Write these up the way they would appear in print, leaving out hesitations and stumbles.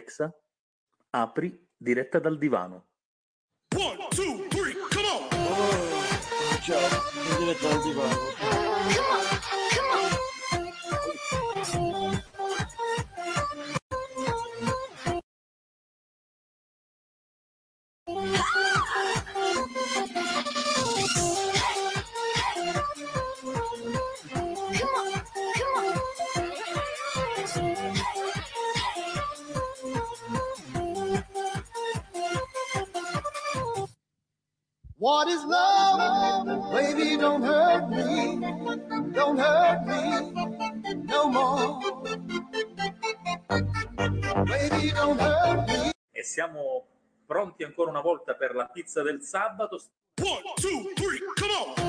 Alexa, apri diretta dal divano. 1, 2, 3, come on! Ciao, in diretta dal divano. What is love? Baby, don't hurt me no more. Baby, don't hurt me. E siamo pronti ancora una volta per la pizza del sabato. 1, 2, 3, come on!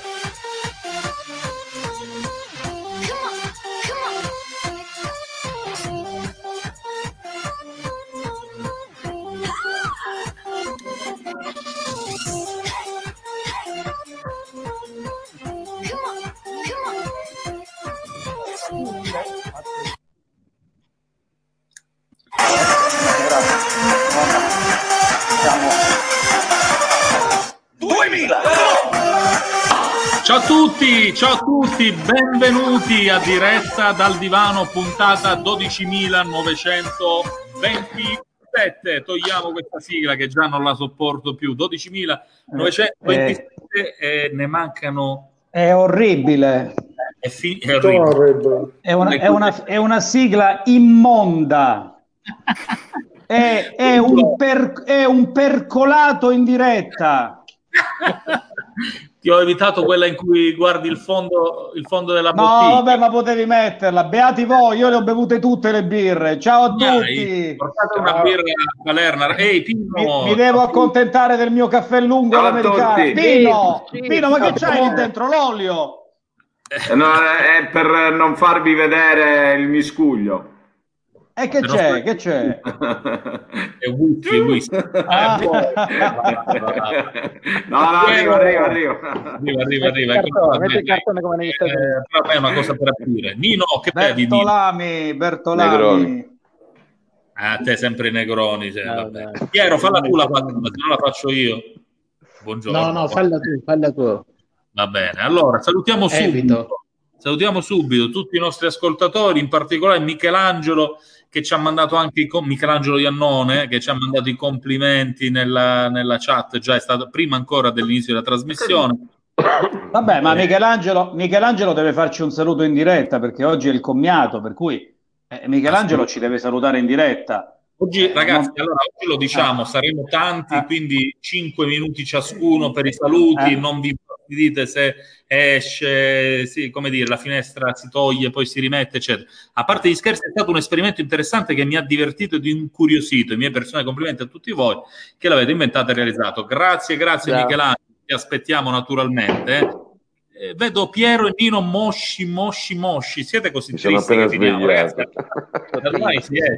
Ciao a tutti, benvenuti a diretta dal divano, puntata 12.927. Togliamo questa sigla che già non la sopporto più. 12.927 e ne mancano. È orribile. È orribile. È una sigla immonda. È un percolato in diretta. Ti ho evitato quella in cui guardi il fondo della No, bottiglia. vabbè, ma potevi metterla. Beati voi, io le ho bevute tutte le birre. Ciao a tutti. Portate una birra a Palermo. Ehi, Pino. Mi devo accontentare del mio caffè lungo all'americana. Pino, ma che c'hai lì dentro? L'olio? No, è per non farvi vedere il miscuglio. E che c'è? Che c'è? È whisky. No, arriva. Arriva. Metti il cartone come negli Stati Uniti. Però è una cosa per aprire. Nino, che vedi? Bertolami. A te sempre i negroni. Vabbè. Piero, falla tu la parte, se no la faccio io. Buongiorno. No, falla tu. Va bene, allora salutiamo subito tutti i nostri ascoltatori, in particolare Michelangelo che ci ha mandato anche Michelangelo Iannone che ci ha mandato i complimenti nella chat, già è stato prima ancora dell'inizio della trasmissione. Vabbè, ma Michelangelo deve farci un saluto in diretta perché oggi è il commiato, per cui Michelangelo ci deve salutare in diretta. Oggi, ragazzi, allora oggi lo diciamo, saremo tanti, quindi 5 minuti ciascuno per i saluti, non vi dite se esce, come dire, la finestra si toglie, poi si rimette, eccetera. A parte gli scherzi, è stato un esperimento interessante che mi ha divertito ed incuriosito. I miei personali complimenti a tutti voi che l'avete inventato e realizzato. Grazie Michelangelo, ti aspettiamo naturalmente. Vedo Piero e Nino mosci. Siete così tristi che finiamo, ragazzi? Da domani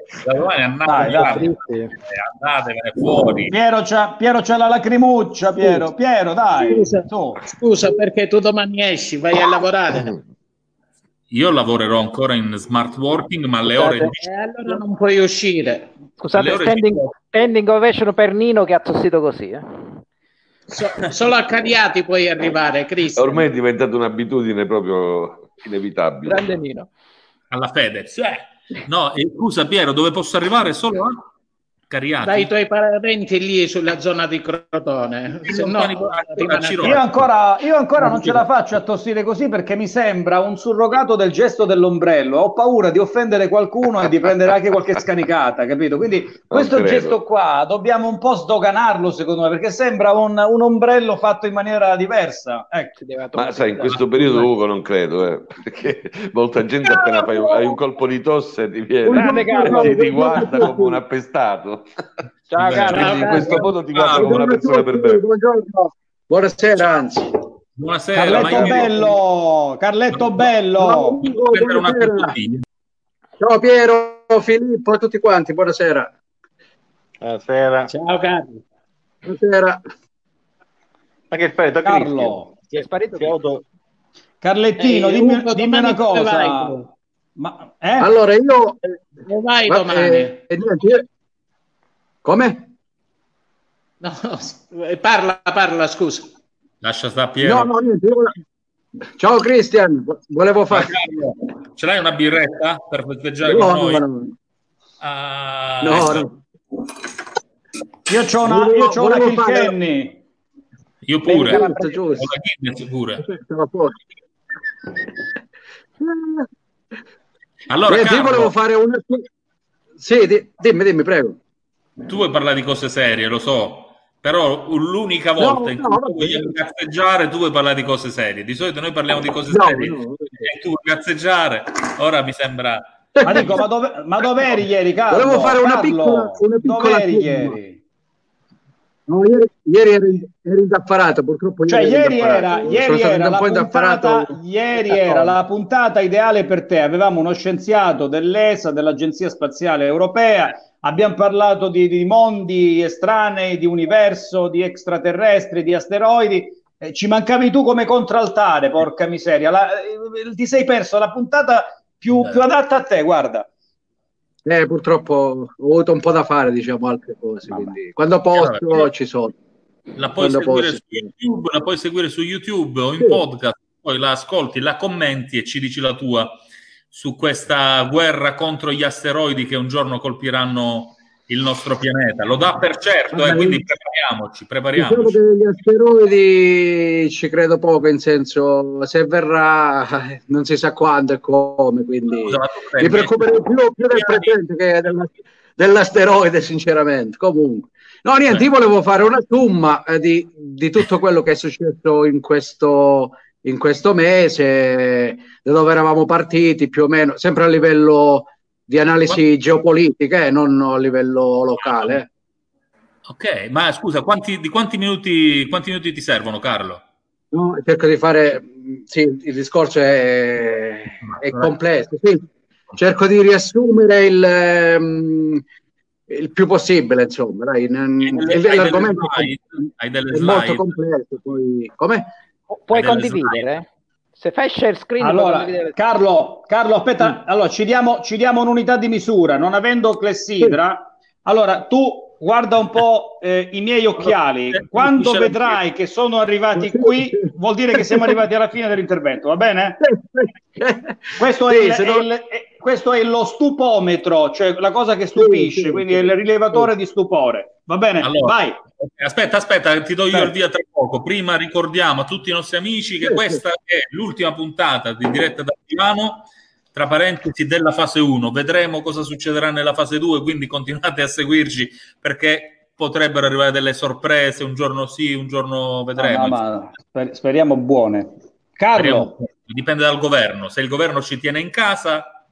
andatevene fuori. Piero c'ha la lacrimuccia. Piero, dai. Scusa, perché tu domani esci, vai a lavorare. Io lavorerò ancora in smart working, ma alle ore allora non puoi uscire. Scusate, standing ovation per Nino che ha tossito così, Solo a Cariati puoi arrivare, Cristo. Ormai è diventata un'abitudine proprio inevitabile. Grande Nino. Alla Fedez. No, scusa Piero, dove posso arrivare? Solo a Cariati? Dai tuoi parenti lì sulla zona di Crotone. Io ancora non ce la faccio a tossire così perché mi sembra un surrogato del gesto dell'ombrello. Ho paura di offendere qualcuno e di prendere anche qualche scanicata, capito? Quindi questo gesto qua dobbiamo un po' sdoganarlo, secondo me, perché sembra un ombrello fatto in maniera diversa. Ecco. Ma sai, in questo periodo Ugo non credo, perché molta gente appena hai un colpo di tosse ti viene, ti guarda come un appestato. Ciao, quindi in questo modo ti guarda come una persona per bene. Buongiorno, buonasera anzi. Buonasera. Carletto Bello. Ciao Piero, Filippo e tutti quanti, buonasera. Buonasera. Ciao Carlo. Buonasera. Ma che fai? Carlo. Ti è sparito? Carlettino, dimmi una cosa. Allora io... vai domani. Come? No, parla, scusa. Lascia stare Piero. No, niente. Ciao Cristian, volevo fare... Ce l'hai una birretta per festeggiare con noi? No. Io c'ho una Kilkenny. Io pure. Una Guinness pure. Allora, Carlo, volevo fare una... Sì, dimmi, prego. Tu vuoi parlare di cose serie, lo so. Però l'unica volta in cui tu vogliamo cazzeggiare, tu vuoi parlare di cose serie. Di solito noi parliamo di cose serie e tu vuoi cazzeggiare. Ora mi sembra... Ma dov'eri ieri, Carlo? Volevo fare una piccola dov'eri ieri? No, ieri ero indaffarato, purtroppo. Ieri era la puntata ideale per te. Avevamo uno scienziato dell'ESA, dell'Agenzia Spaziale Europea. Abbiamo parlato di mondi estranei, di universo, di extraterrestri, di asteroidi. Ci mancavi tu come contraltare, porca miseria. Ti sei perso la puntata più adatta a te, guarda. Purtroppo ho avuto un po' da fare, diciamo, altre cose. Quindi, quando posso ci sono. La puoi seguire su YouTube o in podcast, poi la ascolti, la commenti e ci dici la tua su questa guerra contro gli asteroidi che un giorno colpiranno il nostro pianeta. Lo dà per certo, quindi prepariamoci. Diciamo che gli asteroidi ci credo poco, in senso, se verrà non si sa quando e come, quindi mi preoccuperei più del presente che dell'asteroide, sinceramente. Comunque, no, niente, io volevo fare una somma di tutto quello che è successo in questo mese, da dove eravamo partiti, più o meno, sempre a livello di analisi geopolitica, non a livello locale. Ok, ma scusa, quanti minuti ti servono, Carlo? No, cerco di fare, sì, il discorso è complesso, sì. Cerco di riassumere il più possibile, insomma, dai. L'argomento è molto complesso. Poi... Come? Puoi condividere? Se fai share screen, allora, Carlo, aspetta, allora ci diamo un'unità di misura, non avendo clessidra. Allora tu guarda un po' i miei occhiali, quando vedrai che sono arrivati qui vuol dire che siamo arrivati alla fine dell'intervento, va bene? Questo è lo stupometro, cioè la cosa che stupisce, quindi è il rilevatore di stupore, va bene? Allora, vai. Aspetta, ti do io il via tra poco. Prima ricordiamo a tutti i nostri amici che questa è l'ultima puntata di Diretta dal Divano, tra parentesi, della fase 1. Vedremo cosa succederà nella fase 2, quindi continuate a seguirci perché potrebbero arrivare delle sorprese, un giorno sì, un giorno vedremo. Ma speriamo buone. Carlo. Dipende dal governo. Se il governo ci tiene in casa,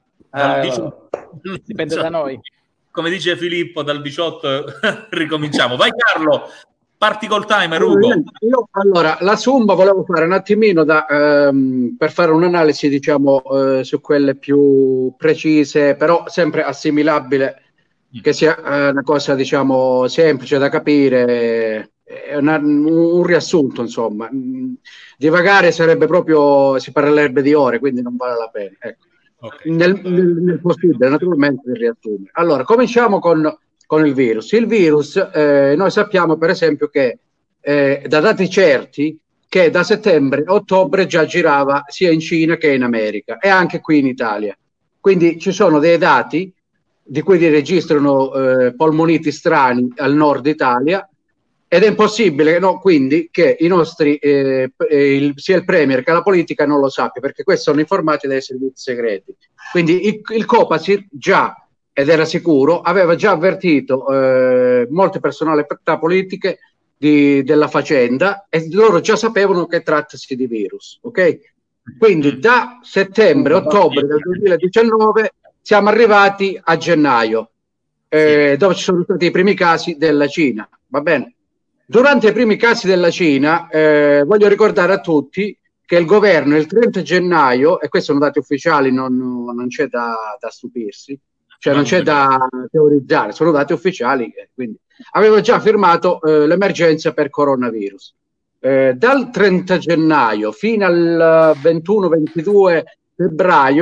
dipende da noi. Come dice Filippo, dal 18 ricominciamo. Vai Carlo, parti col timer, Ugo. Allora, la somma volevo fare un attimino per fare un'analisi, diciamo, su quelle più precise, però sempre assimilabile, che sia una cosa, diciamo, semplice da capire, un riassunto, insomma. Divagare sarebbe proprio, si parlerebbe di ore, quindi non vale la pena, ecco. Okay. Nel possibile, naturalmente, il riassume. Allora, cominciamo con il virus. Il virus, noi sappiamo per esempio che da dati certi che da settembre a ottobre già girava sia in Cina che in America e anche qui in Italia. Quindi ci sono dei dati di cui si registrano polmoniti strani al nord Italia ed è impossibile, quindi, che i nostri, sia il Premier che la politica non lo sappia, perché questi sono informati dai servizi segreti. Quindi il Copasir già, ed era sicuro, aveva già avvertito molte personalità politiche della faccenda e loro già sapevano che trattasi di virus, ok? Quindi da settembre-ottobre del 2019 siamo arrivati a gennaio, dove ci sono stati i primi casi della Cina, va bene? Durante i primi casi della Cina, voglio ricordare a tutti che il governo il 30 gennaio, e questi sono dati ufficiali, non c'è da stupirsi, cioè non c'è da teorizzare, sono dati ufficiali, quindi aveva già firmato l'emergenza per coronavirus. Dal 30 gennaio fino al 21-22 febbraio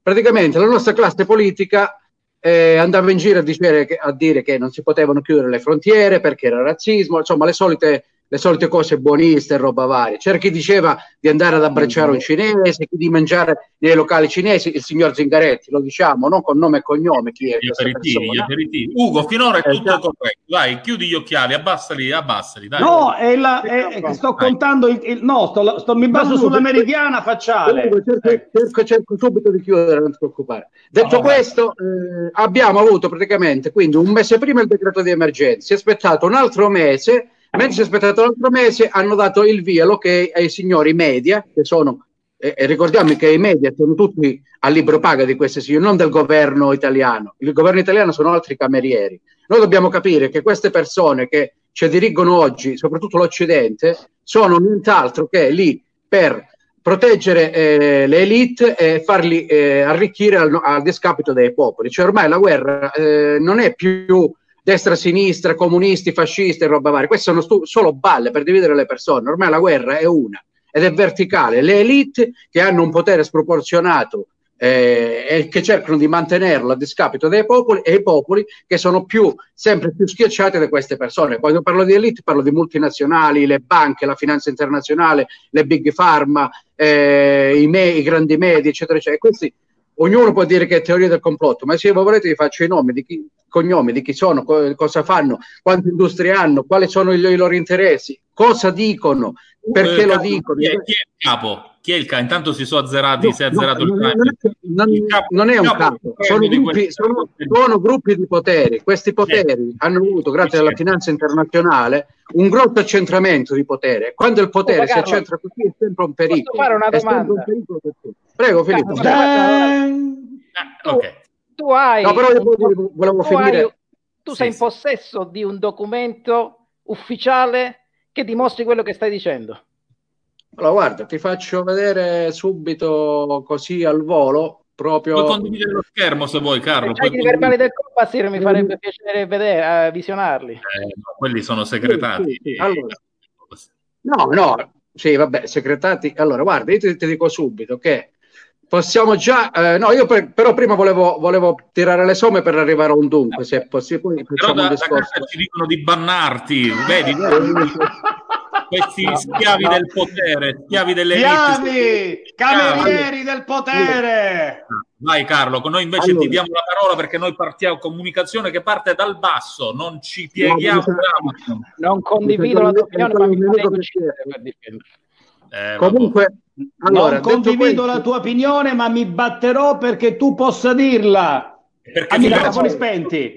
praticamente la nostra classe politica andava in giro a dire che non si potevano chiudere le frontiere perché era razzismo, insomma le solite cose buoniste e roba varia. C'era chi diceva di andare ad abbracciare un cinese, chi di mangiare nei locali cinesi, il signor Zingaretti, lo diciamo, non con nome e cognome chi è gli aperitivi. Ugo, finora è tutto corretto. Vai, chiudi gli occhiali, abbassali, dai. No, sto contando mi baso sulla meridiana facciale. Cerco subito di chiudere, non ti preoccupare. Detto questo, abbiamo avuto praticamente quindi un mese prima il decreto di emergenza, si è aspettato un altro mese. Mentre si è aspettato l'altro mese, hanno dato il via, l'ok ai signori media, che sono, ricordiamo che i media sono tutti a libro paga di questi signori, non del governo italiano. Il governo italiano sono altri camerieri. Noi dobbiamo capire che queste persone che ci dirigono oggi, soprattutto l'Occidente, sono nient'altro che lì per proteggere le elite e farli arricchire al discapito dei popoli. Cioè ormai la guerra non è più destra, sinistra, comunisti, fascisti e roba varia. Queste sono solo balle per dividere le persone. Ormai la guerra è una ed è verticale. Le elite che hanno un potere sproporzionato e che cercano di mantenerlo a discapito dei popoli, e i popoli che sono sempre più schiacciati da queste persone. Quando parlo di elite parlo di multinazionali, le banche, la finanza internazionale, le big pharma, i grandi media, eccetera, eccetera. E questi, ognuno può dire che è teoria del complotto, ma se voi volete vi faccio i nomi, cognomi, di chi sono, cosa fanno, quante industrie hanno, quali sono i loro interessi, cosa dicono, perché lo dicono. Chi è il capo? Chi è il capo? Intanto si sono azzerati, si è azzerato il capo. Non è un capo, sono gruppi di poteri. Questi poteri hanno avuto, grazie alla finanza internazionale, un grosso accentramento di potere. Quando il potere si accentra così è sempre un pericolo. Posso fare una domanda? Prego, Filippo. Ok. Tu hai, no, però volevo finire. Tu sei in possesso di un documento ufficiale che dimostri quello che stai dicendo. Allora, guarda, ti faccio vedere subito così al volo. Proprio. Puoi condividere lo schermo se vuoi, Carlo. I verbali del Copasir mi farebbe piacere vedere, visionarli. No, quelli sono segretati. Sì. Allora, no, sì, vabbè, segretati. Allora, guarda, io ti dico subito che possiamo già, no, io però prima volevo tirare le somme per arrivare a un dunque, se è possibile. Però da casa ci dicono di bannarti, vedi? Questi schiavi del potere, schiavi delle elite. Camerieri del potere. Vai Carlo, noi invece ti diamo la parola perché noi partiamo comunicazione che parte dal basso, non ci pieghiamo. Non condivido la tua opinione, ma mi farei uccidere per difendere. Comunque, allora, non condivido la tua opinione, ma mi batterò perché tu possa dirla. Perché a microfoni spenti.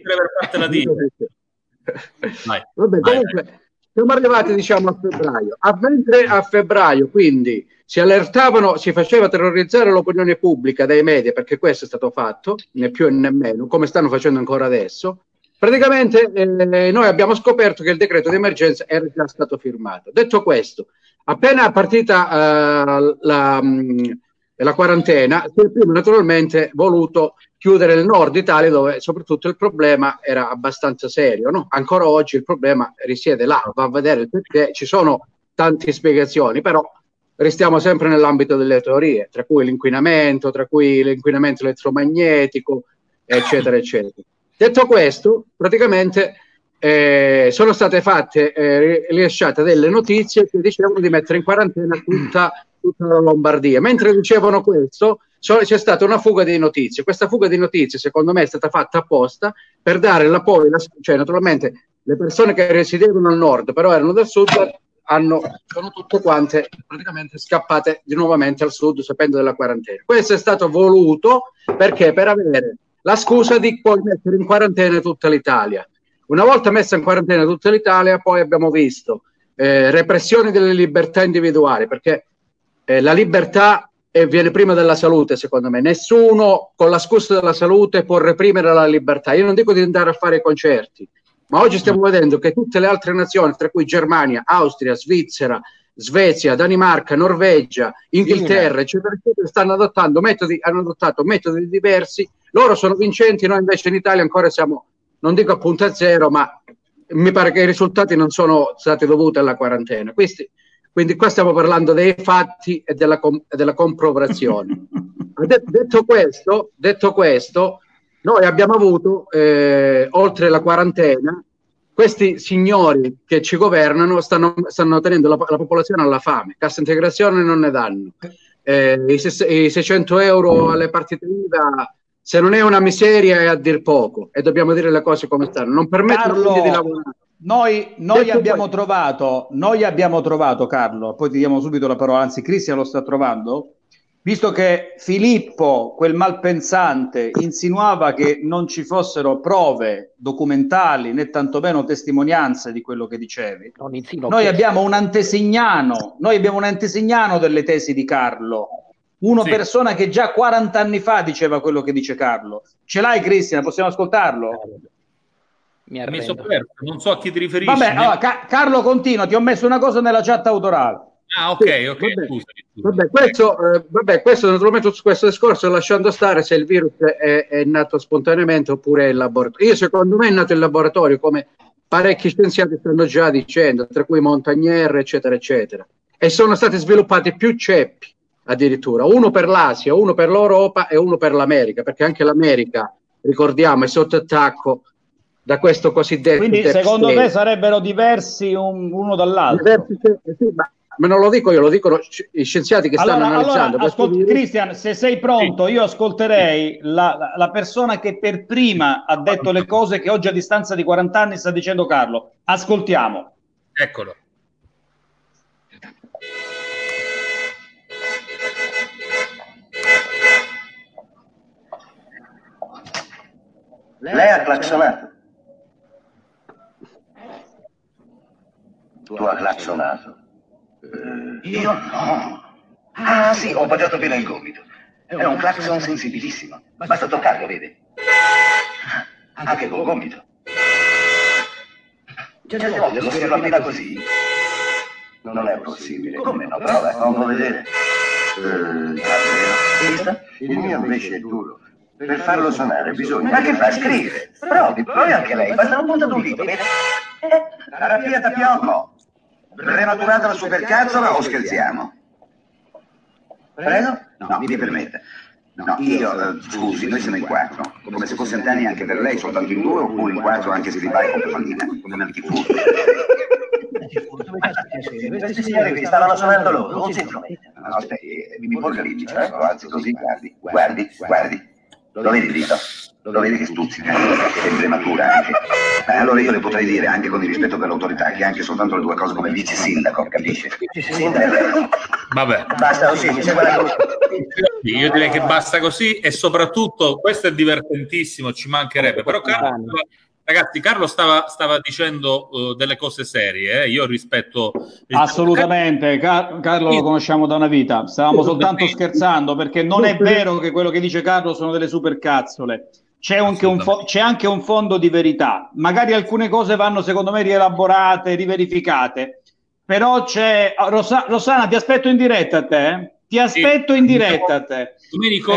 Vabbè, comunque siamo arrivati, diciamo, a febbraio. Mentre a febbraio, quindi, si allertavano, si faceva terrorizzare l'opinione pubblica dai media, perché questo è stato fatto, né più né meno, come stanno facendo ancora adesso. Praticamente noi abbiamo scoperto che il decreto di emergenza era già stato firmato. Detto questo, appena partita la quarantena, si è prima naturalmente voluto chiudere il nord Italia, dove soprattutto il problema era abbastanza serio, no? Ancora oggi il problema risiede là, va a vedere il perché, ci sono tante spiegazioni, però restiamo sempre nell'ambito delle teorie, tra cui l'inquinamento elettromagnetico, eccetera, eccetera. Detto questo, praticamente sono state fatte rilasciate delle notizie che dicevano di mettere in quarantena tutta la Lombardia. Mentre dicevano questo, c'è stata una fuga di notizie. Questa fuga di notizie, secondo me, è stata fatta apposta per dare cioè naturalmente le persone che risiedevano al nord, però erano del sud, sono tutte quante praticamente scappate nuovamente al sud sapendo della quarantena. Questo è stato voluto perché per avere la scusa di poi mettere in quarantena tutta l'Italia. Una volta messa in quarantena tutta l'Italia, poi abbiamo visto repressioni delle libertà individuali, perché la libertà viene prima della salute, secondo me. Nessuno con la scusa della salute può reprimere la libertà. Io non dico di andare a fare concerti, ma oggi stiamo vedendo che tutte le altre nazioni, tra cui Germania, Austria, Svizzera, Svezia, Danimarca, Norvegia, Inghilterra, eccetera, eccetera, hanno adottato metodi diversi. Loro sono vincenti, noi invece in Italia ancora siamo, non dico a punta zero, ma mi pare che i risultati non sono stati dovuti alla quarantena. Quindi qua stiamo parlando dei fatti e della comprovazione. Detto questo, noi abbiamo avuto, oltre la quarantena, questi signori che ci governano stanno tenendo la popolazione alla fame. Cassa integrazione non ne danno. I 600 euro alle partite IVA, se non è una miseria, è a dir poco. E dobbiamo dire le cose come stanno. Non permettono di lavorare. Noi abbiamo trovato, Carlo, poi ti diamo subito la parola, anzi Cristian lo sta trovando, visto che Filippo, quel malpensante, insinuava che non ci fossero prove documentali né tantomeno testimonianze di quello che dicevi, noi abbiamo un antesignano delle tesi di Carlo, persona che già 40 anni fa diceva quello che dice Carlo. Ce l'hai, Cristian? Possiamo ascoltarlo? Mi sono perso, non so a chi ti riferisci. Vabbè, allora, Carlo continua, ti ho messo una cosa nella chat autorale. Ah, ok, scusami. Questo naturalmente, su questo discorso, lasciando stare se il virus è nato spontaneamente oppure è in laboratorio. Secondo me è nato in laboratorio, come parecchi scienziati stanno già dicendo, tra cui Montagnier, eccetera, eccetera. E sono stati sviluppati più ceppi, addirittura, uno per l'Asia, uno per l'Europa e uno per l'America, perché anche l'America, ricordiamo, è sotto attacco da questo cosiddetto. Quindi secondo te sarebbero diversi uno dall'altro? Ma non lo dico io, lo dicono i scienziati che stanno analizzando. Cristian, se sei pronto, io ascolterei la persona che per prima ha detto le cose che oggi a distanza di 40 anni sta dicendo Carlo. Ascoltiamo. Eccolo. Lei ha clacsonato. Tu hai clacsonato. Io no. Ah sì, ho poggiato bene il gomito. È un clacson sensibilissimo. Basta toccarlo, vede? Anche col gomito. Certe volte lo schermo appena così. Non è possibile. Come no? Prova, fammi vedere. Vista? Il mio invece è duro. Per farlo suonare bisogna... Ma che fa? Scrive. Provi anche lei. Basta un punto d'un dito, vede? Terapia da piombo. Prematurata la supercazzola o scherziamo? Prego? No, mi permetta. No, io, scusi, noi siamo in 4. Come se fosse anni anche per lei, soltanto in 2, oppure in 4 anche se vi pare con pallina, come antifurto. Questi signori vi stavano suonando loro, non si intrometta. No, aspetti, mi porga lì, certo, anzi così, guardi. Lo vedi il dito? Lo vedi che stuzzica? È prematura anche. Allora io le potrei dire, anche con il rispetto per l'autorità, che anche soltanto le due cose come vice sindaco, capisce? Vabbè. Basta così, mi sembra la cosa. Io direi che basta così, e soprattutto questo è divertentissimo, ci mancherebbe. Però Carlo stava dicendo delle cose serie, io rispetto... Assolutamente, Carlo lo conosciamo da una vita, stavamo soltanto scherzando, perché non è vero che quello che dice Carlo sono delle supercazzole. C'è anche un fondo di verità, magari alcune cose vanno secondo me rielaborate, riverificate, però c'è... Rossana, ti aspetto in diretta a te, Domenico,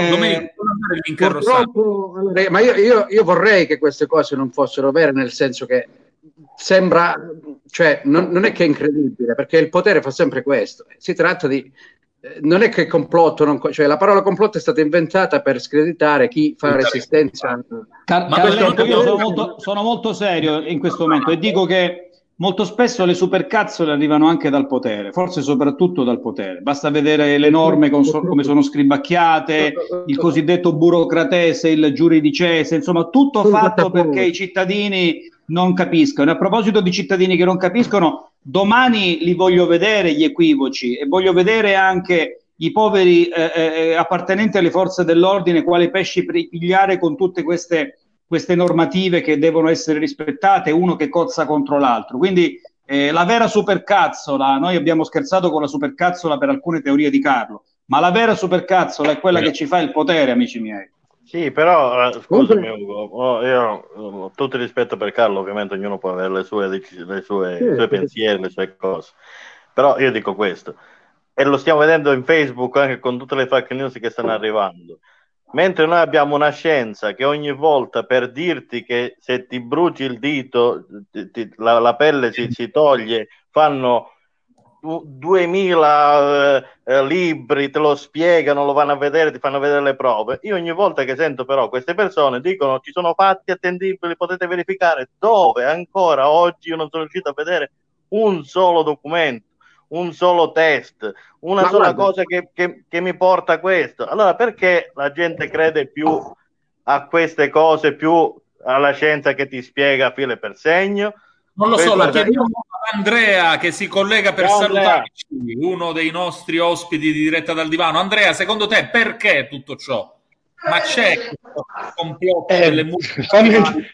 ma io vorrei che queste cose non fossero vere, nel senso che sembra, cioè non è che è incredibile, perché il potere fa sempre questo, si tratta di, non è che complotto, cioè la parola complotto è stata inventata per screditare chi fa resistenza. Carletto, io sono molto serio in questo momento e dico che molto spesso le supercazzole arrivano anche dal potere, forse soprattutto dal potere. Basta vedere le norme come sono scribacchiate, il cosiddetto burocratese, il giuridicese, insomma tutto fatto perché i cittadini non capiscono. E a proposito di cittadini che non capiscono, domani li voglio vedere gli equivoci e voglio vedere anche i poveri appartenenti alle forze dell'ordine quali pesci pigliare con tutte queste normative che devono essere rispettate, uno che cozza contro l'altro. Quindi la vera supercazzola, noi abbiamo scherzato con la supercazzola per alcune teorie di Carlo, ma la vera supercazzola è quella che ci fa il potere, amici miei. Sì, però scusami Ugo, io ho tutto il rispetto per Carlo, ovviamente ognuno può avere i suoi pensieri, le sue cose, però io dico questo, e lo stiamo vedendo in Facebook anche con tutte le fake news che stanno arrivando. Mentre noi abbiamo una scienza che ogni volta, per dirti che se ti bruci il dito la pelle si toglie, fanno 2000 libri, te lo spiegano, lo vanno a vedere, ti fanno vedere le prove. Io ogni volta che sento però queste persone dicono ci sono fatti attendibili, potete verificare, dove ancora oggi io non sono riuscito a vedere un solo documento, un solo test, una sola cosa che mi porta a questo. Allora perché la gente crede più a queste cose, più alla scienza che ti spiega filo e per segno? Non lo so, la chiediamo a Andrea che si collega per salutarci, uno dei nostri ospiti di Diretta dal Divano. Andrea, secondo te perché tutto ciò? Ma c'è questo complotto delle multinazionali?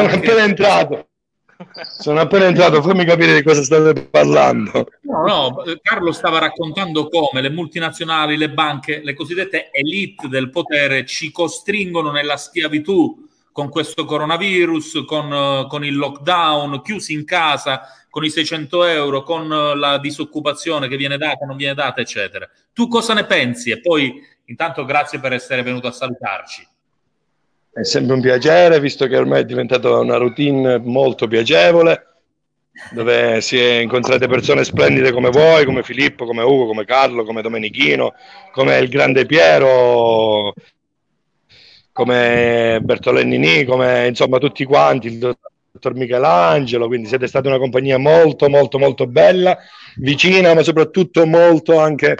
Sono appena entrato, fammi capire di cosa state parlando. No, Carlo stava raccontando come le multinazionali, le banche, le cosiddette elite del potere ci costringono nella schiavitù con questo coronavirus, con il lockdown, chiusi in casa, con i 600 euro, con la disoccupazione che viene data, non viene data, eccetera. Tu cosa ne pensi? E poi, intanto, grazie per essere venuto a salutarci. È sempre un piacere, visto che ormai è diventata una routine molto piacevole, dove si è incontrate persone splendide come voi, come Filippo, come Ugo, come Carlo, come Domenichino, come il grande Piero, come Bertolennini, come insomma tutti quanti, il dottor Michelangelo. Quindi siete stati una compagnia molto molto molto bella, vicina, ma soprattutto molto anche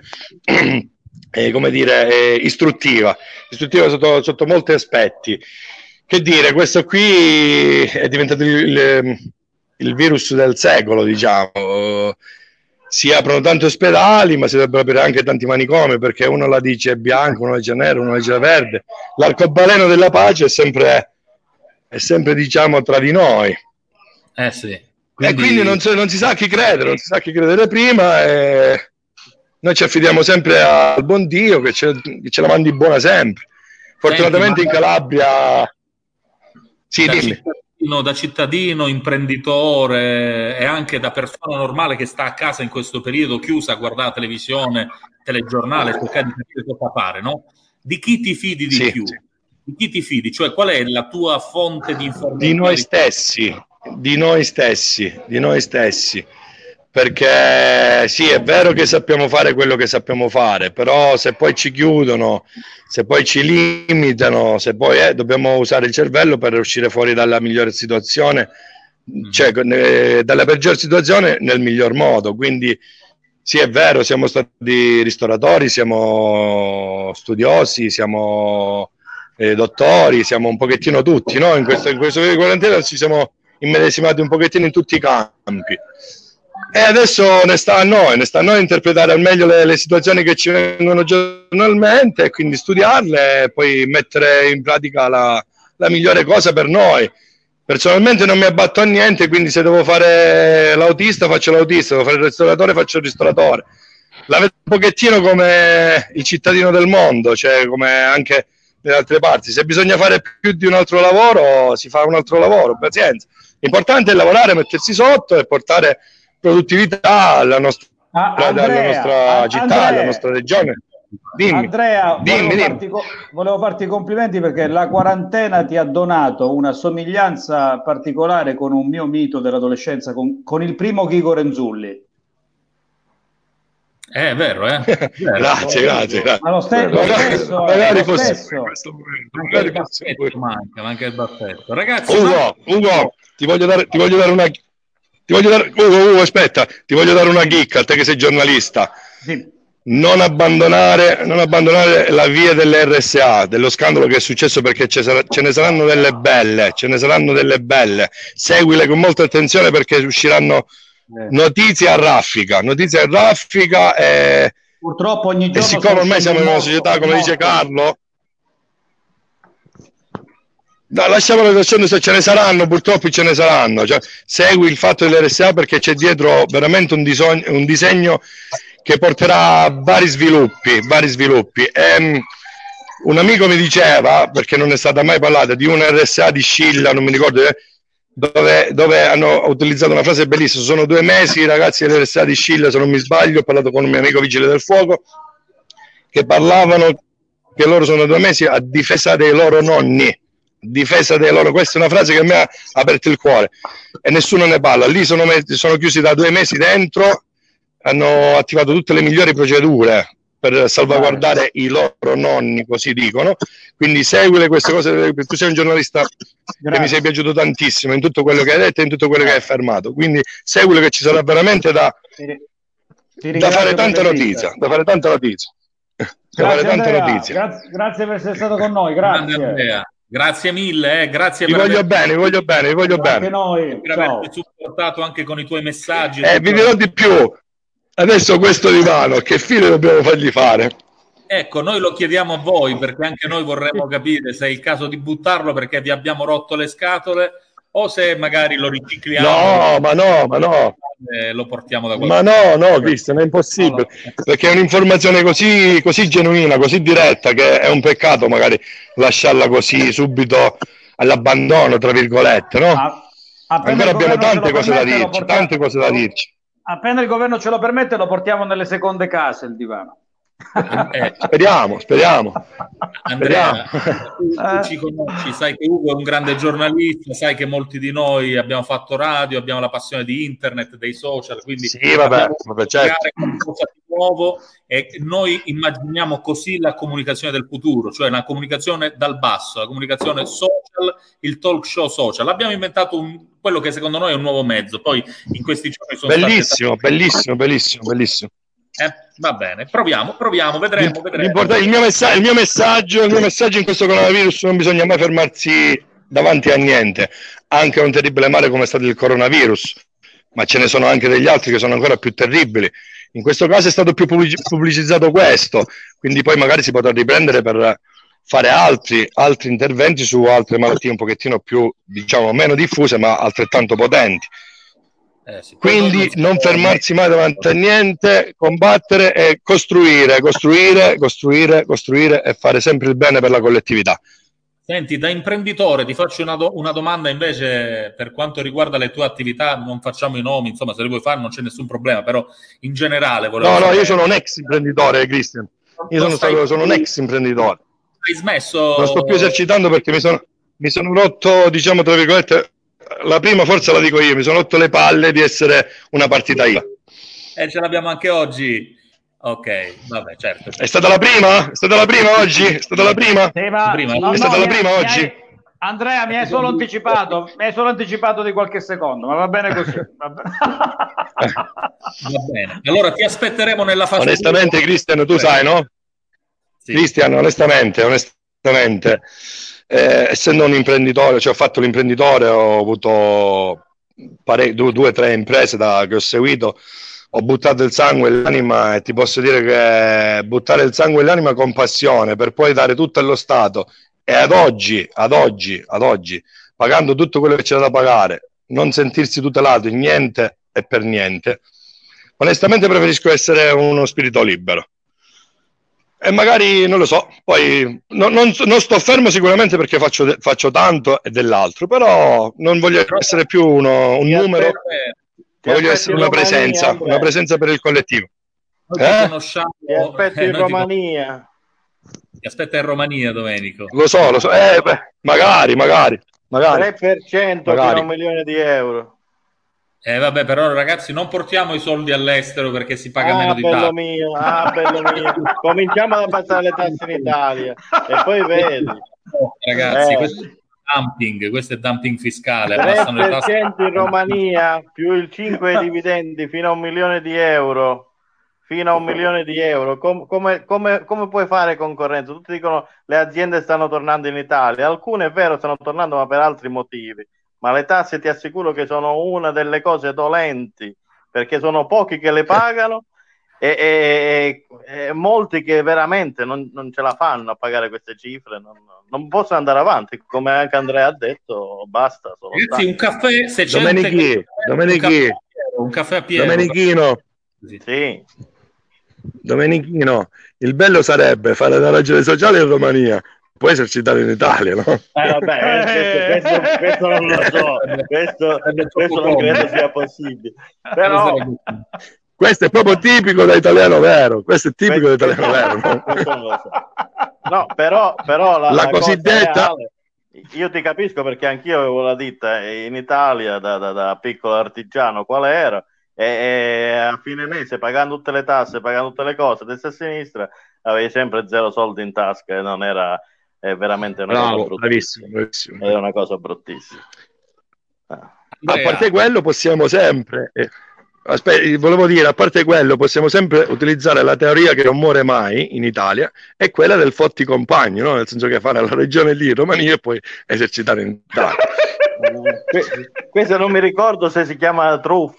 come dire, istruttiva sotto molti aspetti. Che dire, questo qui è diventato il virus del secolo, diciamo. Si aprono tanti ospedali, ma si dovrebbero aprire anche tanti manicomi, perché uno la dice bianco, uno la dice nero, uno la dice verde. L'arcobaleno della pace è sempre diciamo tra di noi. Sì. Quindi... E quindi non si sa a chi credere, non si sa a chi credere prima, e noi ci affidiamo sempre al buon Dio che ce la mandi buona sempre. Fortunatamente in Calabria... Sì, dimmi. Da cittadino, imprenditore e anche da persona normale che sta a casa in questo periodo chiusa a guardare televisione, telegiornale, cercare di capire cosa fare, no? Di chi ti fidi di più? Sì. Di chi ti fidi? Cioè, qual è la tua fonte di informazione? Di noi stessi. Perché sì, è vero che sappiamo fare quello che sappiamo fare, però se poi ci chiudono, se poi ci limitano, se poi dobbiamo usare il cervello per uscire fuori dalla migliore situazione, cioè dalla peggior situazione nel miglior modo. Quindi sì, è vero, siamo stati ristoratori, siamo studiosi, siamo dottori, siamo un pochettino tutti, no? In questo periodo di quarantena ci siamo immedesimati un pochettino in tutti i campi. E adesso ne sta a noi interpretare al meglio le situazioni che ci vengono giornalmente, e quindi studiarle e poi mettere in pratica la migliore cosa per noi. Personalmente non mi abbatto a niente, quindi se devo fare l'autista faccio l'autista, devo fare il ristoratore faccio il ristoratore. La vedo un pochettino come il cittadino del mondo, cioè come anche nelle altre parti. Se bisogna fare più di un altro lavoro, si fa un altro lavoro, pazienza. L'importante è lavorare, mettersi sotto e portare produttività alla nostra città, alla nostra regione. Dimmi. Andrea, volevo farti i complimenti perché la quarantena ti ha donato una somiglianza particolare con un mio mito dell'adolescenza, con il primo Chico Renzulli. È vero, Grazie. Ma lo stesso, magari fosse anche il baffetto. Ragazzi, Ugo, ti voglio dare una chicca, a te che sei giornalista. Sì. Non abbandonare la via delle RSA, dello scandalo che è successo, perché ce ne saranno delle belle. Seguile con molta attenzione, perché usciranno notizie a raffica e purtroppo ogni giorno, e siccome ormai siamo in una società, come dice Carlo, no, lasciamolo, ce ne saranno, purtroppo ce ne saranno. Cioè, segui il fatto dell'RSA, perché c'è dietro veramente un disegno che porterà a vari sviluppi. Un amico mi diceva, perché non è stata mai parlata, di un RSA di Scilla, non mi ricordo, dove hanno utilizzato una frase bellissima. Sono 2 mesi i ragazzi dell'RSA di Scilla, se non mi sbaglio. Ho parlato con un mio amico vigile del fuoco, che parlavano che loro sono 2 mesi a difesa dei loro nonni. Questa è una frase che mi ha aperto il cuore, e nessuno ne parla. Lì sono chiusi da 2 mesi dentro, hanno attivato tutte le migliori procedure per salvaguardare i loro nonni, così dicono. Quindi seguile queste cose, tu sei un giornalista che mi sei piaciuto tantissimo in tutto quello che hai detto e in tutto quello che hai affermato, quindi seguile, che ci sarà veramente da fare tanta notizia, Grazie per essere stato con noi, grazie. Grazie mille, grazie. Vi voglio bene. Anche noi. Per averci supportato anche con i tuoi messaggi. Vi dirò di più. Adesso questo divano, che fine dobbiamo fargli fare? Ecco, noi lo chiediamo a voi, perché anche noi vorremmo capire se è il caso di buttarlo perché vi abbiamo rotto le scatole o se magari lo ricicliamo. Ma no. Lo portiamo da qualche parte. No, Cristian, è impossibile. Perché è un'informazione così genuina, così diretta, che è un peccato magari lasciarla così subito all'abbandono, tra virgolette, no? Ancora abbiamo tante cose da dirci. Appena il governo ce lo permette, lo portiamo nelle seconde case il divano. Speriamo. Andrea, tu ci conosci, sai che Ugo è un grande giornalista, sai che molti di noi abbiamo fatto radio, abbiamo la passione di internet, dei social, quindi certo. Qualcosa di nuovo, e noi immaginiamo così la comunicazione del futuro, cioè una comunicazione dal basso, la comunicazione social, il talk show social. Abbiamo inventato quello che secondo noi è un nuovo mezzo, poi in questi giorni sono bellissimo. Va bene, proviamo, vedremo. Il mio messaggio in questo coronavirus: non bisogna mai fermarsi davanti a niente, anche a un terribile male come è stato il coronavirus, ma ce ne sono anche degli altri che sono ancora più terribili. In questo caso è stato più pubblicizzato questo, quindi poi magari si potrà riprendere per fare altri interventi su altre malattie un pochettino più, diciamo, meno diffuse, ma altrettanto potenti. Quindi non fermarsi mai davanti a niente, combattere e costruire e fare sempre il bene per la collettività. Senti, da imprenditore ti faccio una domanda invece per quanto riguarda le tue attività. Non facciamo i nomi, insomma, se li vuoi fare non c'è nessun problema, però in generale No, io sono un ex imprenditore, Cristian. Sono un ex imprenditore. Hai smesso? Non sto più esercitando perché mi sono rotto, diciamo, tra virgolette, la prima forza la dico io, mi sono rotto le palle di essere una partita IVA. Ce l'abbiamo anche oggi. Ok, vabbè, certo. È stata la prima? È stata la prima oggi? È stata la prima? È stata la prima oggi? Andrea, mi hai solo anticipato di qualche secondo, ma va bene così. Va bene. Allora ti aspetteremo nella fase. Onestamente, Cristian, tu sai, no? Sì. Cristian, onestamente, essendo un imprenditore, cioè ho fatto l'imprenditore, ho avuto 2 o 3 imprese che ho seguito, ho buttato il sangue e l'anima, e ti posso dire che buttare il sangue e l'anima con passione per poi dare tutto allo Stato, e ad oggi, pagando tutto quello che c'era da pagare, non sentirsi tutelato in niente e per niente, onestamente preferisco essere uno spirito libero. E magari, non lo so, poi non sto fermo sicuramente perché faccio tanto e dell'altro, però non voglio essere più un numero, ma voglio essere una presenza per il collettivo. Ti conosciamo. Ti aspetto in Romania. Ti aspetta in Romania, Domenico. Lo so. Magari. 3% fino a €1 milione. Vabbè, però ragazzi, non portiamo i soldi all'estero perché si paga meno di tasse. Bello mio. Cominciamo ad abbassare le tasse in Italia e poi vedi. Ragazzi, questo è dumping fiscale. 3% in Romania più il 5 dei dividendi fino a €1 milione. Fino a €1 milione. Come puoi fare concorrenza? Tutti dicono le aziende stanno tornando in Italia. Alcune è vero stanno tornando, ma per altri motivi. Ma le tasse ti assicuro che sono una delle cose dolenti, perché sono pochi che le pagano e molti che veramente non ce la fanno a pagare queste cifre, non possono andare avanti, come anche Andrea ha detto, basta. Ragazzi, un caffè, se c'è un caffè a Piero. Domenichino. Sì. Domenichino, il bello sarebbe fare la ragione sociale in Romania, puoi esercitare in Italia, no? Questo non lo so, questo non credo sia possibile. Però questo è proprio tipico da italiano vero. Questo è tipico da italiano vero. No? Questo non lo so. No, però la cosiddetta. Io ti capisco perché anch'io avevo la ditta in Italia da piccolo artigiano, quale era, e a fine mese, pagando tutte le tasse, pagando tutte le cose, destra e sinistra, avevi sempre 0 soldi in tasca e non era veramente una cosa bruttissima. Bravissimo. È una cosa bruttissima. A parte quello possiamo sempre... volevo dire, a parte quello, possiamo sempre utilizzare la teoria che non muore mai in Italia, è quella del fotti compagni, no? Nel senso che fare la regione lì in Romania e poi esercitare in Italia. Questo non mi ricordo se si chiama truffa.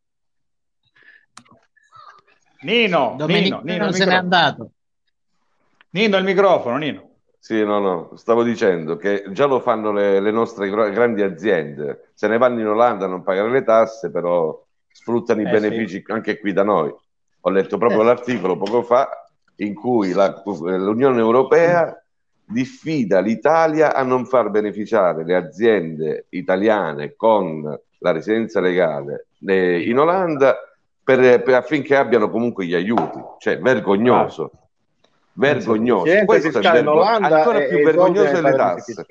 Nino se n'è andato. Nino, il microfono, Nino. Sì, no, stavo dicendo che già lo fanno le nostre grandi aziende, se ne vanno in Olanda a non pagare le tasse, però sfruttano i benefici anche qui da noi. Ho letto proprio l'articolo poco fa in cui l'Unione Europea diffida l'Italia a non far beneficiare le aziende italiane con la residenza legale in Olanda affinché abbiano comunque gli aiuti. Cioè, vergognoso. Vergognoso. Questo è ancora più vergognoso delle tasse.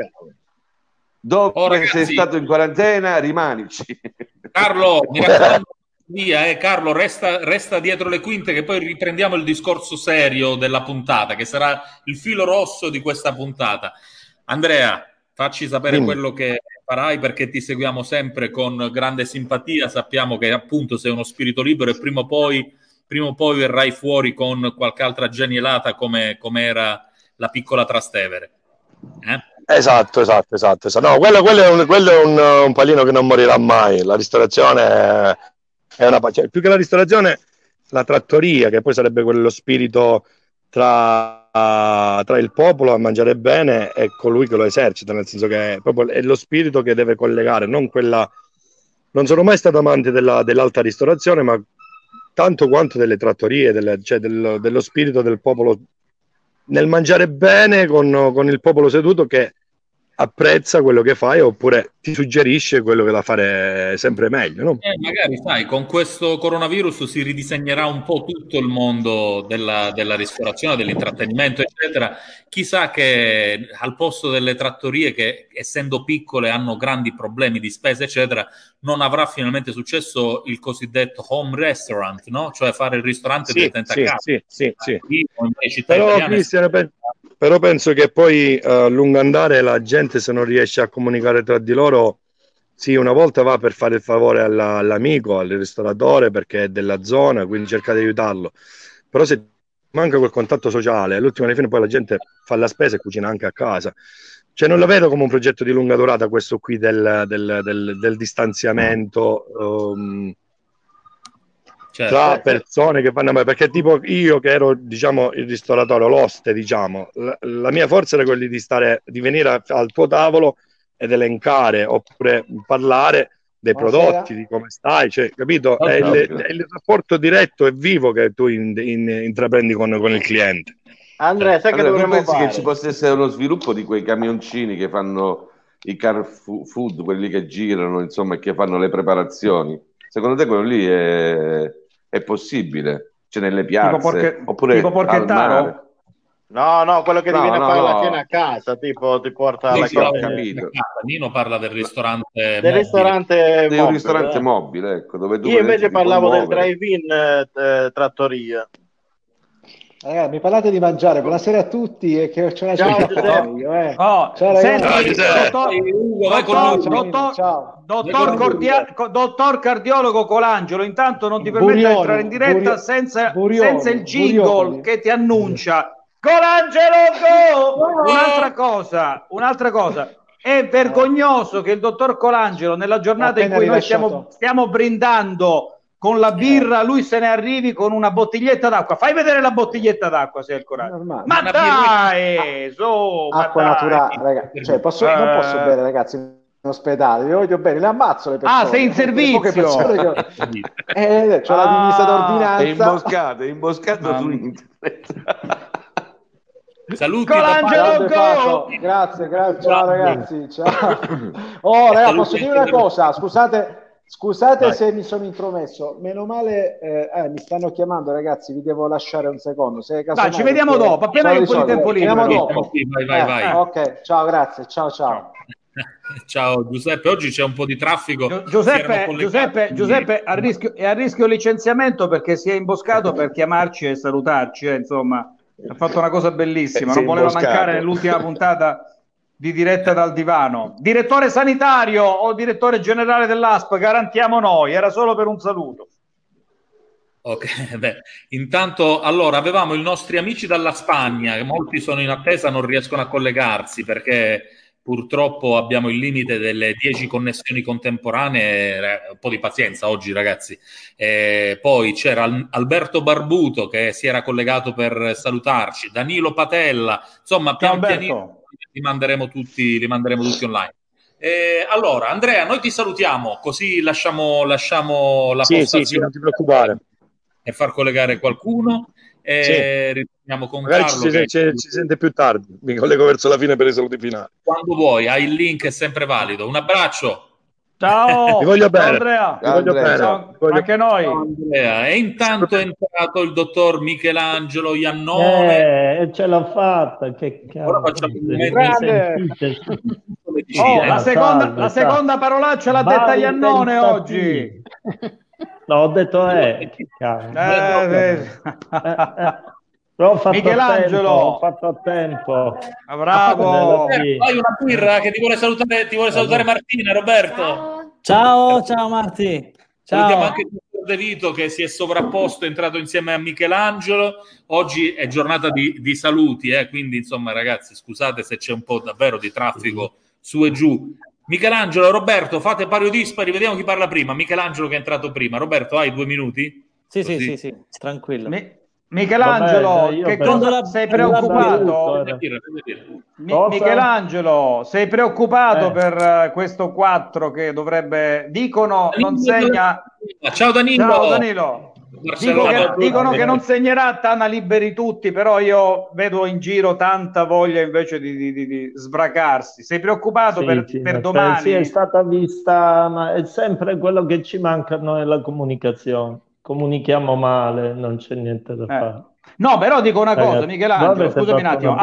Dopo che sei stato in quarantena, rimanici. Carlo, mi raccomando, via, Carlo, resta dietro le quinte che poi riprendiamo il discorso serio della puntata, che sarà il filo rosso di questa puntata. Andrea, facci sapere quello che farai, perché ti seguiamo sempre con grande simpatia, sappiamo che appunto sei uno spirito libero e prima o poi verrai fuori con qualche altra genialata come era la piccola Trastevere. Esatto. No, quello è un pallino che non morirà mai. La ristorazione è una pace. Più che la ristorazione, la trattoria, che poi sarebbe quello spirito tra il popolo a mangiare bene e colui che lo esercita, nel senso che è lo spirito che deve collegare, non sono mai stato amante dell'alta ristorazione, ma tanto quanto delle trattorie, dello spirito del popolo nel mangiare bene con il popolo seduto che apprezza quello che fai oppure ti suggerisce quello che da fare sempre meglio, no? Magari sai, con questo coronavirus si ridisegnerà un po' tutto il mondo della ristorazione, dell'intrattenimento, eccetera. Chissà che al posto delle trattorie che, essendo piccole, hanno grandi problemi di spesa, eccetera, non avrà finalmente successo il cosiddetto home restaurant, no? Cioè fare il ristorante direttamente a casa. Sì. Però penso che poi a lungo andare la gente, se non riesce a comunicare tra di loro, sì, una volta va per fare il favore all'amico, al ristoratore perché è della zona, quindi cerca di aiutarlo. Però se manca quel contatto sociale, all'ultimo alla fine poi la gente fa la spesa e cucina anche a casa. Cioè non lo vedo come un progetto di lunga durata questo qui del distanziamento tra persone che fanno, perché tipo io che ero, diciamo, il ristoratore, l'oste, diciamo, la mia forza era quella di venire al tuo tavolo ed elencare oppure parlare dei prodotti, di come stai, cioè, capito? È il rapporto diretto e vivo che tu intraprendi con il cliente. Andrea, sai che dovremmo pensi fare? che ci possa essere uno sviluppo di quei camioncini che fanno i car food, quelli che girano, insomma, e che fanno le preparazioni? Secondo te quello lì è possibile? Cioè nelle piazze? Oppure tipo Porchettaro? al mare? No, quello che ti viene a fare la cena a casa, tipo ti porta alla casa. Nino parla del ristorante del ristorante mobile, un ristorante mobile, ecco, dove tu io invece parlavo del drive-in trattoria. Ragazzi, mi parlate di mangiare, buonasera a tutti e che c'è una dottor cardiologo Colangelo, intanto non ti permetto di entrare in diretta senza il jingle che ti annuncia Colangelo go! Un'altra cosa, è vergognoso che il dottor Colangelo nella giornata in cui noi stiamo brindando con la birra, lui se ne arrivi con una bottiglietta d'acqua. Fai vedere la bottiglietta d'acqua se hai il coraggio. Ma dai, acqua naturale, ragazzi. Cioè, non posso bere, ragazzi, in ospedale. Vi voglio bene, le ammazzo le persone. Sei in servizio. C'ho la divisa d'ordinanza. È imboscato su internet. Saluti Colangelo, grazie. Ciao ragazzi. Ciao. Oh, ragazzi, posso dire una cosa? Scusate se mi sono intromesso, meno male, mi stanno chiamando, ragazzi, vi devo lasciare un secondo. Ci vediamo dopo, appena hai un po' di tempo libero. Vai. Ok, ciao, grazie, ciao. Ciao Giuseppe, oggi c'è un po' di traffico. Giuseppe è a rischio licenziamento perché si è imboscato per chiamarci e salutarci, insomma, ha fatto una cosa bellissima, non voleva mancare nell'ultima puntata di Diretta dal Divano. Direttore sanitario o direttore generale dell'ASP, garantiamo noi, era solo per un saluto. Ok, beh, intanto allora avevamo i nostri amici dalla Spagna, che molti sono in attesa, non riescono a collegarsi perché purtroppo abbiamo il limite delle 10 connessioni contemporanee, un po' di pazienza oggi ragazzi. Poi c'era Alberto Barbuto che si era collegato per salutarci, Danilo Patella, insomma pian pianino li manderemo tutti online. Allora Andrea, noi ti salutiamo, così lasciamo la postazione. Sì, non ti preoccupare. E far collegare qualcuno ritorniamo con magari Carlo ci sente più tardi, mi collego verso la fine per i saluti finali quando vuoi, hai il link, è sempre valido. Un abbraccio, ciao, vi voglio bene, Andrea. Vi voglio bene. Ciao. Anche noi. Ciao, Andrea. E intanto è entrato il dottor Michelangelo Iannone, ce l'ha fatta, che ora facciamo la seconda parolaccia l'ha detta Iannone oggi. No, ho detto L'ho fatto Michelangelo, ho fatto a tempo. Bravo. Hai una birra che ti vuole salutare Martina. Roberto, ciao Marti, salutiamo anche il dottor De Vito che si è sovrapposto, è entrato insieme a Michelangelo. Oggi è giornata di saluti, quindi insomma ragazzi scusate se c'è un po' davvero di traffico su e giù. Michelangelo e Roberto, fate pari o dispari, vediamo chi parla prima. Michelangelo che è entrato prima. Roberto, hai 2 minuti? Sì, tranquillo. Michelangelo, che cosa sei preoccupato? Michelangelo, sei preoccupato per questo 4 che dovrebbe... Dicono, non segna... Ciao Danilo! Dicono che non segnerà Tana liberi tutti, però io vedo in giro tanta voglia invece di sbracarsi. Sei preoccupato per domani? Sì, è stata vista, ma è sempre quello che ci manca a noi, la comunicazione. Comunichiamo male, non c'è niente da fare. No, però dico una cosa, Michelangelo, scusami un attimo.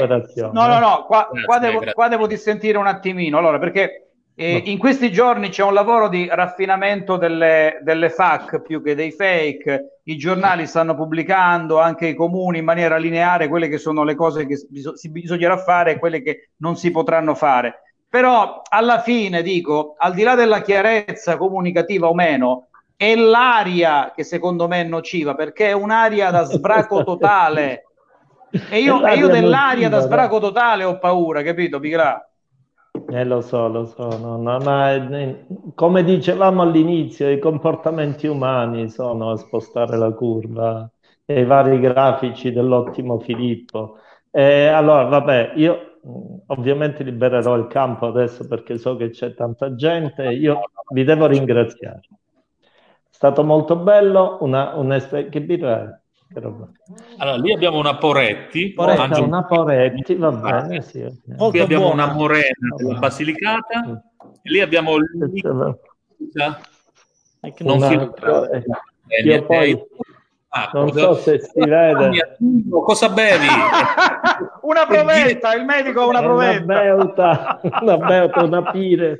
Qua devo dissentire un attimino. Allora, perché in questi giorni c'è un lavoro di raffinamento delle FAQ più che dei fake. I giornali stanno pubblicando, anche i comuni, in maniera lineare quelle che sono le cose che bisognerà fare e quelle che non si potranno fare. Però alla fine dico, al di là della chiarezza comunicativa o meno, è l'aria che secondo me è nociva, perché è un'aria da sbraco totale. E io dell'aria da sbraco totale ho paura, capito, Pigra? Lo so, no, ma come dicevamo all'inizio, i comportamenti umani sono a spostare la curva e i vari grafici dell'ottimo Filippo. Allora, vabbè, io ovviamente libererò il campo adesso perché so che c'è tanta gente, io vi devo ringraziare. È stato molto bello, che birra è? Allora, lì abbiamo una Poretti, una Poretti, va bene, sì. Qui abbiamo una Morena della Basilicata, e lì abbiamo non so se si vede. Cosa bevi? Una provetta, il medico ha una provetta. Una pire.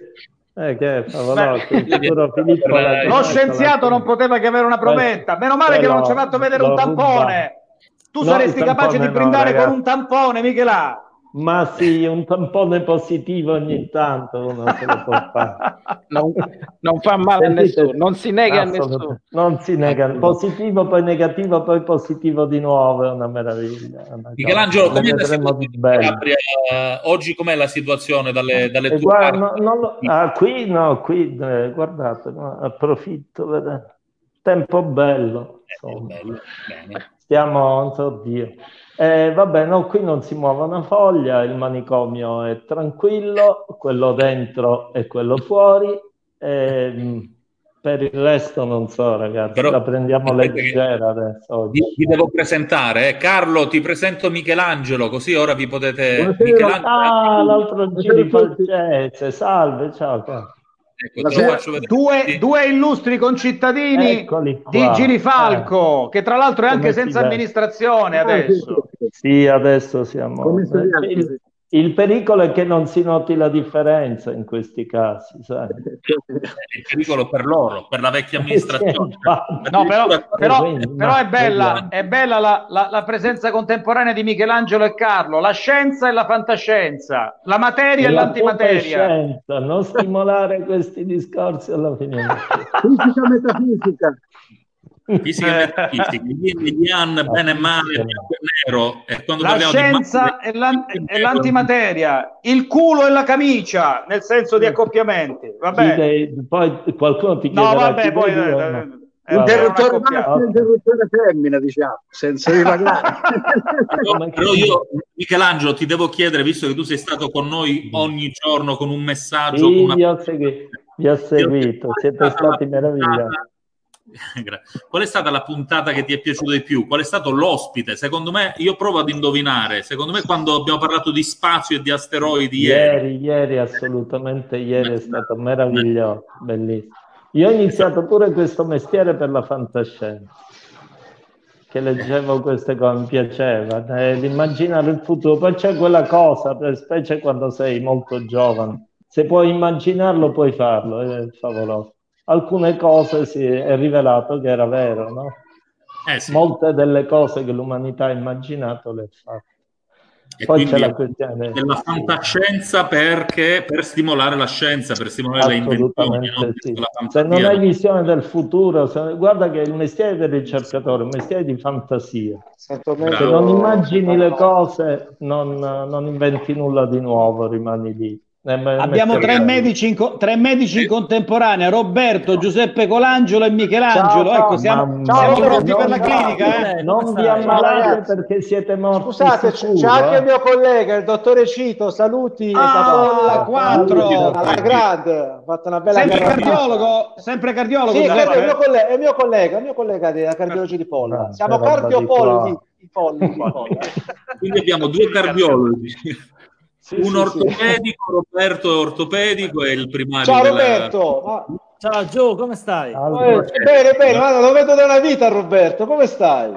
Lo scienziato non poteva che avere una provetta. Meno male che non ci ha fatto vedere un tampone. Tu saresti capace di brindare con un tampone, Michelà. Ma sì, un tampone positivo ogni tanto uno se lo può fare. Non fa male a nessuno, non si nega a nessuno. Non si nega, positivo, poi negativo, poi positivo di nuovo, è una meraviglia. Michelangelo, com'è la situazione? Oggi com'è la situazione dalle tue parti? Qui guardate, approfitto, vedete. Tempo bello. Bello. Bene. Stiamo, oddio. Qui non si muove una foglia, il manicomio è tranquillo, quello dentro e quello fuori. Per il resto non so, ragazzi, però la prendiamo leggera adesso. Vi devo presentare, Carlo, ti presento Michelangelo, così ora vi potete... l'altro Girifalcese, salve, ciao. Due illustri concittadini di Girifalco, che tra l'altro è anche senza amministrazione adesso. Sì, adesso siamo... Il pericolo è che non si noti la differenza in questi casi, sai? Il pericolo per loro, per la vecchia amministrazione. No, però è bella la presenza contemporanea di Michelangelo e Carlo, la scienza e la fantascienza, la materia e l'antimateria. Scienza, non stimolare questi discorsi alla fine. Fisica metafisica. Fisica e metafisica, bene e male, bianco e nero. E quando la scienza e l'antimateria, il culo e la camicia, nel senso di accoppiamenti. Vabbè. Poi qualcuno ti chiederà. No, vabbè, poi interruttore maschio e interruttore femmina, diciamo, senza divagare. Però io, Michelangelo, ti devo chiedere, visto che tu sei stato con noi ogni giorno con un messaggio. Sì, vi ho seguito, siete stati meravigliosi. Qual è stata la puntata che ti è piaciuta di più? Qual è stato l'ospite? Secondo me, io provo ad indovinare. Secondo me, quando abbiamo parlato di spazio e di asteroidi ieri assolutamente ieri è stato meraviglioso, bellissimo. Io ho iniziato pure questo mestiere per la fantascienza, che leggevo queste cose, mi piaceva immaginare il futuro. Poi c'è quella cosa, specie quando sei molto giovane, se puoi immaginarlo puoi farlo, è favoloso. Alcune cose si è rivelato che era vero, no? Sì. Molte delle cose che l'umanità ha immaginato le ha fatte. E poi c'è la questione della fantascienza per stimolare la scienza, per stimolare le invenzioni. No? Sì. Se non hai visione del futuro, guarda che il mestiere del ricercatore è un mestiere di fantasia. Se non immagini le cose, non inventi nulla di nuovo, rimani lì. Abbiamo tre medici in contemporanea: Roberto, Giuseppe Colangelo e Michelangelo. Ciao, ecco, siamo pronti per la clinica. Non vi ammalate perché siete morti. Scusate, c'è anche il mio collega, il dottore Cito. Saluti. Alla 4 alla grande. Ha fatto una bella sempre cardiologo. Sì, è il mio collega della cardiologia di Polla. Siamo cardiopolli di Polla. Quindi abbiamo due cardiologi. Un ortopedico, Roberto è ortopedico e il primario. Ciao Roberto! Ciao Gio, come stai? Bene, lo vedo da una vita Roberto, come stai?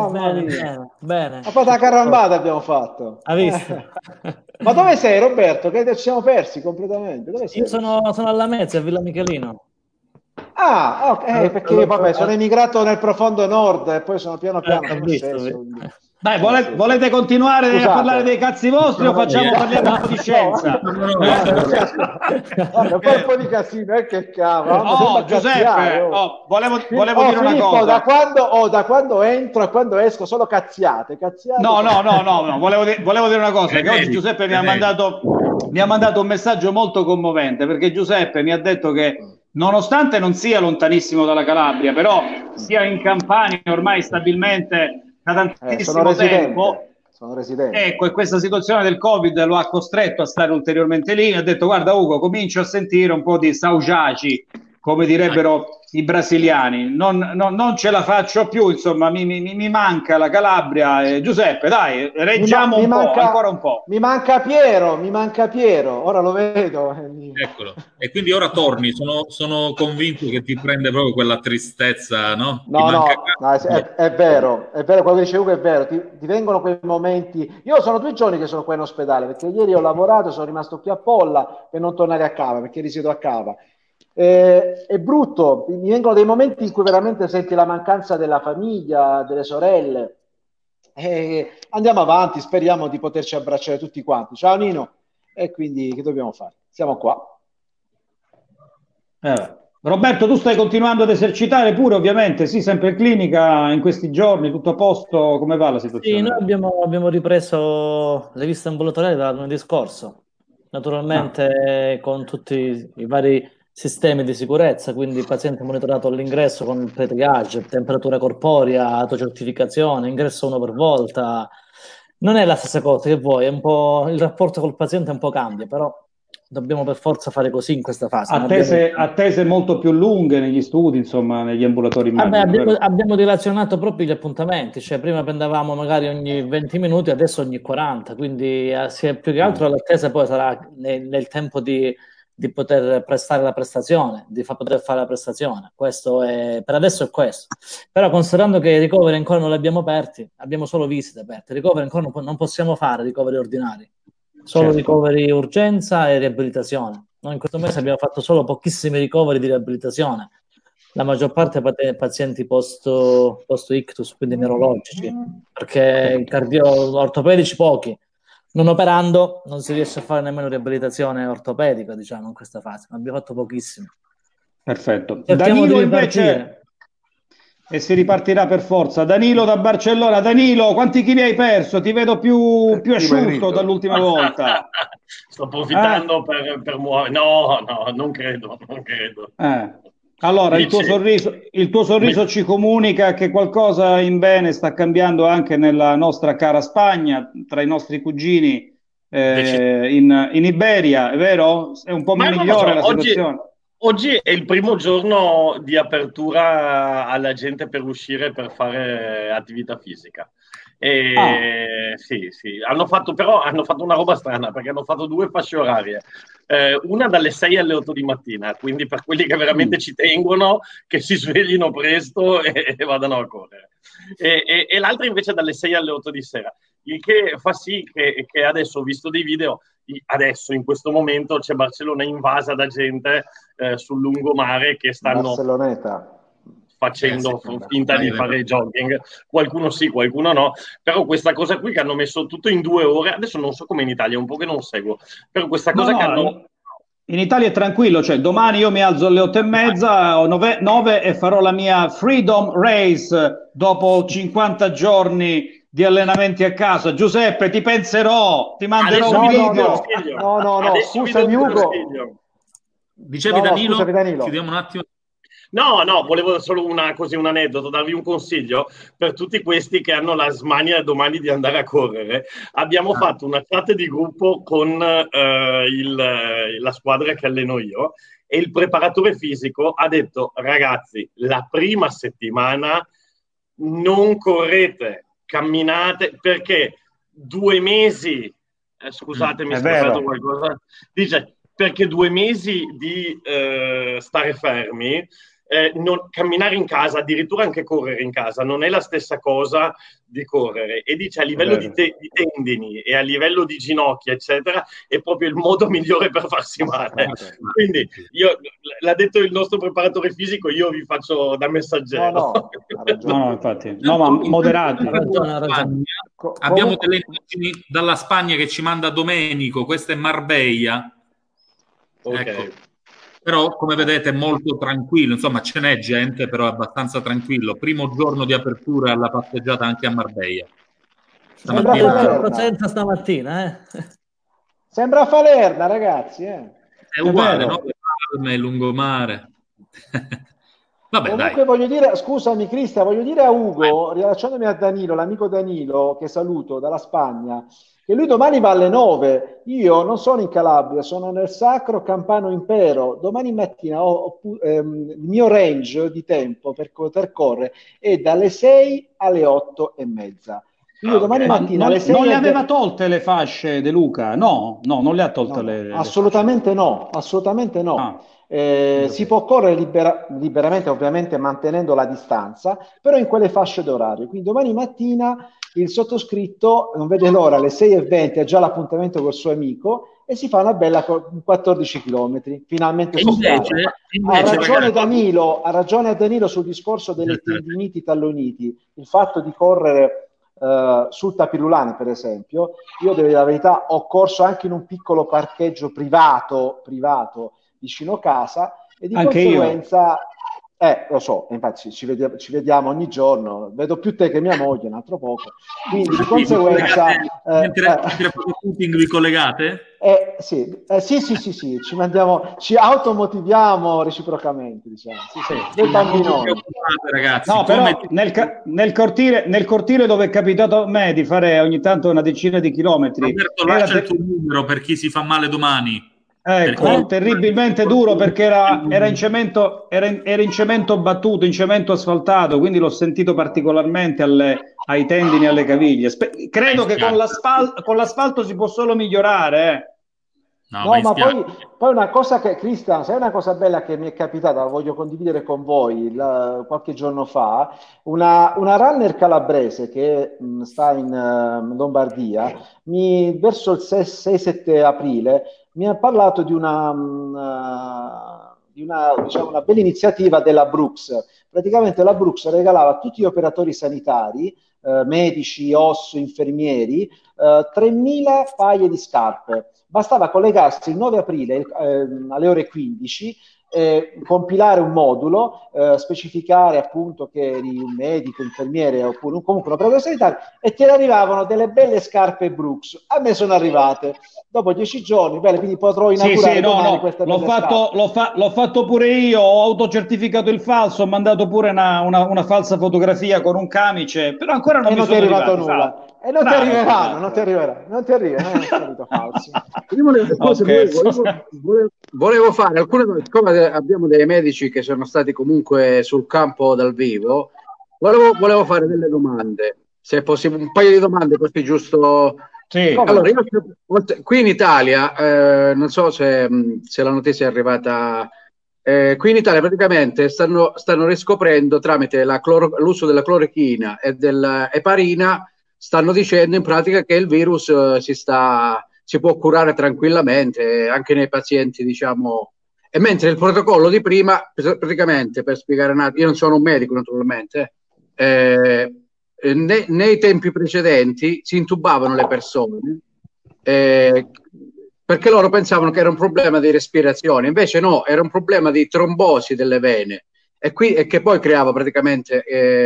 Bene. Ha fatto la carambata abbiamo fatto. Ha visto? Ma dove sei Roberto? Che ci siamo persi completamente. Dove sei? Io sono alla Mezza, a Villa Michelino. Ok, perché vabbè, sono emigrato nel profondo nord e poi sono piano visto. Dai, volete continuare a parlare dei cazzi vostri o parliamo un po' di scienza? Un po' di casino, che cavolo. Giuseppe, volevo dire una cosa. Da quando entro e quando esco solo cazziate. No, volevo dire una cosa, che oggi Giuseppe mi ha mandato un messaggio molto commovente, perché Giuseppe mi ha detto che nonostante non sia lontanissimo dalla Calabria, però sia in Campania ormai stabilmente da tantissimo tempo. Sono residente. Ecco, e questa situazione del Covid lo ha costretto a stare ulteriormente lì. Ha detto: guarda Ugo, comincio a sentire un po' di saudade, come direbbero i brasiliani, non ce la faccio più, insomma, mi manca la Calabria. Giuseppe, dai, reggiamo ancora un po'. Mi manca Piero, ora lo vedo. Eccolo. E quindi ora torni, sono convinto che ti prende proprio quella tristezza, no? È vero, quello che dice Ugo è vero, ti vengono quei momenti. Io sono 2 giorni che sono qua in ospedale, perché ieri ho lavorato, sono rimasto qui a Polla per non tornare a Cava, perché risiedo a Cava. È brutto, mi vengono dei momenti in cui veramente senti la mancanza della famiglia, delle sorelle. Andiamo avanti, speriamo di poterci abbracciare tutti quanti. Ciao Nino. E quindi che dobbiamo fare? Siamo qua. Roberto, tu stai continuando ad esercitare pure, ovviamente, sì, sempre in clinica in questi giorni, tutto a posto, come va la situazione? Sì, noi abbiamo ripreso le visite ambulatoriali dal lunedì scorso, naturalmente con tutti i vari sistemi di sicurezza, quindi il paziente è monitorato all'ingresso con il pre-triage, temperatura corporea, autocertificazione, ingresso 1 per volta. Non è la stessa cosa che vuoi, è un po', il rapporto col paziente un po' cambia, però dobbiamo per forza fare così in questa fase. Attese molto più lunghe negli studi, insomma, negli ambulatori. Abbiamo dilazionato proprio gli appuntamenti, cioè prima prendevamo magari ogni 20 minuti, adesso ogni 40, quindi più che altro l'attesa poi sarà nel tempo di poter prestare la prestazione, di poter fare la prestazione. Questo per adesso è questo. Però considerando che i ricoveri ancora non li abbiamo aperti, abbiamo solo visite aperte, ricoveri ancora non possiamo fare ricoveri ordinari. solo Certo. ricoveri urgenza e riabilitazione. Noi in questo mese abbiamo fatto solo pochissimi ricoveri di riabilitazione, la maggior parte pazienti post ictus, quindi neurologici, perché ortopedici pochi. Non operando non si riesce a fare nemmeno riabilitazione ortopedica, diciamo, in questa fase. Abbiamo fatto pochissimo. Perfetto. Cerchiamo Danilo di invece, ripartire. e si ripartirà per forza. Danilo da Barcellona. Danilo, quanti chili hai perso? Ti vedo più asciutto dimagrito. dall'ultima volta. Sto approfittando per muovere. No, non credo. Allora, Dici- il tuo sorriso ci comunica che qualcosa in bene sta cambiando anche nella nostra cara Spagna, tra i nostri cugini in Iberia, è vero? È un po' Ma non lo migliore so, la situazione. Oggi è il primo giorno di apertura alla gente per uscire per fare attività fisica. Sì, hanno fatto una roba strana, perché hanno fatto 2 fasce orarie, una dalle 6 alle 8 di mattina, quindi per quelli che veramente ci tengono, che si sveglino presto e vadano a correre, e l'altra invece dalle 6 alle 8 di sera, il che fa sì che adesso ho visto dei video. Adesso in questo momento c'è Barcellona invasa da gente sul lungomare che stanno Barceloneta. facendo finta di fare jogging, qualcuno sì, qualcuno no, però questa cosa qui che hanno messo tutto in 2 ore, adesso non so come in Italia, è un po' che non seguo, però questa cosa che hanno... In Italia è tranquillo, cioè domani io mi alzo alle 8:30 o 9 e farò la mia Freedom Race dopo 50 giorni di allenamenti a casa. Giuseppe, ti penserò, ti manderò un video. No, scusami Ugo. Dicevi Danilo? Chiudiamo un attimo. No, volevo solo un aneddoto, darvi un consiglio per tutti questi che hanno la smania domani di andare a correre. Abbiamo fatto una chat di gruppo con la squadra che alleno io, e il preparatore fisico ha detto: ragazzi, la prima settimana non correte, camminate, perché 2 mesi, scusatemi, ho qualcosa, dice, perché 2 mesi di stare fermi, camminare in casa, addirittura anche correre in casa, non è la stessa cosa di correre, e dice a livello di tendini e a livello di ginocchia eccetera è proprio il modo migliore per farsi male. Quindi l'ha detto il nostro preparatore fisico, io vi faccio da messaggero. No, infatti, no, ma moderati. Abbiamo delle immagini dalla Spagna che ci manda Domenico, questa è Marbella. Ecco. Però come vedete è molto tranquillo, insomma ce n'è gente, però è abbastanza tranquillo. Primo giorno di apertura alla passeggiata anche a Marbella. Senza stamattina, Sembra Falerna, ragazzi. È uguale, no? Palme, lungomare. Vabbè, comunque dai. voglio dire, scusami Cristian, voglio dire a Ugo, riallacciandomi a Danilo, l'amico Danilo, che saluto dalla Spagna, che lui domani va alle 9. Io non sono in Calabria, sono nel Sacro Campano Impero. Domani mattina il mio range di tempo per poter correre è dalle 6 alle 8:30. Io domani mattina alle 6 non le aveva tolte le fasce De Luca? No, non le ha tolte le assolutamente no, assolutamente no. Si può correre liberamente, ovviamente mantenendo la distanza, però in quelle fasce d'orario. Quindi domani mattina il sottoscritto non vede l'ora, alle 6:20 ha già l'appuntamento col suo amico e si fa una bella 14 km, finalmente su strada. Ha ragione Danilo sul discorso delle tendiniti talloniti, il fatto di correre sul Tapirulani per esempio. Io devo dire la verità, ho corso anche in un piccolo parcheggio privato vicino casa, e di anche conseguenza lo so, infatti ci vediamo ogni giorno, vedo più te che mia moglie un altro poco, quindi di conseguenza mentre vi collegate? Sì, ci automotiviamo reciprocamente, diciamo. Dei bambinoni. Ragazzi, no, però nel cortile dove è capitato a me di fare ogni tanto una decina di chilometri, Roberto, lascia il tuo numero per chi si fa male domani. Ecco, terribilmente duro, perché era in cemento, era in cemento battuto, in cemento asfaltato, quindi l'ho sentito particolarmente ai tendini e alle caviglie. Credo che con l'asfalto si può solo migliorare. No, No, mi ma spiace. poi una cosa che, Cristian, sai una cosa bella che mi è capitata, la voglio condividere con voi qualche giorno fa, una runner calabrese che sta in Lombardia, verso il 6-7 aprile, mi ha parlato diciamo, una bella iniziativa della Brooks. Praticamente la Brooks regalava a tutti gli operatori sanitari, medici, OSS, infermieri, 3.000 paia di scarpe. Bastava collegarsi il 9 aprile alle ore 15, compilare un modulo, specificare appunto che eri un medico, infermiere oppure comunque un operatore sanitario e ti arrivavano delle belle scarpe Brooks. A me sono arrivate dopo 10 giorni, bene, quindi potrò inaugurare domani queste belle scarpe. L'ho fatto pure io, ho autocertificato il falso, ho mandato pure una falsa fotografia con un camice, però ancora non E mi non ti è sono arrivato arrivati. nulla. E non ti arriveranno, non ti arriveranno, è il solito falso. Volevo fare alcune, siccome abbiamo dei medici che sono stati comunque sul campo dal vivo, volevo fare delle domande, se è possibile, un paio di domande così giusto. Sì. Allora, qui in Italia, non so se la notizia è arrivata, qui in Italia praticamente stanno riscoprendo tramite l'uso della clorochina e dell'eparina, stanno dicendo in pratica che il virus si può curare tranquillamente anche nei pazienti, diciamo, e mentre il protocollo di prima, praticamente, per spiegare un attimo, io non sono un medico naturalmente, nei tempi precedenti si intubavano le persone perché loro pensavano che era un problema di respirazione, invece no, era un problema di trombosi delle vene e che poi creava praticamente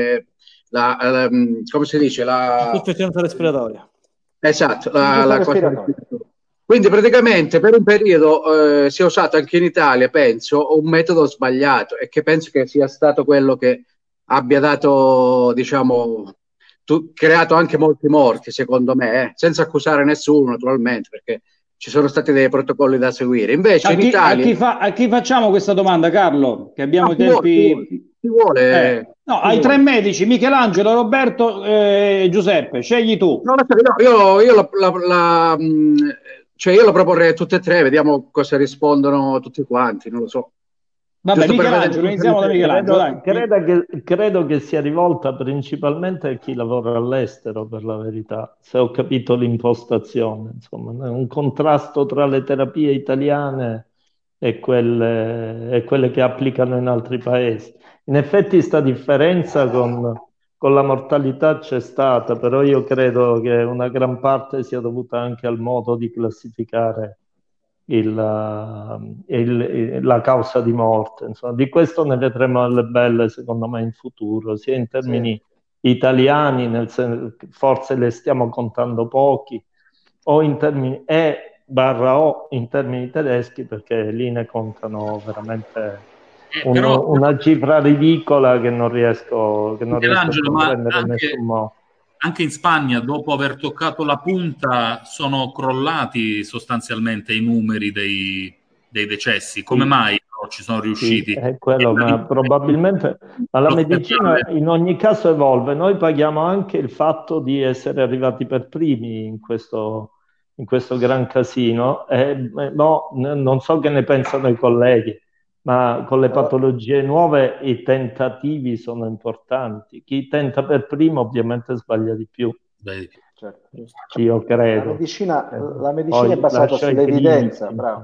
come si dice? Insufficienza respiratoria. Esatto, la cosa. Quindi praticamente per un periodo si è usato anche in Italia, penso, un metodo sbagliato e che penso che sia stato quello che abbia dato, diciamo, creato anche molti morti, secondo me, senza accusare nessuno naturalmente, perché ci sono stati dei protocolli da seguire. Invece in Italia... A chi facciamo questa domanda, Carlo? Che abbiamo i tempi... Chi vuole? No, ai tre medici, Michelangelo, Roberto e Giuseppe, scegli tu. No, io la proporrei a tutte e tre, vediamo cosa rispondono tutti quanti, non lo so. Vabbè, Michelangelo, iniziamo da Michelangelo. Dai. Credo che sia rivolta principalmente a chi lavora all'estero, per la verità, se ho capito l'impostazione. Insomma, un contrasto tra le terapie italiane e quelle che applicano in altri paesi. In effetti sta differenza con la mortalità c'è stata, però io credo che una gran parte sia dovuta anche al modo di classificare la causa di morte. Insomma, di questo ne vedremo alle belle, secondo me, in futuro, sia in termini italiani, forse le stiamo contando pochi, o in termini o in termini tedeschi, perché lì ne contano veramente una cifra ridicola che non riesco a comprendere in nessun modo. Anche in Spagna, dopo aver toccato la punta, sono crollati sostanzialmente i numeri dei decessi. Come mai no, ci sono riusciti? Sì, è quello, ma probabilmente la medicina in ogni caso evolve. Noi paghiamo anche il fatto di essere arrivati per primi in questo gran casino. Non so che ne pensano i colleghi, ma con le patologie nuove i tentativi sono importanti. Chi tenta per primo ovviamente sbaglia di più. Certo. Io credo. La medicina è basata sull'evidenza, bravo.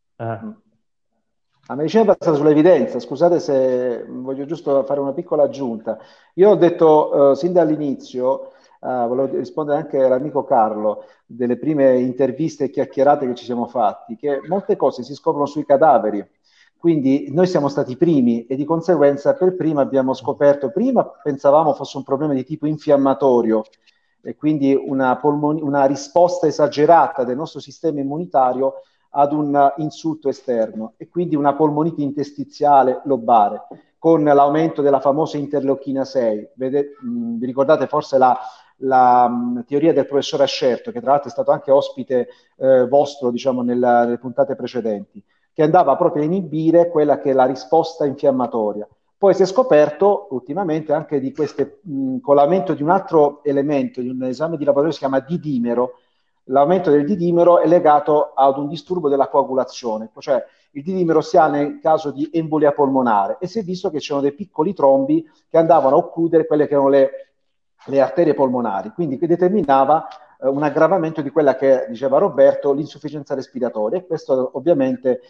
La medicina è basata sull'evidenza. Scusate se voglio giusto fare una piccola aggiunta. Io ho detto sin dall'inizio, volevo rispondere anche all'amico Carlo, delle prime interviste e chiacchierate che ci siamo fatti, che molte cose si scoprono sui cadaveri. Quindi noi siamo stati i primi e di conseguenza per prima abbiamo scoperto, prima pensavamo fosse un problema di tipo infiammatorio e quindi una risposta esagerata del nostro sistema immunitario ad un insulto esterno e quindi una polmonite interstiziale lobare con l'aumento della famosa interleuchina 6. Vi ricordate forse la teoria del professor Ascerto, che tra l'altro è stato anche ospite vostro, diciamo, nelle puntate precedenti, che andava proprio a inibire quella che è la risposta infiammatoria. Poi si è scoperto ultimamente anche di con l'aumento di un altro elemento, di un esame di laboratorio che si chiama D-dimero, l'aumento del D-dimero è legato ad un disturbo della coagulazione, cioè il D-dimero si ha nel caso di embolia polmonare, e si è visto che c'erano dei piccoli trombi che andavano a occludere quelle che erano le arterie polmonari, quindi che determinava un aggravamento di quella che diceva Roberto, l'insufficienza respiratoria, e questo ovviamente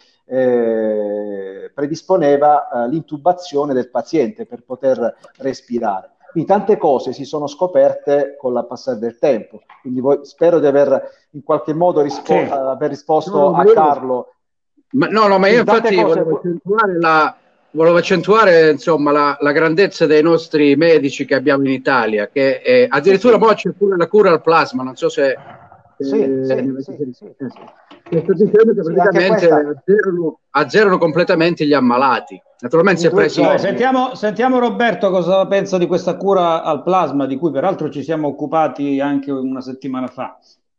predisponeva l'intubazione del paziente per poter respirare. Quindi tante cose si sono scoperte con la passare del tempo, quindi spero di aver in qualche modo aver risposto a Carlo. Ma io infatti volevo accentuare insomma la grandezza dei nostri medici che abbiamo in Italia, che addirittura poi c'è pure la cura al plasma, non so se sto dicendo che praticamente azzerano completamente gli ammalati. Naturalmente si è preso. Sentiamo Roberto cosa pensa di questa cura al plasma, di cui peraltro ci siamo occupati anche una settimana fa.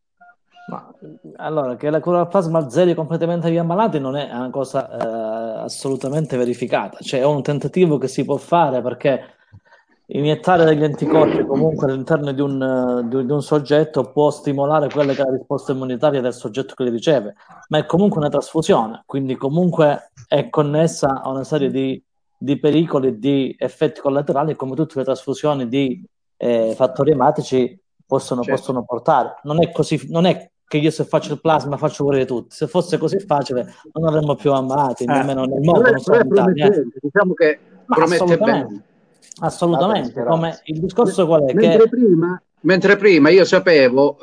Allora, che la cura al plasma azzeri completamente gli ammalati non è una cosa assolutamente verificata, cioè è un tentativo che si può fare, perché iniettare degli anticorpi comunque all'interno di un soggetto può stimolare quella che è la risposta immunitaria del soggetto che li riceve, ma è comunque una trasfusione, quindi comunque è connessa a una serie di pericoli, di effetti collaterali, come tutte le trasfusioni di fattori ematici possono portare. Non è così, non è che io se faccio il plasma faccio morire tutti. Se fosse così facile non avremmo più ammalati, nemmeno nel mondo. Diciamo che promette bene. Assolutamente. Come il discorso qual è? Mentre prima io sapevo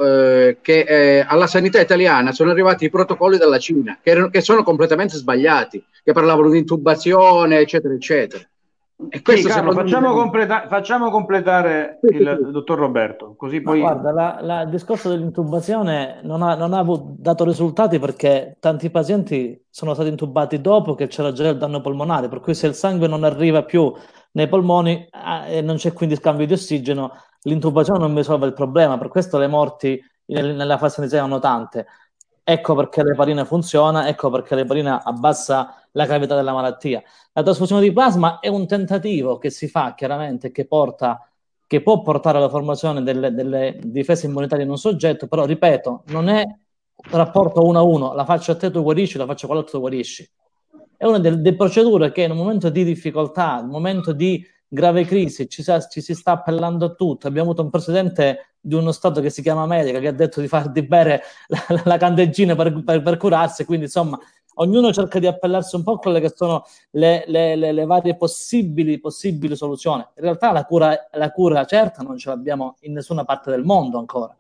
che alla sanità italiana sono arrivati i protocolli dalla Cina, che sono completamente sbagliati, che parlavano di intubazione, eccetera, eccetera. E questo Carlo, facciamo completare il dottor Roberto, così poi... Guarda, il discorso dell'intubazione non ha dato risultati, perché tanti pazienti sono stati intubati dopo che c'era già il danno polmonare, per cui se il sangue non arriva più nei polmoni e non c'è quindi scambio di ossigeno, l'intubazione non risolve il problema. Per questo le morti nella fase iniziale erano tante. Ecco perché l'eparina funziona, ecco perché l'eparina abbassa la gravità della malattia. La trasfusione di plasma è un tentativo che si fa chiaramente, che può portare alla formazione delle difese immunitarie in un soggetto, però ripeto, non è rapporto 1-1, la faccio a te tu guarisci, la faccio a quell'altro tu guarisci. È una delle procedure che in un momento di difficoltà, in un momento di grave crisi, ci si sta appellando a tutto. Abbiamo avuto un presidente di uno stato che si chiama America, che ha detto di bere la candeggina per curarsi, quindi insomma ognuno cerca di appellarsi un po' a quelle che sono le varie possibili soluzioni. In realtà la cura certa non ce l'abbiamo in nessuna parte del mondo ancora,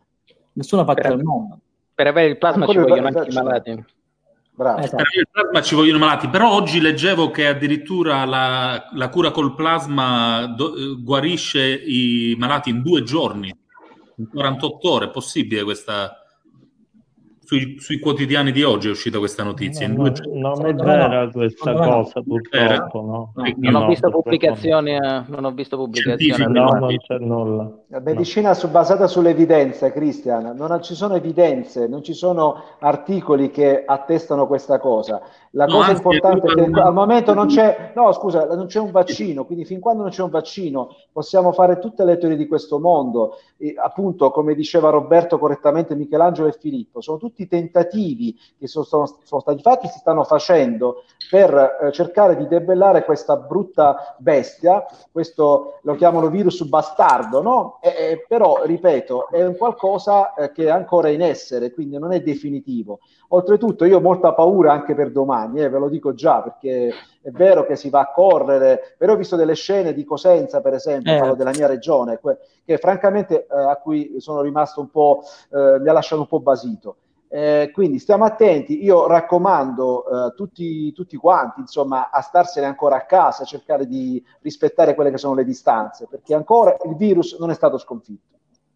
del mondo. Per avere il plasma ci vogliono anche i malati. Bravo. Per avere il plasma ci vogliono malati, però oggi leggevo che addirittura la cura col plasma guarisce i malati in 2 giorni, in 48 ore. È possibile questa? Sui quotidiani di oggi è uscita questa notizia. Non è vera questa cosa, purtroppo. No. Non ho visto pubblicazioni. Non c'è nulla. La medicina basata sulle evidenze, Cristian. Non ci sono evidenze, non ci sono articoli che attestano questa cosa. La cosa importante è che al momento non c'è un vaccino, quindi fin quando non c'è un vaccino possiamo fare tutte le teorie di questo mondo. E, appunto, come diceva Roberto correttamente, Michelangelo e Filippo, sono tutti tentativi che sono stati fatti, si stanno facendo per cercare di debellare questa brutta bestia. Questo lo chiamano virus bastardo, no? Però, ripeto, è un qualcosa che è ancora in essere, quindi non è definitivo. Oltretutto io ho molta paura anche per domani, ve lo dico già, perché è vero che si va a correre, però ho visto delle scene di Cosenza, per esempio, parlo della mia regione, che francamente a cui sono rimasto un po', mi ha lasciato un po' basito. Quindi stiamo attenti, io raccomando tutti quanti, insomma, a starsene ancora a casa, a cercare di rispettare quelle che sono le distanze, perché ancora il virus non è stato sconfitto.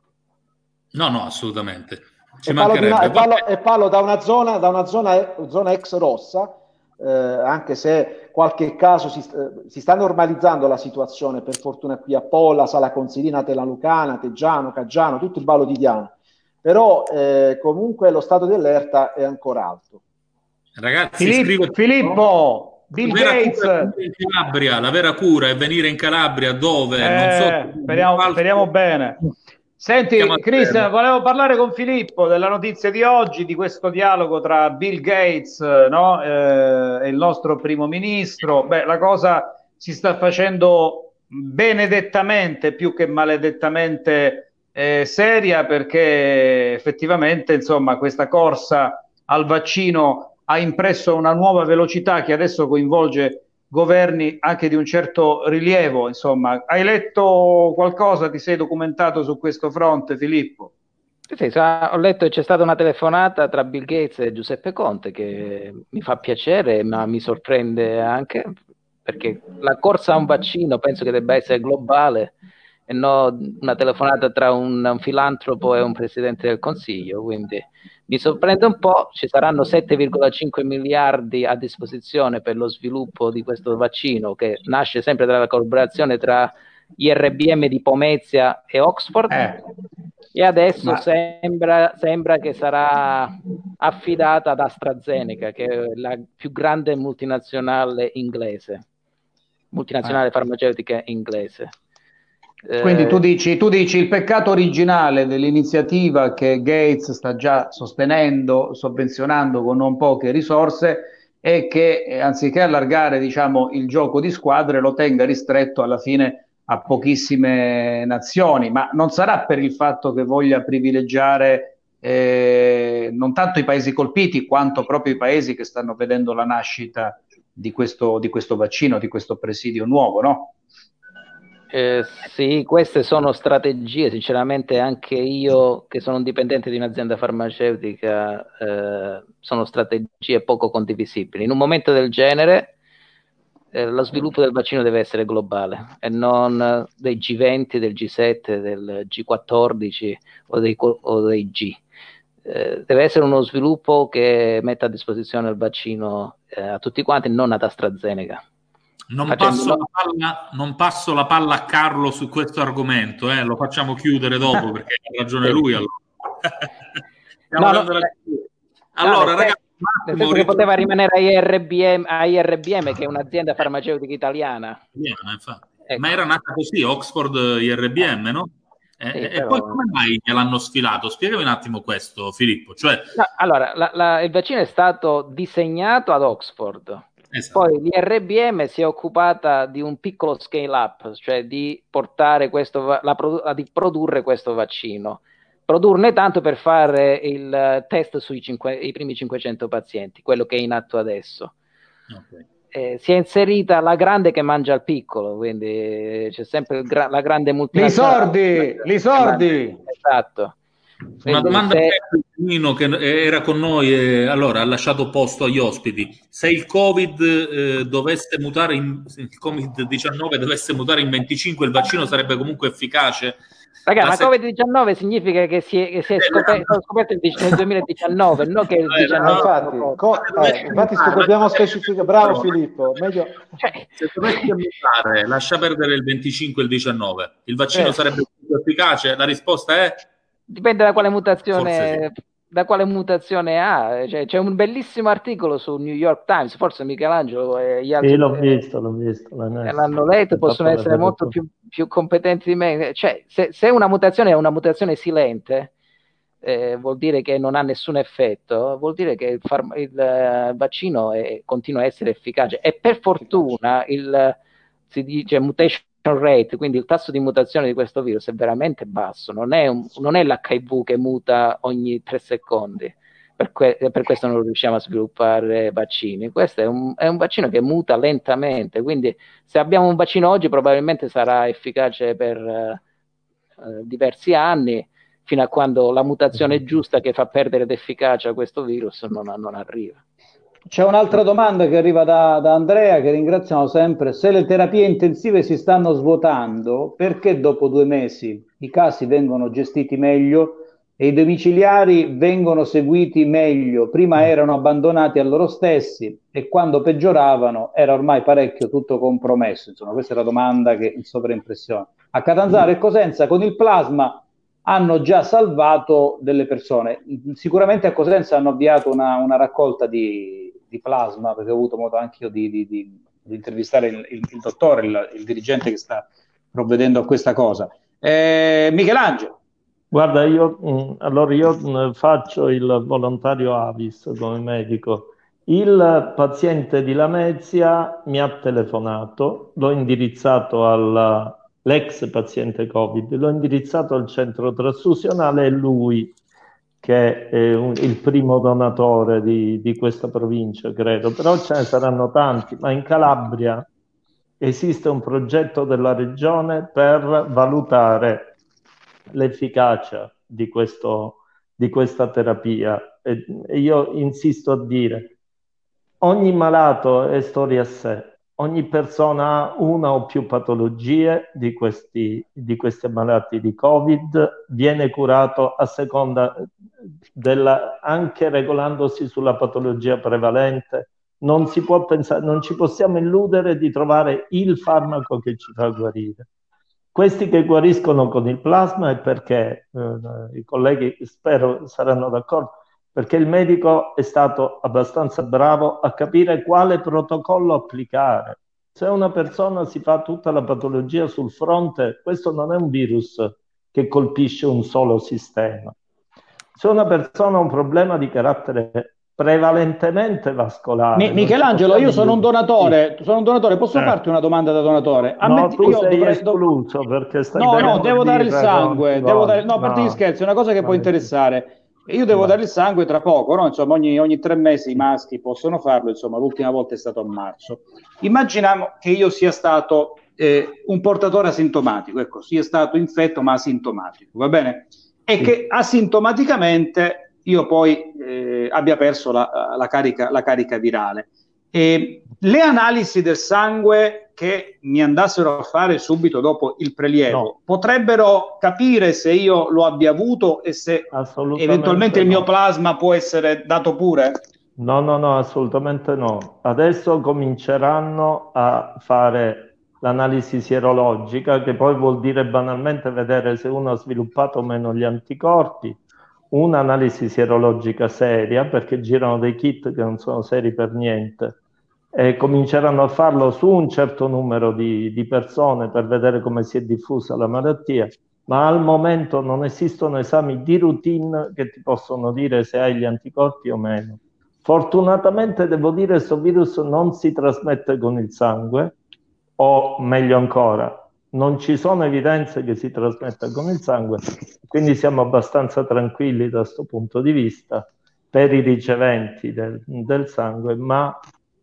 No, assolutamente. Parlo da una zona ex rossa, anche se qualche caso si sta normalizzando la situazione, per fortuna, qui a Polla, Sala Consilina, Tela Lucana, Teggiano, Caggiano, tutto il Vallo di Diano. Però comunque lo stato di allerta è ancora alto. Ragazzi, Filippo, Bill Gates. In Calabria, la vera cura è venire in Calabria, dove non so, speriamo bene. Senti, Cristian, volevo parlare con Filippo della notizia di oggi, di questo dialogo tra Bill Gates, no, e il nostro primo ministro. Beh, la cosa si sta facendo benedettamente più che maledettamente seria, perché effettivamente, insomma, questa corsa al vaccino ha impresso una nuova velocità che adesso coinvolge governi anche di un certo rilievo. Insomma, hai letto qualcosa, ti sei documentato su questo fronte, Filippo? Sì, ho letto che c'è stata una telefonata tra Bill Gates e Giuseppe Conte, che mi fa piacere, ma mi sorprende anche, perché la corsa a un vaccino penso che debba essere globale e non una telefonata tra un filantropo e un presidente del Consiglio. Quindi mi sorprende un po'. Ci saranno 7,5 miliardi a disposizione per lo sviluppo di questo vaccino, che nasce sempre dalla collaborazione tra IRBM di Pomezia e Oxford, e adesso sembra che sarà affidata ad AstraZeneca, che è la più grande multinazionale farmaceutica inglese. Quindi tu dici il peccato originale dell'iniziativa che Gates sta già sostenendo, sovvenzionando con non poche risorse, è che anziché allargare, diciamo, il gioco di squadre, lo tenga ristretto alla fine a pochissime nazioni. Ma non sarà per il fatto che voglia privilegiare non tanto i paesi colpiti quanto proprio i paesi che stanno vedendo la nascita di questo vaccino, di questo presidio nuovo, no? Sì, queste sono strategie. Sinceramente anche io, che sono un dipendente di un'azienda farmaceutica, sono strategie poco condivisibili. In un momento del genere lo sviluppo del vaccino deve essere globale e non dei G20, del G7, del G14 o dei G. Deve essere uno sviluppo che metta a disposizione il vaccino a tutti quanti, non ad AstraZeneca. Non passo la palla a Carlo su questo argomento, lo facciamo chiudere dopo perché ha ragione lui. Allora, ragazzi, nel senso che poteva rimanere a IRBM, che è un'azienda farmaceutica italiana. Infatti. Ecco. Ma era nata così, Oxford IRBM, no? E poi come mai gliel'hanno sfilato? Spiegami un attimo questo, Filippo. Allora, il vaccino è stato disegnato ad Oxford. Esatto. Poi l'IRBM si è occupata di un piccolo scale up, cioè di portare di produrre questo vaccino, produrne tanto per fare il test sui i primi 500 pazienti, quello che è in atto adesso. Okay. Si è inserita la grande che mangia il piccolo, quindi c'è sempre la grande multinazionale. Li sordi! Esatto. Una domanda per Nino, che era con noi, allora ha lasciato posto agli ospiti. Se il Covid dovesse mutare il Covid-19 dovesse mutare in 25, il vaccino sarebbe comunque efficace? Ragazzi, ma Covid-19 significa che si è scoperto nel 2019, non che il 19. Infatti dobbiamo specificare. Bravo Filippo. Meglio. Se dovesse mutare, lascia perdere il 25 e il 19, il vaccino sarebbe più efficace? La risposta è? Dipende da quale mutazione ha. Cioè, c'è un bellissimo articolo su New York Times, forse Michelangelo e gli altri sì, l'ho visto l'hanno letto, possono essere molto più competenti di me. Cioè, se una mutazione è una mutazione silente, vuol dire che non ha nessun effetto, vuol dire che il vaccino continua a essere efficace, e per fortuna si dice mutation rate, quindi il tasso di mutazione di questo virus è veramente basso, non è l'HIV che muta ogni 3 secondi, per questo non riusciamo a sviluppare vaccini. Questo è un vaccino che muta lentamente, quindi se abbiamo un vaccino oggi probabilmente sarà efficace per diversi anni, fino a quando la mutazione giusta che fa perdere l'efficacia a questo virus non arriva. C'è un'altra domanda che arriva da Andrea, che ringraziamo sempre. Se le terapie intensive si stanno svuotando, perché dopo 2 mesi i casi vengono gestiti meglio e i domiciliari vengono seguiti meglio? Prima erano abbandonati a loro stessi e quando peggioravano era ormai parecchio tutto compromesso. Insomma, questa è la domanda che in sovraimpressione. A Catanzaro e Cosenza con il plasma hanno già salvato delle persone. Sicuramente a Cosenza hanno avviato una raccolta di plasma, perché ho avuto modo anche io di intervistare il dottore, il dirigente che sta provvedendo a questa cosa. Michelangelo. Guarda, io faccio il volontario Avis come medico. Il paziente di Lamezia mi ha telefonato, l'ho indirizzato l'ex paziente Covid, l'ho indirizzato al centro trasfusionale e lui, che è il primo donatore di questa provincia, credo, però ce ne saranno tanti, ma in Calabria esiste un progetto della regione per valutare l'efficacia di questa terapia. E io insisto a dire, ogni malato è storia a sé, ogni persona ha una o più patologie di questi ammalati di Covid, viene curato a seconda anche regolandosi sulla patologia prevalente. Non si può pensare, non ci possiamo illudere di trovare il farmaco che ci fa guarire. Questi che guariscono con il plasma è perché, i colleghi spero saranno d'accordo, perché il medico è stato abbastanza bravo a capire quale protocollo applicare. Se una persona si fa tutta la patologia sul fronte, questo non è un virus che colpisce un solo sistema. Se una persona ha un problema di carattere prevalentemente vascolare... Michelangelo, io sono un donatore, posso farti una domanda da donatore? Tu sei escluso perché stai... No, devo dare il sangue, no, per dire scherzi, è una cosa che può interessare. Io devo dare il sangue tra poco, no? Insomma, ogni 3 mesi i maschi possono farlo, insomma, l'ultima volta è stato a marzo. Immaginiamo che io sia stato un portatore asintomatico, ecco, sia stato infetto ma asintomatico, va bene? E che asintomaticamente io poi abbia perso la carica virale. Le analisi del sangue che mi andassero a fare subito dopo il prelievo potrebbero capire se io lo abbia avuto e se eventualmente il mio plasma può essere dato pure? No, assolutamente no. Adesso cominceranno a fare l'analisi sierologica, che poi vuol dire banalmente vedere se uno ha sviluppato o meno gli anticorpi, un'analisi sierologica seria, perché girano dei kit che non sono seri per niente, e cominceranno a farlo su un certo numero di persone per vedere come si è diffusa la malattia, ma al momento non esistono esami di routine che ti possono dire se hai gli anticorpi o meno. Fortunatamente devo dire che questo virus non si trasmette con il sangue, o meglio ancora, non ci sono evidenze che si trasmetta con il sangue, quindi siamo abbastanza tranquilli da questo punto di vista per i riceventi del sangue, ma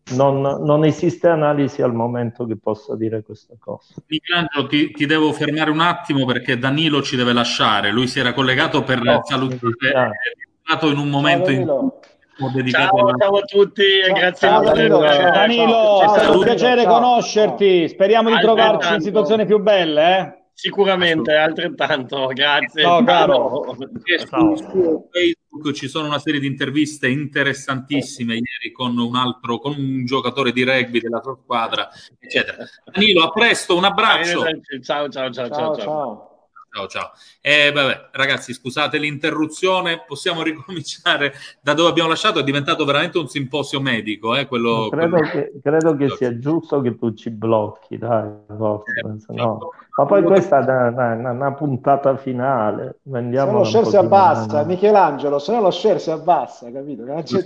non esiste analisi al momento che possa dire questa cosa. Michelangelo, ti devo fermare un attimo perché Danilo ci deve lasciare. Lui si era collegato per salutare, è stato in un momento in cui ciao a tutti e grazie mille. Danilo, è stato un piacere conoscerti. Speriamo di trovarci in situazioni più belle, eh? Sicuramente, altrettanto, grazie. Ciao, caro. Su Facebook ci sono una serie di interviste interessantissime ieri con un giocatore di rugby della sua squadra, eccetera. Danilo, a presto, un abbraccio. Ciao. Vabbè, ragazzi, scusate l'interruzione, possiamo ricominciare da dove abbiamo lasciato. È diventato veramente un simposio medico, credo che sia giusto che tu ci blocchi, dai, no. Ma poi questa è una puntata finale. Se no lo share si abbassa, Michelangelo, se no lo share si abbassa, capito?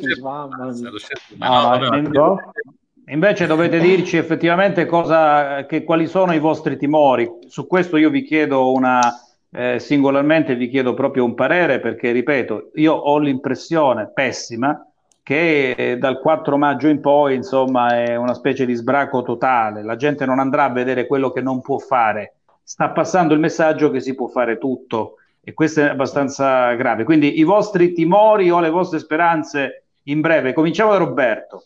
Invece dovete dirci effettivamente quali sono i vostri timori. Su questo io vi chiedo singolarmente vi chiedo proprio un parere, perché ripeto, io ho l'impressione pessima che dal 4 maggio in poi, insomma, è una specie di sbraco totale. La gente non andrà a vedere quello che non può fare. Sta passando il messaggio che si può fare tutto, e questo è abbastanza grave. Quindi i vostri timori o le vostre speranze in breve. Cominciamo da Roberto.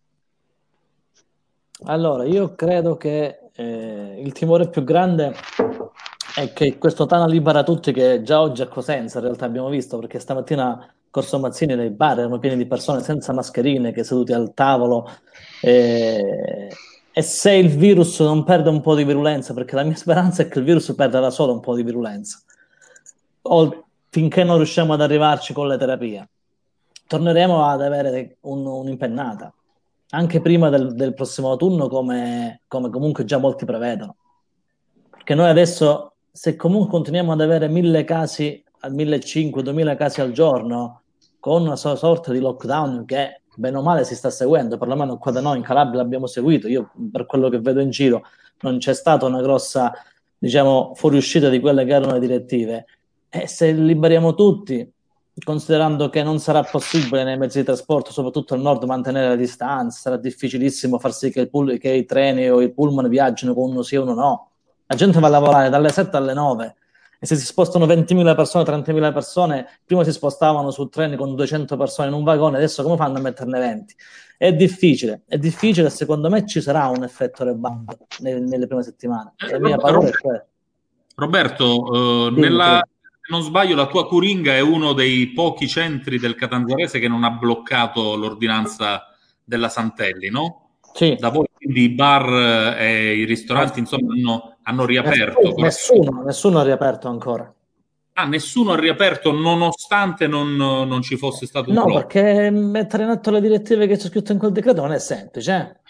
Allora, io credo che il timore più grande è che questo Tana libera tutti, che già oggi a Cosenza in realtà abbiamo visto, perché stamattina Corso Mazzini nei bar erano pieni di persone senza mascherine che seduti al tavolo, e se il virus non perde un po' di virulenza, perché la mia speranza è che il virus perda da solo un po' di virulenza, finché non riusciamo ad arrivarci con le terapie, torneremo ad avere un'impennata anche prima del prossimo autunno, come comunque già molti prevedono, perché noi adesso, se comunque continuiamo ad avere 1000 casi a 1.500-2.000 casi al giorno, con una sorta di lockdown che bene o male si sta seguendo, perlomeno qua da noi in Calabria l'abbiamo seguito. Io, per quello che vedo in giro, non c'è stata una grossa, diciamo, fuoriuscita di quelle che erano le direttive. E se liberiamo tutti, considerando che non sarà possibile nei mezzi di trasporto, soprattutto al nord, mantenere la distanza, sarà difficilissimo far sì che i treni o i pullman viaggino con uno sì e uno no. La gente va a lavorare dalle 7 alle 9 e se si spostano 20.000 persone, 30.000 persone, prima si spostavano su treni con 200 persone in un vagone, adesso come fanno a metterne 20? È difficile e secondo me ci sarà un effetto rebound nelle prime settimane. La mia paura è questa. Roberto, se non sbaglio, la tua Curinga è uno dei pochi centri del Catanzarese che non ha bloccato l'ordinanza della Santelli, no? Sì. Da voi quindi i bar e i ristoranti insomma hanno riaperto. Nessuno ha riaperto ancora. Ah, nessuno ha riaperto nonostante non ci fosse stato un No, blocco? perché mettere in atto le direttive che c'è scritto in quel decreto non è semplice.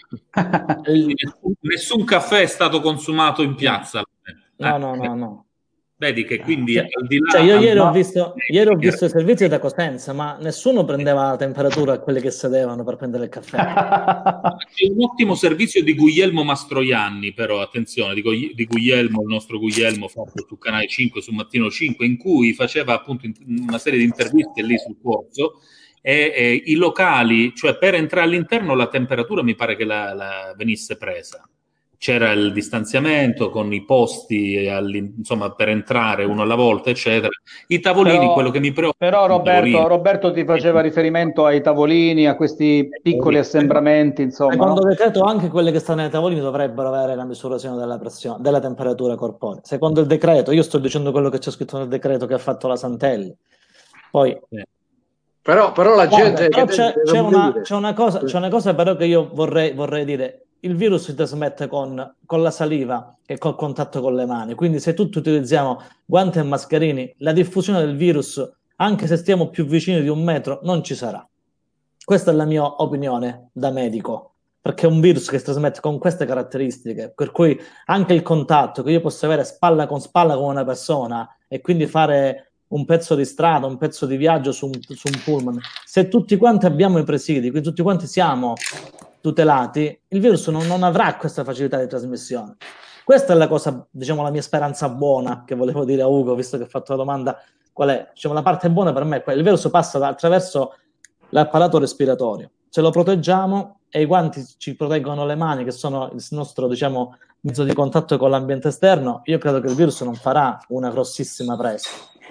Nessun caffè è stato consumato in piazza. No. Vedi che quindi al di là... Cioè io ieri ho visto i servizi da Cosenza, ma nessuno prendeva la temperatura a quelli che sedevano per prendere il caffè. C'è un ottimo servizio di Guglielmo Mastroianni, però attenzione, di Guglielmo, il nostro Guglielmo fatto su Canale 5, su Mattino 5, in cui faceva appunto una serie di interviste lì sul corso e i locali, cioè per entrare all'interno la temperatura mi pare che la venisse presa. C'era il distanziamento con i posti insomma per entrare uno alla volta eccetera, i tavolini, però, quello che mi preoccupa però Roberto ti faceva riferimento ai tavolini, a questi piccoli assembramenti insomma. Secondo decreto anche quelle che stanno nei tavolini dovrebbero avere la misurazione della pressione, della temperatura corporea, secondo il decreto. Io sto dicendo quello che c'è scritto nel decreto che ha fatto la Santelli, poi però la gente c'è una cosa però che io vorrei dire. Il virus si trasmette con la saliva e col contatto con le mani, quindi se tutti utilizziamo guanti e mascherini, la diffusione del virus, anche se stiamo più vicini di 1 metro, non ci sarà. Questa è la mia opinione da medico, perché è un virus che si trasmette con queste caratteristiche, per cui anche il contatto che io posso avere spalla con una persona e quindi fare un pezzo di strada, un pezzo di viaggio su un pullman, se tutti quanti abbiamo i presidi, quindi tutti quanti siamo tutelati, il virus non avrà questa facilità di trasmissione. Questa è la cosa, diciamo, la mia speranza buona che volevo dire a Ugo, visto che ha fatto la domanda qual è. Diciamo, la parte buona per me è quella: il virus passa attraverso l'apparato respiratorio, se lo proteggiamo e i guanti ci proteggono le mani, che sono il nostro, diciamo, mezzo di contatto con l'ambiente esterno, io credo che il virus non farà una grossissima presa.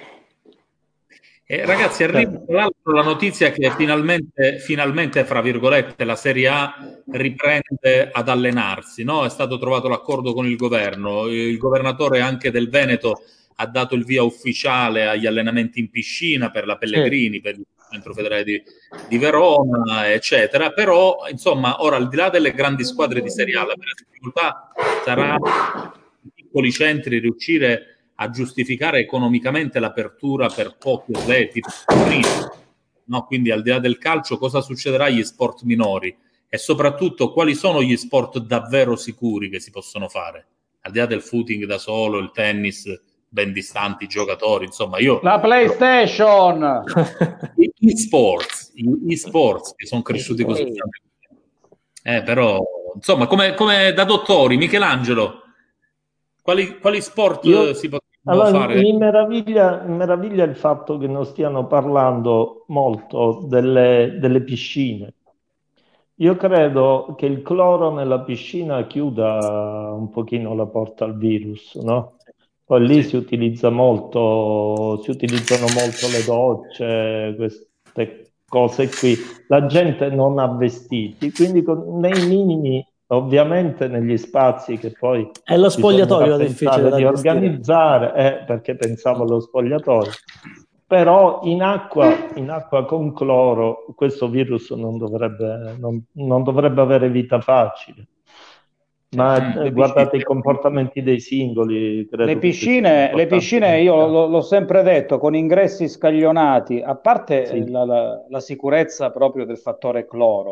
Ragazzi, arriva tra l'altro la notizia che finalmente, fra virgolette, la Serie A riprende ad allenarsi, no? È stato trovato l'accordo con il governo, il governatore anche del Veneto ha dato il via ufficiale agli allenamenti in piscina per la Pellegrini, per il Centro Federale di Verona, eccetera. Però, insomma, ora al di là delle grandi squadre di Serie A, la vera difficoltà sarà i piccoli centri riuscire a giustificare economicamente l'apertura per pochi atleti, no? Quindi al di là del calcio cosa succederà agli sport minori e soprattutto quali sono gli sport davvero sicuri che si possono fare, al di là del footing da solo, il tennis ben distanti giocatori, insomma la PlayStation gli e-sports che sono cresciuti così però insomma come da dottori. Michelangelo, quali sport si possono fare? Mi meraviglia il fatto che non stiano parlando molto delle piscine. Io credo che il cloro nella piscina chiuda un pochino la porta al virus, no? Poi lì si utilizzano molto le docce, queste cose qui. La gente non ha vestiti, quindi nei minimi, ovviamente negli spazi che poi è lo spogliatoio difficile di organizzare, perché pensavo allo spogliatoio, però in acqua con cloro questo virus non dovrebbe avere vita facile. Ma guardate i comportamenti dei singoli. Le piscine io l'ho sempre detto, con ingressi scaglionati, a parte la sicurezza proprio del fattore cloro,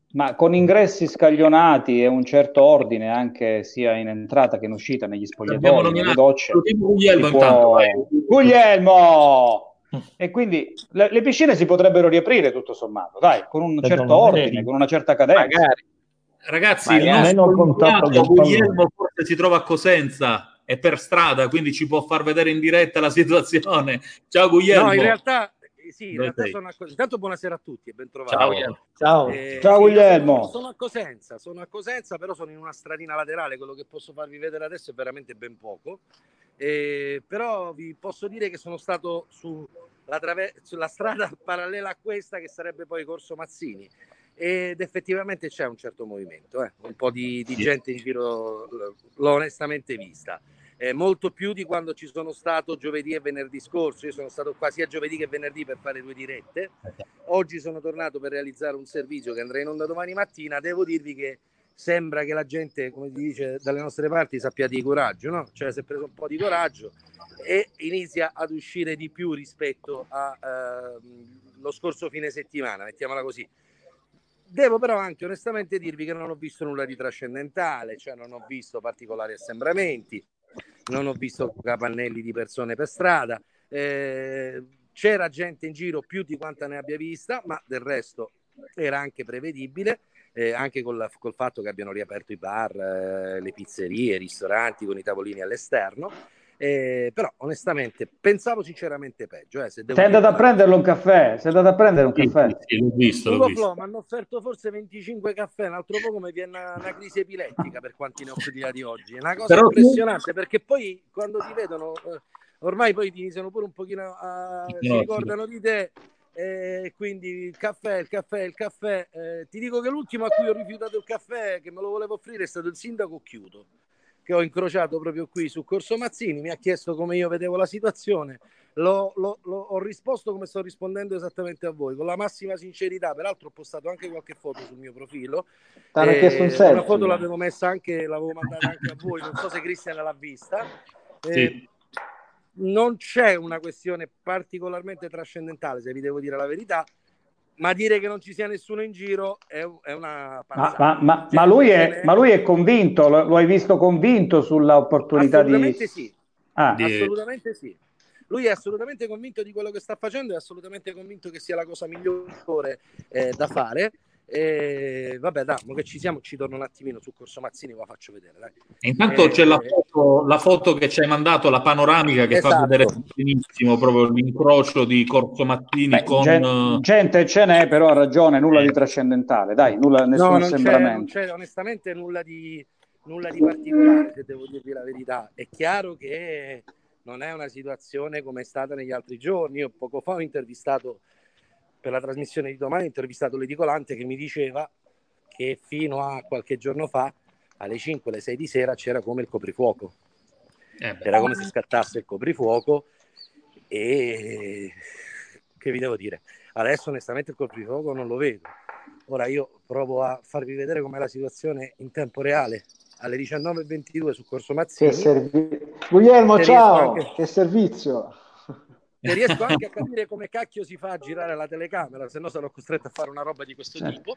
Ma con ingressi scaglionati e un certo ordine anche sia in entrata che in uscita negli Abbiamo spogliatoi, nelle nominato docce, Guglielmo si intanto, può... vai. Guglielmo! E quindi le piscine si potrebbero riaprire tutto sommato, dai, con un certo Secondo me ordine, sì. con una certa cadenza. Magari. Ragazzi, Magari. il nostro Meno contatto inviato col pallone. Guglielmo forse si trova a Cosenza, è per strada, quindi ci può far vedere in diretta la situazione. Ciao Guglielmo. No, in realtà sì, in Dove realtà sei? sono a Cosenza. Intanto buonasera a tutti e bentrovati. Ciao. Ciao Sì, Guglielmo. sono a Cosenza, però sono in una stradina laterale, quello che posso farvi vedere adesso è veramente ben poco. Però vi posso dire che sono stato sulla strada parallela a questa, che sarebbe poi Corso Mazzini, ed effettivamente c'è un certo movimento, un po' di gente in giro l'ho onestamente vista. Molto più di quando ci sono stato giovedì e venerdì scorso. Io sono stato qua sia giovedì che venerdì per fare 2 dirette. Oggi sono tornato per realizzare un servizio che andrà in onda domani mattina. Devo dirvi che sembra che la gente, come si dice dalle nostre parti, sappia di coraggio, no? Cioè si è preso un po' di coraggio e inizia ad uscire di più rispetto allo scorso fine settimana, mettiamola così. Devo però anche onestamente dirvi che non ho visto nulla di trascendentale, cioè non ho visto particolari assembramenti, non ho visto capannelli di persone per strada, c'era gente in giro più di quanta ne abbia vista, ma del resto era anche prevedibile, anche col fatto che abbiano riaperto i bar, le pizzerie, i ristoranti con i tavolini all'esterno. Però onestamente pensavo sinceramente peggio. Se devo Sei andato a dire, prenderlo un caffè? Sei andato a prendere un caffè? Sì, l'ho visto. Mi hanno offerto forse 25 caffè, un altro poco mi viene una crisi epilettica per quanti ne ho studiati oggi. È una cosa Però impressionante, perché poi quando ti vedono, ormai poi ti iniziano pure un pochino si ricordano di te, quindi il caffè. Ti dico che l'ultimo a cui ho rifiutato il caffè, che me lo volevo offrire, è stato il sindaco Chiuto, che ho incrociato proprio qui su Corso Mazzini. Mi ha chiesto come io vedevo la situazione, ho risposto come sto rispondendo esattamente a voi, con la massima sincerità. Peraltro ho postato anche qualche foto sul mio profilo. T'hanno chiesto un selfie. Una foto l'avevo mandata anche a voi, non so se Cristian l'ha vista. Sì. Non c'è una questione particolarmente trascendentale, se vi devo dire la verità, ma dire che non ci sia nessuno in giro è una panzata. Ma lui è convinto? Lo hai visto convinto sulla opportunità Assolutamente di... sì. Ah. Assolutamente sì. Lui è assolutamente convinto di quello che sta facendo, è assolutamente convinto che sia la cosa migliore da fare. Vabbè, dai, che ci siamo, ci torno un attimino su Corso Mazzini, la faccio vedere. Dai. Intanto c'è la foto che ci hai mandato, la panoramica, che fa vedere benissimo proprio l'incrocio di Corso Mazzini con... Gente ce n'è, però ha ragione, nulla di trascendentale, dai, nessun assembramento. Non c'è onestamente nulla di particolare, se devo dirvi la verità. È chiaro che non è una situazione come è stata negli altri giorni. Io poco fa ho intervistato, per la trasmissione di domani, ho intervistato l'edicolante che mi diceva che fino a qualche giorno fa alle 5, alle 6 di sera c'era come il coprifuoco. Era come se scattasse il coprifuoco e che vi devo dire? Adesso onestamente il coprifuoco non lo vedo. Ora io provo a farvi vedere com'è la situazione in tempo reale alle 19:22 su Corso Mazzini. Guglielmo, ciao! Che servizio! E riesco anche a capire come cacchio si fa a girare la telecamera, se no sarò costretto a fare una roba di questo tipo.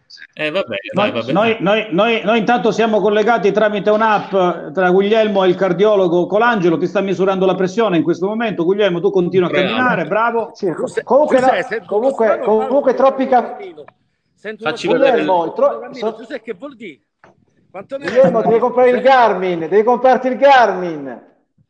Noi intanto siamo collegati tramite un'app tra Guglielmo e il cardiologo Colangelo, ti sta misurando la pressione in questo momento. Guglielmo, tu continua a camminare, bravo. Sì, comunque troppi Facci Guglielmo, tu sai che vuol dire? Guglielmo, devi comprare il Garmin, devi comprarti il Garmin.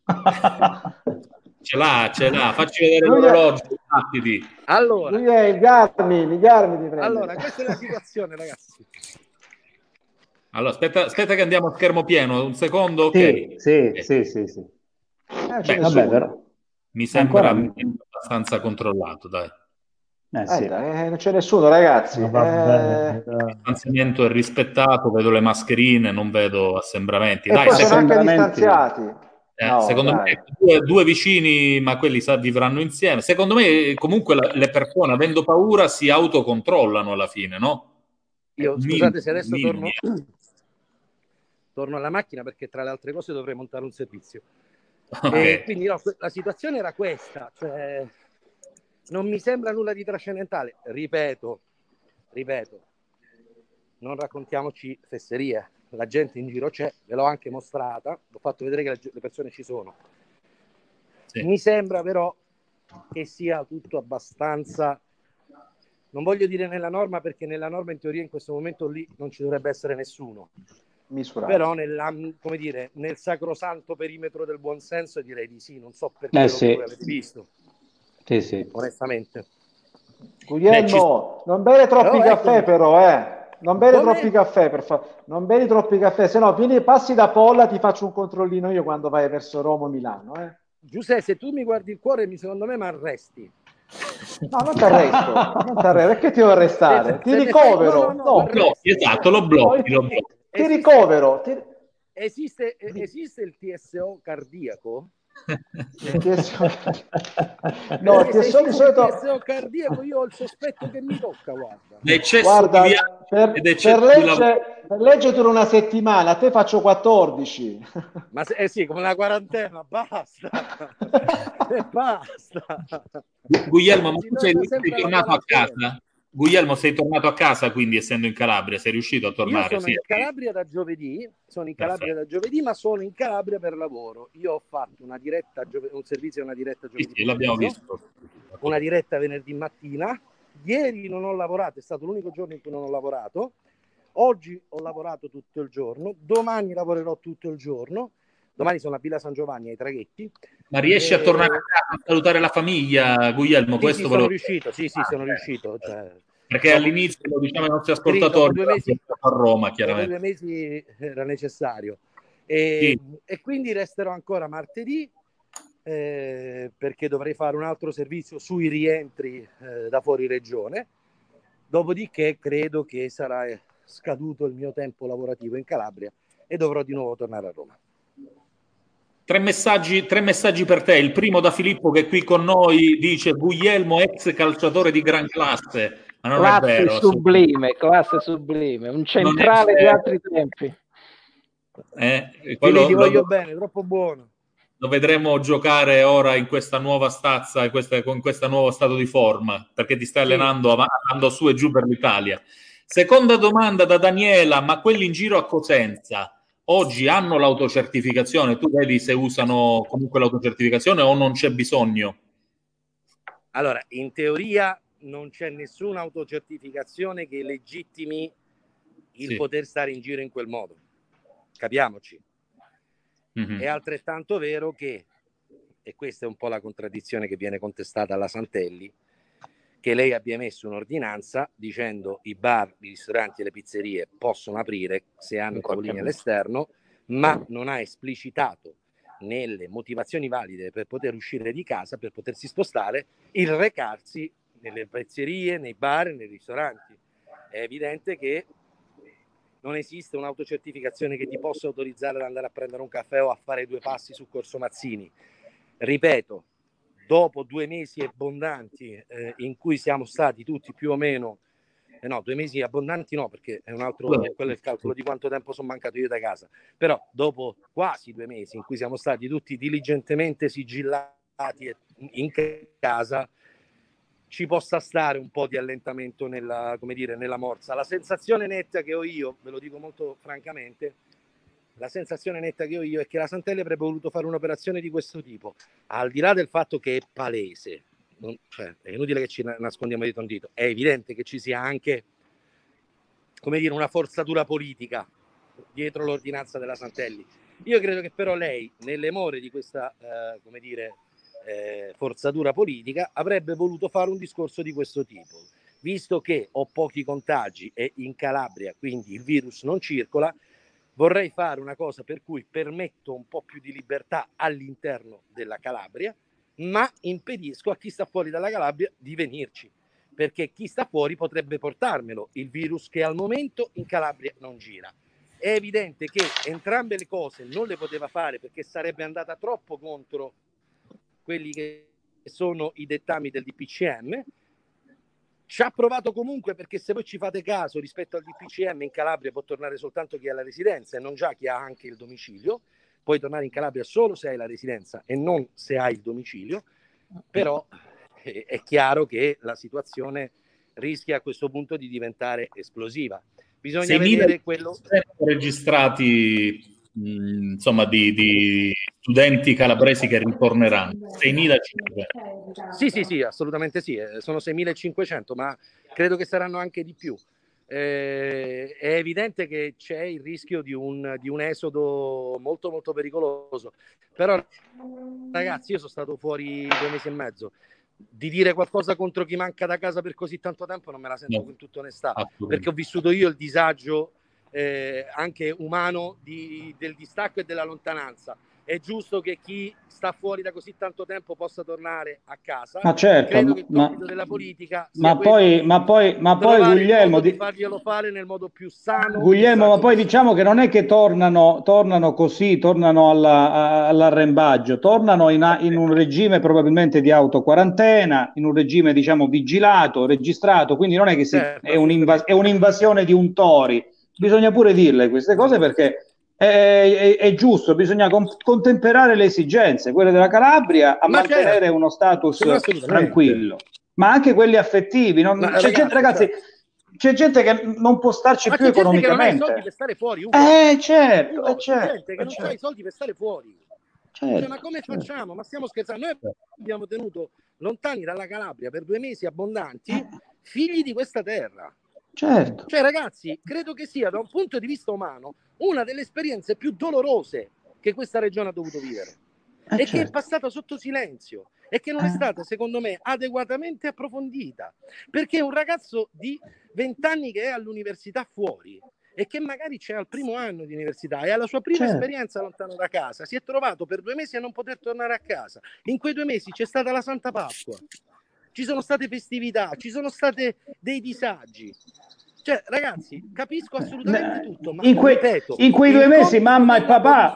Ce l'ha, facci vedere l'orologio. Allora, il Garmin allora, questa è la situazione, ragazzi. Allora, aspetta che andiamo a schermo pieno, un secondo, ok? Sì. Vabbè, però. Mi sembra abbastanza controllato, dai. Non c'è nessuno, ragazzi. Il distanziamento è rispettato, vedo le mascherine, non vedo assembramenti. E poi sono anche distanziati. Secondo me due vicini, ma quelli vivranno insieme. Secondo me comunque le persone, avendo paura, si autocontrollano alla fine, no? Io scusate se adesso torno alla macchina, perché tra le altre cose dovrei montare un servizio. Quindi la situazione era questa, cioè non mi sembra nulla di trascendentale. Ripeto, non raccontiamoci fesserie, la gente in giro c'è, ve l'ho anche mostrata, ho fatto vedere che le persone ci sono. Sì. Mi sembra però che sia tutto abbastanza, non voglio dire nella norma, perché nella norma in teoria in questo momento lì non ci dovrebbe essere nessuno, però come dire, nel sacrosanto perimetro del buonsenso direi di sì, non so perché voi avete visto. Sì. Onestamente. Guglielmo, non bere troppi caffè però, non bere troppi caffè, per favore. Non bevi troppi caffè, se no passi da Polla, ti faccio un controllino io quando vai verso Roma o Milano, Giuseppe, se tu mi guardi il cuore, secondo me mi arresti. No, non ti arresto, perché ti devo arrestare? Ti ricovero. No, esatto, lo blocchi. Ti ricovero. Esiste il TSO cardiaco? Il TSO di solito... il TSO cardiaco, io ho il sospetto che mi tocca, guarda. Per legge dura una settimana, a te faccio 14. Ma sì, come una quarantena, basta. Basta. Guglielmo, ma tu sei tornato a casa? Guglielmo, sei tornato a casa, quindi essendo in Calabria, sei riuscito a tornare? Io sono in Calabria da giovedì, ma sono in Calabria per lavoro. Io ho fatto una diretta, un servizio e una diretta giovedì. Sì, l'abbiamo visto. Una diretta venerdì mattina. Ieri non ho lavorato, è stato l'unico giorno in cui non ho lavorato. Oggi ho lavorato tutto il giorno, domani lavorerò tutto il giorno. Domani sono a Villa San Giovanni ai traghetti. Ma riesci a tornare a casa a salutare la famiglia, Guglielmo? Sì, sono riuscito. Sono riuscito. Perché all'inizio lo diciamo ai nostri ascoltatori, a Roma, chiaramente. Dopo 2 mesi era necessario. E quindi resterò ancora martedì, perché dovrei fare un altro servizio sui rientri da fuori regione. Dopodiché credo che sarà scaduto il mio tempo lavorativo in Calabria e dovrò di nuovo tornare a Roma. 3 messaggi per te. Il primo da Filippo, che è qui con noi, dice: Guglielmo ex calciatore di gran classe. Ma non è vero. Classe sublime, un centrale di altri tempi. Ti voglio bene, troppo buono. Lo vedremo giocare ora in questa nuova stazza, con questo nuovo stato di forma, perché ti stai allenando, andando su e giù per l'Italia. Seconda domanda da Daniela: ma quelli in giro a Cosenza oggi hanno l'autocertificazione? Tu vedi se usano comunque l'autocertificazione o non c'è bisogno? Allora, in teoria non c'è nessuna autocertificazione che legittimi il poter stare in giro in quel modo. Capiamoci. Mm-hmm. È altrettanto vero che, e questa è un po' la contraddizione che viene contestata alla Santelli, che lei abbia emesso un'ordinanza dicendo i bar, i ristoranti e le pizzerie possono aprire se hanno tavolini all'esterno, ma non ha esplicitato nelle motivazioni valide per poter uscire di casa, per potersi spostare, il recarsi nelle pizzerie, nei bar e nei ristoranti. È evidente che non esiste un'autocertificazione che ti possa autorizzare ad andare a prendere un caffè o a fare 2 passi su Corso Mazzini. Ripeto, dopo 2 mesi abbondanti in cui siamo stati tutti più o meno, 2 mesi abbondanti no, perché è un altro, quello è il calcolo di quanto tempo sono mancato io da casa, però dopo quasi 2 mesi in cui siamo stati tutti diligentemente sigillati in casa, ci possa stare un po' di allentamento nella morsa. La sensazione netta che ho io, ve lo dico molto francamente, la sensazione netta che ho io è che la Santelli avrebbe voluto fare un'operazione di questo tipo, al di là del fatto che è palese, è inutile che ci nascondiamo dietro un dito, è evidente che ci sia anche, una forzatura politica dietro l'ordinanza della Santelli. Io credo che però lei, nelle more di questa, forzatura politica, avrebbe voluto fare un discorso di questo tipo. Visto che ho pochi contagi e in Calabria quindi il virus non circola, vorrei fare una cosa per cui permetto un po' più di libertà all'interno della Calabria, ma impedisco a chi sta fuori dalla Calabria di venirci, perché chi sta fuori potrebbe portarmelo il virus che al momento in Calabria non gira. È evidente che entrambe le cose non le poteva fare perché sarebbe andata troppo contro quelli che sono i dettami del DPCM. Ci ha provato comunque, perché se voi ci fate caso, rispetto al DPCM in Calabria può tornare soltanto chi ha la residenza e non già chi ha anche il domicilio. Puoi tornare in Calabria solo se hai la residenza e non se hai il domicilio, però è chiaro che la situazione rischia a questo punto di diventare esplosiva. Bisogna vedere quello registrati insomma di studenti calabresi che ritorneranno. 6.500. Sì, assolutamente sì, sono 6.500, ma credo che saranno anche di più. È evidente che c'è il rischio di un esodo molto molto pericoloso, però ragazzi, io sono stato fuori 2 mesi e mezzo. Di dire qualcosa contro chi manca da casa per così tanto tempo non me la sento con tutta onestà, perché ho vissuto io il disagio anche umano del distacco e della lontananza. È giusto che chi sta fuori da così tanto tempo possa tornare a casa. Ma certo, credo che il compito della politica ma poi Guglielmo, di farglielo fare nel modo più sano. Guglielmo, ma poi diciamo che non è che tornano così, tornano all'arrembaggio, tornano in un regime probabilmente di autoquarantena, in un regime diciamo vigilato, registrato, quindi non è che è un'invasione di untori. Bisogna pure dirle queste cose perché è giusto, bisogna contemperare le esigenze, quelle della Calabria, a mantenere uno status tranquillo, ma anche quelli affettivi. C'è gente, ragazzi, c'è gente che non può starci più economicamente. Che non ha i soldi per stare fuori. Certo. Gente che non ha i soldi per stare fuori. Cioè, ma come facciamo? Ma stiamo scherzando? Noi abbiamo tenuto lontani dalla Calabria per 2 mesi abbondanti figli di questa terra. Certo. Cioè, ragazzi, credo che sia da un punto di vista umano una delle esperienze più dolorose che questa regione ha dovuto vivere e che è passata sotto silenzio e che non è stata, secondo me, adeguatamente approfondita, perché un ragazzo di 20 anni che è all'università fuori e che magari c'è al primo anno di università e alla sua prima esperienza lontano da casa si è trovato per 2 mesi a non poter tornare a casa. In quei 2 mesi c'è stata la Santa Pasqua, ci sono state festività, ci sono state dei disagi. Cioè, ragazzi, capisco assolutamente tutto, ma ripeto, in quei 2 mesi mamma e papà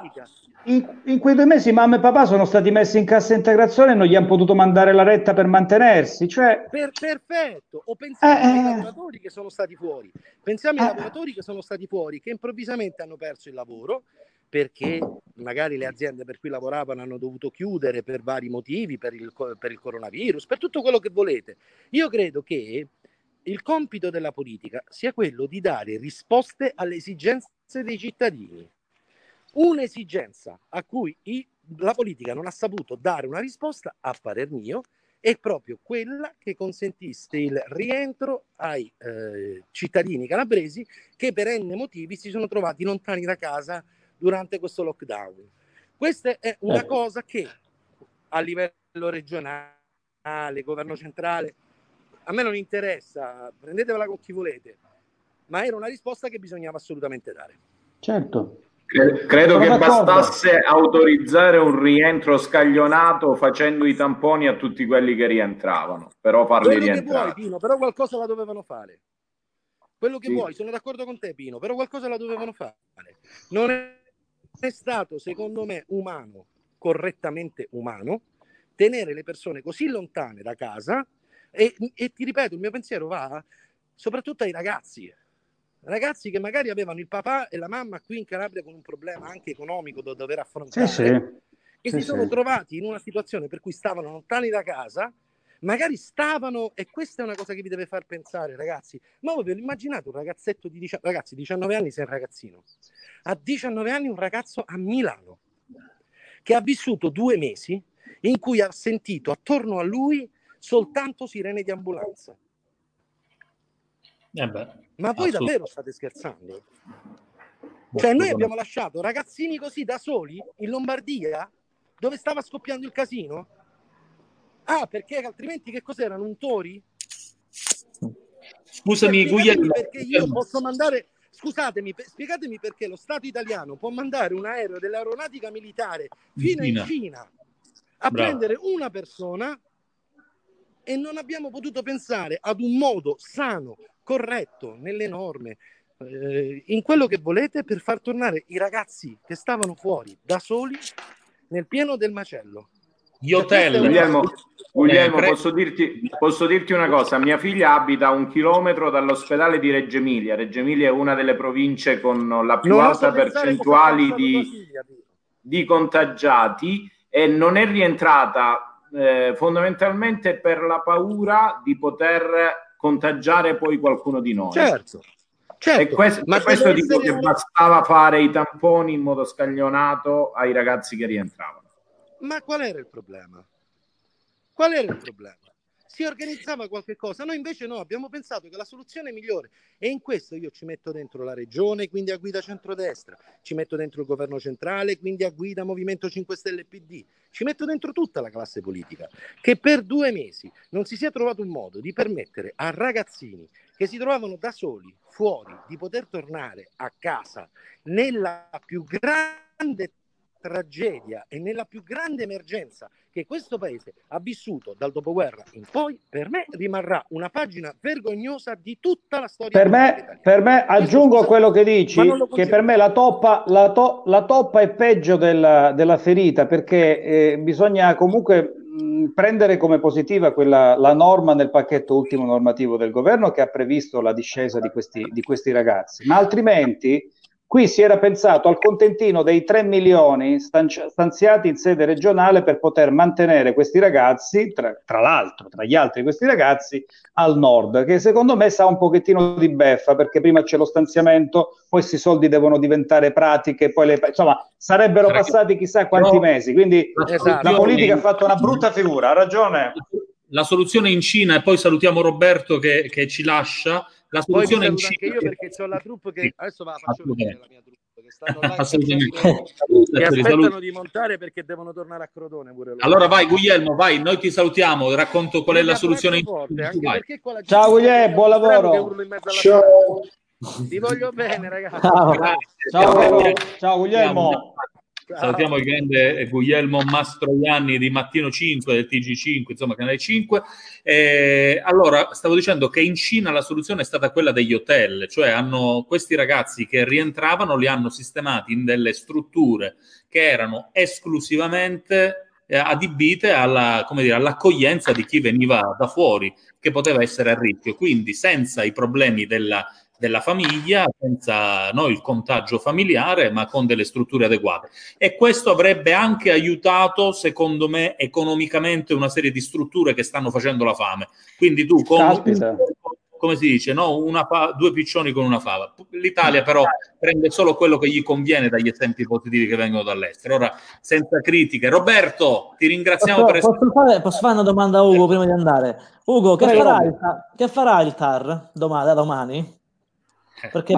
in quei 2 mesi mamma e papà sono stati messi in cassa integrazione e non gli hanno potuto mandare la retta per mantenersi, cioè perfetto. O pensiamo ai lavoratori che sono stati fuori, pensiamo ai lavoratori che sono stati fuori, che improvvisamente hanno perso il lavoro perché magari le aziende per cui lavoravano hanno dovuto chiudere per vari motivi, per il coronavirus, per tutto quello che volete. Io credo che il compito della politica sia quello di dare risposte alle esigenze dei cittadini. Un'esigenza a cui la politica non ha saputo dare una risposta, a parer mio, è proprio quella che consentisse il rientro ai cittadini calabresi che per n motivi si sono trovati lontani da casa durante questo lockdown. Questa è una cosa che a livello regionale, governo centrale, a me non interessa, prendetevela con chi volete, ma era una risposta che bisognava assolutamente dare. Certo. Credo che bastasse autorizzare un rientro scaglionato facendo i tamponi a tutti quelli che rientravano, però farli quello rientrare. Che vuoi, Pino, però qualcosa la dovevano fare. Quello che vuoi, sono d'accordo con te, Pino, però qualcosa la dovevano fare. Non è stato, secondo me, correttamente umano, tenere le persone così lontane da casa. E ti ripeto, il mio pensiero va soprattutto ai ragazzi che magari avevano il papà e la mamma qui in Calabria con un problema anche economico da dover affrontare, che si sono trovati in una situazione per cui stavano lontani da casa, magari e questa è una cosa che vi deve far pensare, ragazzi, ma voi ve lo immaginate un ragazzetto di 19 anni, sei un ragazzino, a 19 anni un ragazzo a Milano che ha vissuto 2 mesi in cui ha sentito attorno a lui soltanto sirene di ambulanza. Ma voi davvero state scherzando? Cioè, noi abbiamo lasciato ragazzini così da soli in Lombardia, dove stava scoppiando il casino? Perché altrimenti che cos'erano, untori? Scusami, Guglielmo, perché io posso mandare... Scusatemi, spiegatemi perché lo Stato italiano può mandare un aereo dell'aeronautica militare fino in Cina a prendere una persona e non abbiamo potuto pensare ad un modo sano, corretto, nelle norme, in quello che volete, per far tornare i ragazzi che stavano fuori da soli nel pieno del macello. Gli hotel. Guglielmo, posso dirti una cosa: mia figlia abita a 1 chilometro dall'ospedale di Reggio Emilia. Reggio Emilia è una delle province con la più alta percentuale di contagiati e non è rientrata fondamentalmente per la paura di poter contagiare poi qualcuno di noi. Certo. Certo, e questo dico che bastava fare i tamponi in modo scaglionato ai ragazzi che rientravano. Ma qual era il problema? Qual era il problema? Si organizzava qualche cosa, noi invece no, abbiamo pensato che la soluzione migliore, e in questo io ci metto dentro la regione, quindi a guida centrodestra, ci metto dentro il governo centrale, quindi a guida Movimento 5 Stelle e PD, ci metto dentro tutta la classe politica, che per 2 mesi non si sia trovato un modo di permettere a ragazzini che si trovavano da soli, fuori, di poter tornare a casa nella più grande tragedia e nella più grande emergenza che questo paese ha vissuto dal dopoguerra in poi. Per me rimarrà una pagina vergognosa di tutta la storia. Per me aggiungo quello che dici, che per me la toppa è peggio della ferita, perché bisogna comunque prendere come positiva la norma nel pacchetto ultimo normativo del governo che ha previsto la discesa di questi ragazzi, ma altrimenti qui si era pensato al contentino dei 3 milioni stanziati in sede regionale per poter mantenere questi ragazzi, tra l'altro, tra gli altri questi ragazzi, al nord, che secondo me sa un pochettino di beffa, perché prima c'è lo stanziamento, poi questi soldi devono diventare pratiche, poi insomma, sarebbero passati chissà quanti mesi, quindi la politica ha fatto una brutta figura, ha ragione. La soluzione in Cina, e poi salutiamo Roberto che ci lascia. La soluzione in Cina, anche io, perché c'ho la troupe che adesso la faccio vedere, la mia troupe che stanno là che aspettano di montare perché devono tornare a Crotone pure loro. Allora vai Guglielmo, vai, noi ti salutiamo, racconto qual è la soluzione in Cina. Ciao Guglielmo, buon lavoro. Ciao. Ti voglio bene, ragazzi. Ciao Guglielmo. Salutiamo il grande Guglielmo Mastroianni di Mattino 5, del TG5, insomma Canale 5. Allora, stavo dicendo che in Cina la soluzione è stata quella degli hotel, cioè questi ragazzi che rientravano li hanno sistemati in delle strutture che erano esclusivamente adibite all'accoglienza di chi veniva da fuori, che poteva essere a rischio, quindi senza i problemi della famiglia, senza il contagio familiare, ma con delle strutture adeguate. E questo avrebbe anche aiutato, secondo me, economicamente una serie di strutture che stanno facendo la fame. Quindi tu, come si dice, due piccioni con una fava. L'Italia però prende solo quello che gli conviene dagli esempi positivi che vengono dall'estero. Ora, senza critiche. Roberto, ti ringraziamo per essere... Posso fare una domanda a Ugo prima di andare? Ugo, che farà il TAR da domani? Perché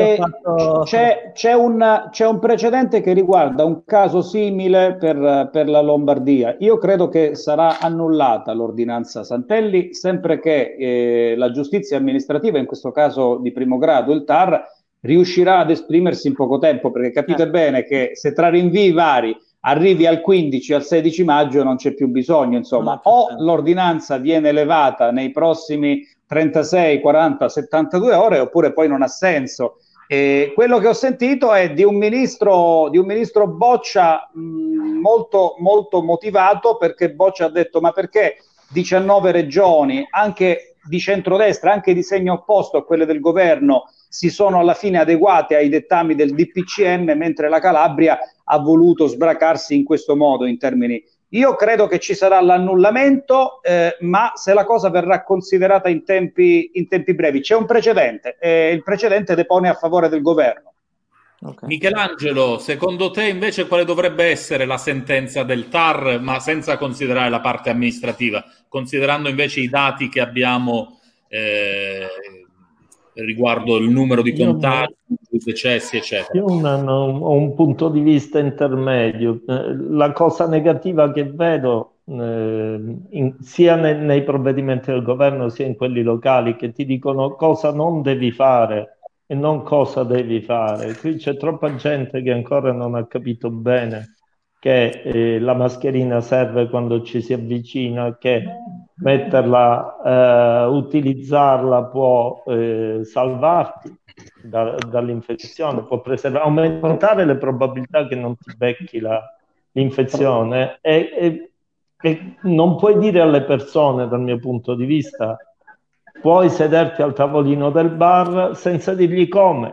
c'è un precedente che riguarda un caso simile per la Lombardia. Io credo che sarà annullata l'ordinanza Santelli sempre che la giustizia amministrativa, in questo caso di primo grado, il TAR, riuscirà ad esprimersi in poco tempo, perché capite bene che se tra rinvii vari arrivi al 15 al 16 maggio non c'è più bisogno, insomma, o l'ordinanza viene elevata nei prossimi 36, 40, 72 ore, oppure poi non ha senso. Quello che ho sentito è di un ministro Boccia molto, molto motivato, perché Boccia ha detto: ma perché 19 regioni, anche di centrodestra, anche di segno opposto a quelle del governo, si sono alla fine adeguate ai dettami del DPCM, mentre la Calabria ha voluto sbracarsi in questo modo in termini... Io credo che ci sarà l'annullamento, ma se la cosa verrà considerata in tempi brevi. C'è un precedente, il precedente depone a favore del governo. Okay. Michelangelo, secondo te invece quale dovrebbe essere la sentenza del TAR, ma senza considerare la parte amministrativa, considerando invece i dati che abbiamo riguardo il numero di contagi, decessi, eccetera? Io ho un punto di vista intermedio. La cosa negativa che vedo sia nei provvedimenti del governo sia in quelli locali, che ti dicono cosa non devi fare e non cosa devi fare. Qui c'è troppa gente che ancora non ha capito bene che la mascherina serve quando ci si avvicina, che metterla, utilizzarla può salvarti dall'infezione, può aumentare le probabilità che non ti becchi l'infezione, e non puoi dire alle persone, dal mio punto di vista, puoi sederti al tavolino del bar senza dirgli come.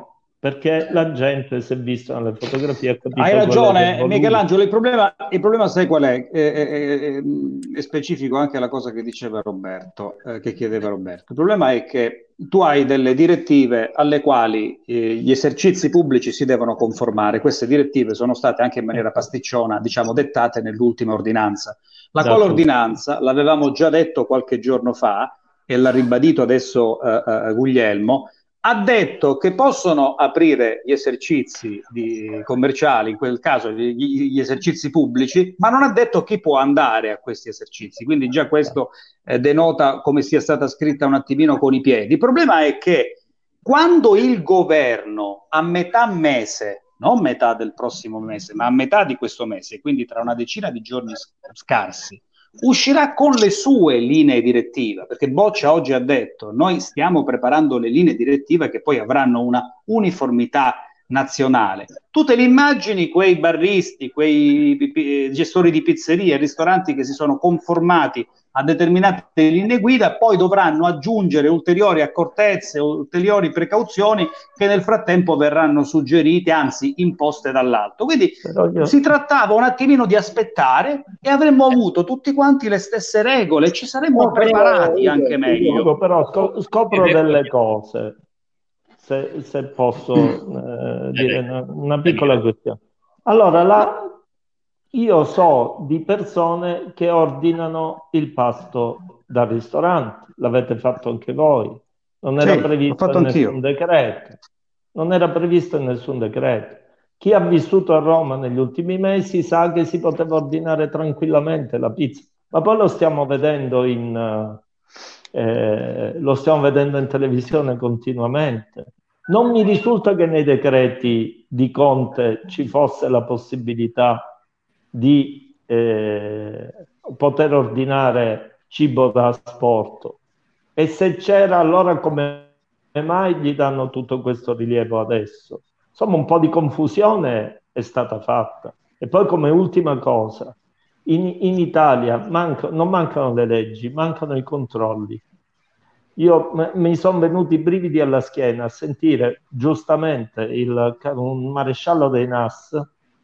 perché la gente si è vista nelle fotografie e ha capito. Hai ragione, quello che Michelangelo. Il problema sai qual è? È specifico anche alla cosa che diceva Roberto, che chiedeva Roberto. Il problema è che tu hai delle direttive alle quali gli esercizi pubblici si devono conformare. Queste direttive sono state anche in maniera pasticciona, diciamo, dettate nell'ultima ordinanza. La quale ordinanza, l'avevamo già detto qualche giorno fa, e l'ha ribadito adesso Guglielmo, ha detto che possono aprire gli esercizi commerciali, in quel caso gli esercizi pubblici, ma non ha detto chi può andare a questi esercizi. Quindi già questo denota come sia stata scritta un attimino con i piedi. Il problema è che quando il governo a metà mese, non metà del prossimo mese, ma a metà di questo mese, quindi tra una decina di giorni scarsi, uscirà con le sue linee direttive, perché Boccia oggi ha detto noi stiamo preparando le linee direttive che poi avranno una uniformità nazionale. Tu te li immagini quei barristi, quei gestori di pizzerie, ristoranti che si sono conformati a determinate linee guida, poi dovranno aggiungere ulteriori accortezze, ulteriori precauzioni che nel frattempo verranno suggerite, anzi imposte dall'alto. Quindi si trattava un attimino di aspettare e avremmo avuto tutti quanti le stesse regole, ci saremmo preparati anche meglio. Però scopro delle cose, se posso dire una piccola questione. Allora, io so di persone che ordinano il pasto dal ristorante, l'avete fatto anche voi, non era previsto in nessun decreto, non era previsto in nessun decreto. Chi ha vissuto a Roma negli ultimi mesi sa che si poteva ordinare tranquillamente la pizza, ma poi lo stiamo vedendo in televisione continuamente. Non mi risulta che nei decreti di Conte ci fosse la possibilità di poter ordinare cibo da asporto, e se c'era, allora come mai gli danno tutto questo rilievo adesso? Insomma, un po' di confusione è stata fatta. E poi, come ultima cosa, in Italia non mancano le leggi, mancano i controlli. Mi sono venuti i brividi alla schiena a sentire giustamente un maresciallo dei NAS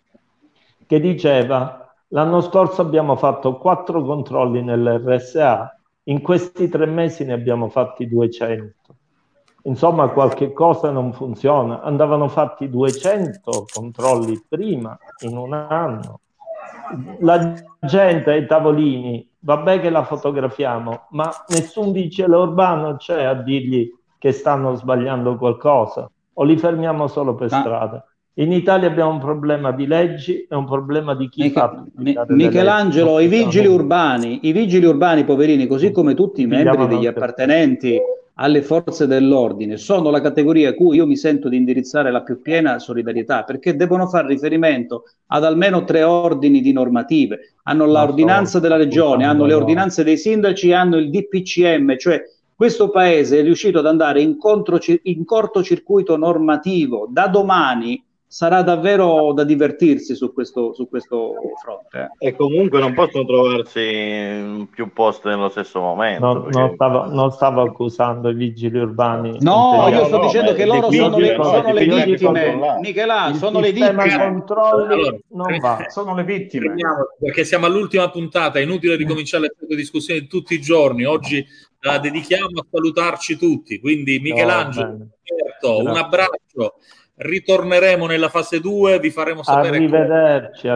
che diceva: l'anno scorso abbiamo fatto 4 controlli nell'RSA, in questi 3 mesi ne abbiamo fatti 200. Insomma, qualche cosa non funziona. Andavano fatti 200 controlli prima, in un anno. La gente ai tavolini, vabbè che la fotografiamo, ma nessun vigile urbano c'è a dirgli che stanno sbagliando qualcosa, o li fermiamo solo per strada. In Italia abbiamo un problema di leggi e un problema di chi fa Michelangelo, i vigili urbani poverini, così come tutti i membri degli appartenenti alle forze dell'ordine, sono la categoria a cui io mi sento di indirizzare la più piena solidarietà, perché devono fare riferimento ad almeno 3 ordini di normative. Hanno l'ordinanza della regione, hanno le ordinanze dei sindaci, hanno il DPCM, cioè questo paese è riuscito ad andare in cortocircuito normativo. Da domani sarà davvero da divertirsi su questo fronte. E comunque non possono trovarsi in più posti nello stesso momento. Non stavo accusando i vigili urbani. No, io sto dicendo che loro sono le vittime. Michelangelo, sono le vittime. Controlli non va. Sono le vittime. Perché siamo all'ultima puntata, è inutile ricominciare le discussioni tutti i giorni. Oggi la dedichiamo a salutarci tutti. Quindi Michelangelo, un abbraccio. Ritorneremo nella fase 2, vi faremo sapere. Arrivederci.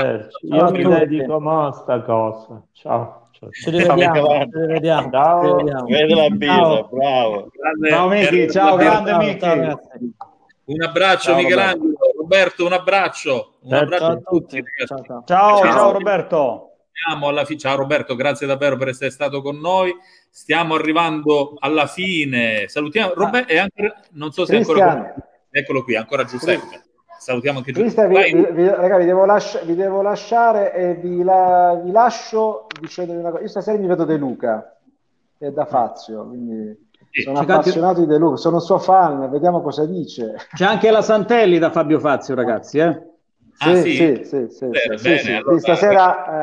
Io mi dedico a sta cosa. Ciao. Ci rivediamo. Ciao. Vedi la birra, bravo. Ciao Miki, ciao grande Miki. Un abbraccio Michelangelo. Roberto, un abbraccio. Un abbraccio a tutti. Ciao Roberto. Ciao Roberto, grazie davvero per essere stato con noi. Stiamo arrivando alla fine. Salutiamo Roberto e anche non so se ancora eccolo qui, ancora Giuseppe. Salutiamo anche Giuseppe. Ragazzi, vi devo lasciare e vi lascio dicendo una cosa. Io stasera mi vedo De Luca, che è da Fazio, quindi sono appassionato di De Luca, sono suo fan, vediamo cosa dice. C'è anche la Santelli da Fabio Fazio, ragazzi, Sì. Stasera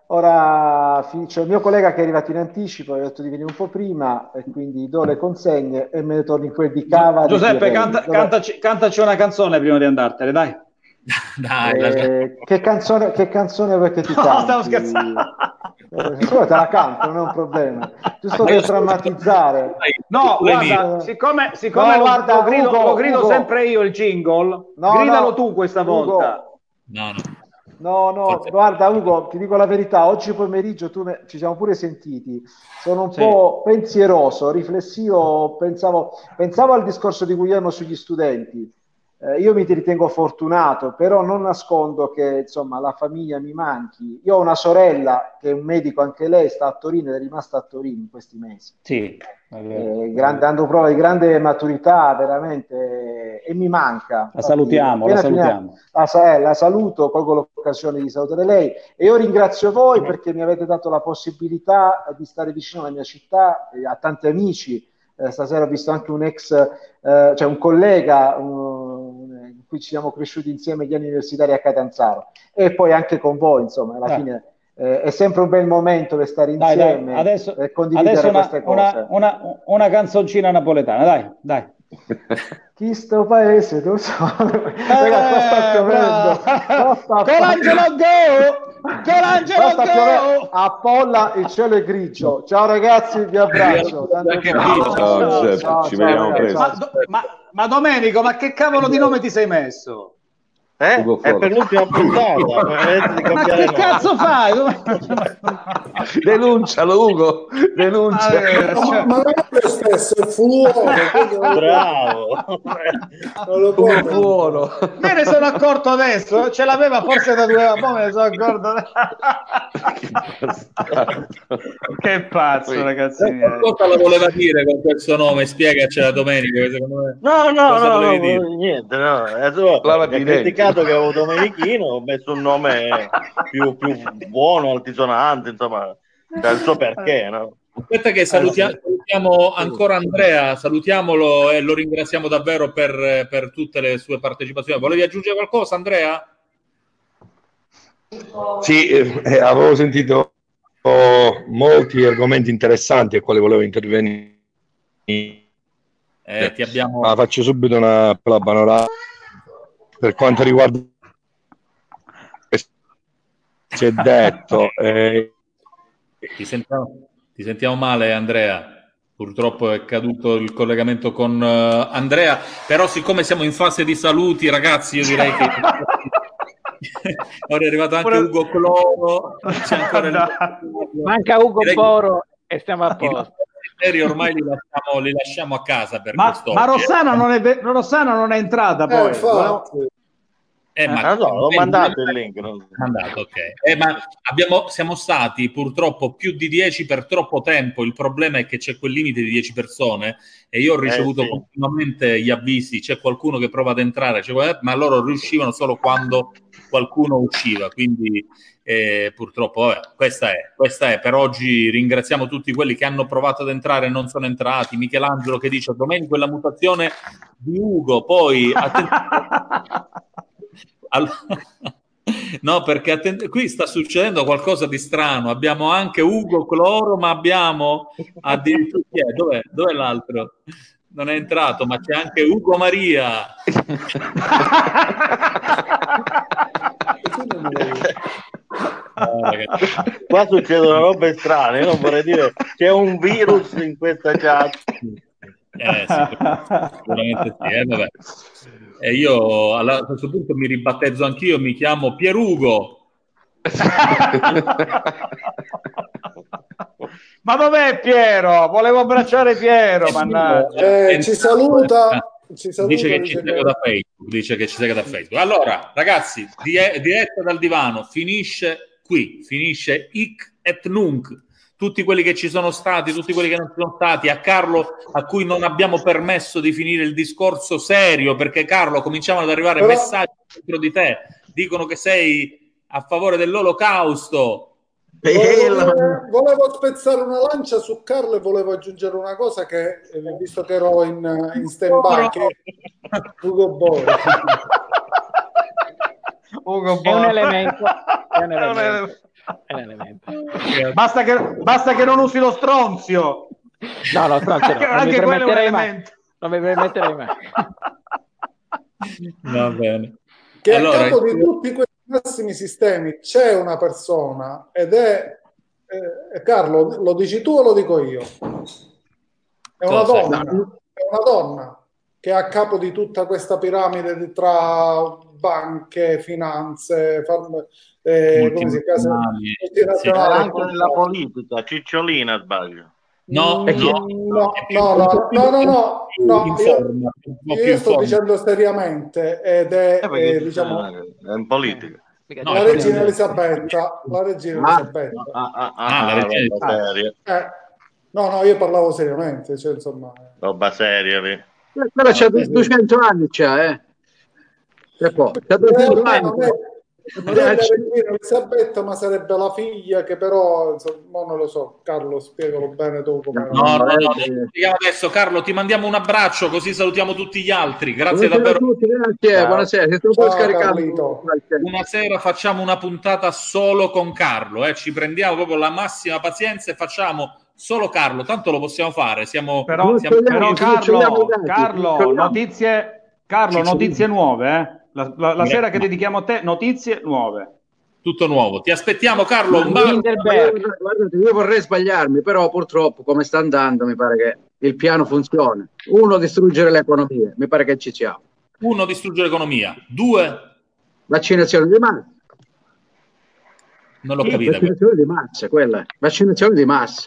ora c'è il mio collega che è arrivato in anticipo, ha detto di venire un po' prima e quindi do le consegne e me ne torno in quel di cava. Giuseppe, cantaci una canzone prima di andartene, dai. Dai, che canzone vuoi che ti canti? No, stavo scherzando. Te la canto, non è un problema. Giusto per drammatizzare. No, guarda, siccome No, guarda, lo grido Ugo. sempre io il jingle, No, gridalo no, tu questa Ugo. volta. No, guarda Ugo, ti dico la verità, oggi pomeriggio ci siamo pure sentiti, sono un po' pensieroso, riflessivo, pensavo al discorso di Guglielmo sugli studenti. Io mi ritengo fortunato, però non nascondo che insomma la famiglia mi manchi. Io ho una sorella che è un medico, anche lei sta a Torino ed è rimasta a Torino in questi mesi. Sì, dando prova di grande maturità veramente, e mi manca. La salutiamo. La saluto, colgo l'occasione di salutare lei e io ringrazio voi perché mi avete dato la possibilità di stare vicino alla mia città, a tanti amici. Stasera ho visto anche un cioè un collega in cui ci siamo cresciuti insieme gli anni universitari a Catanzaro, e poi anche con voi, insomma, alla fine è sempre un bel momento per stare insieme e condividere queste cose. Una canzoncina napoletana, dai. Chi sto paese tu ragazzi, sta piovendo. Colangelo go! A Polla il cielo è grigio. Ciao ragazzi, vi abbraccio. Ciao, ci vediamo presto. Ma Domenico, ma che cavolo di nome ti sei messo? È per l'ultima puntata. Ma che cazzo fai? Denuncialo, Ugo. Denuncia. Ma non è lo stesso, è Fluoro. Bravo. Non lo può. Buono. Me ne sono accorto adesso. Ce l'aveva forse da 2 anni. Poi me ne sono accorto. Che pazzo, ragazzi miei. Cosa lo voleva dire con questo nome? Spiegacela, Domenico. No, niente. La criticato che avevo Domenichino, ho messo un nome più buono, altisonante, insomma, il suo perché, no? Aspetta che salutiamo ancora Andrea, salutiamolo e lo ringraziamo davvero per tutte le sue partecipazioni. Volevi aggiungere qualcosa, Andrea? Sì, avevo sentito molti argomenti interessanti ai quali volevo intervenire. Ma faccio subito una panorama per quanto riguarda si è detto. Ti sentiamo male, Andrea. Purtroppo è caduto il collegamento con Andrea, però siccome siamo in fase di saluti, ragazzi, io direi che ora è arrivato anche Ugo Cloro, c'è ancora manca Ugo Boro e stiamo a posto. Ormai li lasciamo a casa per quest'oggi. Ma Rossana non è entrata poi. L'ho mandato il link. Ok. Ma siamo stati purtroppo più di 10 per troppo tempo. Il problema è che c'è quel limite di 10 persone e io ho ricevuto continuamente gli avvisi. C'è qualcuno che prova ad entrare, ma loro riuscivano solo quando qualcuno usciva. Quindi purtroppo questa è per oggi. Ringraziamo tutti quelli che hanno provato ad entrare e non sono entrati. Michelangelo che dice Domenico la mutazione di Ugo, poi no, perché qui sta succedendo qualcosa di strano. Abbiamo anche Ugo Cloro, ma abbiamo addirittura dov'è l'altro? Non è entrato, ma c'è anche Ugo Maria. Qua succedono robe strane. Io non vorrei dire c'è un virus in questa chat. Sicuramente sì, vabbè. E io a questo punto mi ribattezzo anch'io, mi chiamo Pierugo. Ma dov'è Piero? Volevo abbracciare Piero. Ci saluta. Dice che ci segue da Facebook. Allora, ragazzi, diretta dal divano finisce qui, finisce hic et nunc. Tutti quelli che ci sono stati, tutti quelli che non ci sono stati, a Carlo a cui non abbiamo permesso di finire il discorso serio, perché Carlo cominciavano ad arrivare messaggi dentro di te, dicono che sei a favore dell'olocausto. Volevo spezzare una lancia su Carlo e volevo aggiungere una cosa che, visto che ero in stand-by, Ugo Boro. È un elemento. Basta che non usi lo stronzio. No, stronzio no. Anche quello è un elemento. Non mi permetterei mai. Va bene. Che a capo di tutti questi massimi sistemi c'è una persona ed è Carlo, lo dici tu o lo dico io? È una donna che è a capo di tutta questa piramide tra banche, finanze, come si chiama? Anche nella politica, Cicciolina sbaglio. No, io sto dicendo seriamente ed è diciamo in politica. La regina Elisabetta. La regina No, io parlavo seriamente, cioè, insomma. Roba seria, Però c'ha 200 anni, c'ha 200 anni. Non è la regina Elisabetta, ma sarebbe la figlia che però, insomma, non lo so. Carlo, spiegalo bene tu come. No, adesso Carlo, ti mandiamo un abbraccio così salutiamo tutti gli altri. Grazie davvero. Grazie, buonasera. Una sera facciamo una puntata solo con Carlo, ci prendiamo proprio la massima pazienza e facciamo solo Carlo, tanto lo possiamo fare. Però Carlo, notizie nuove, La sera che dedichiamo a te, notizie nuove. Tutto nuovo. Ti aspettiamo, Carlo. Guardate, io vorrei sbagliarmi, però purtroppo, come sta andando, mi pare che il piano funzioni. 1, distruggere l'economia. Mi pare che ci siamo. 1, distruggere l'economia. 2, vaccinazione di massa. Non l'ho capita. Vaccinazione di massa, quella. Vaccinazione di massa.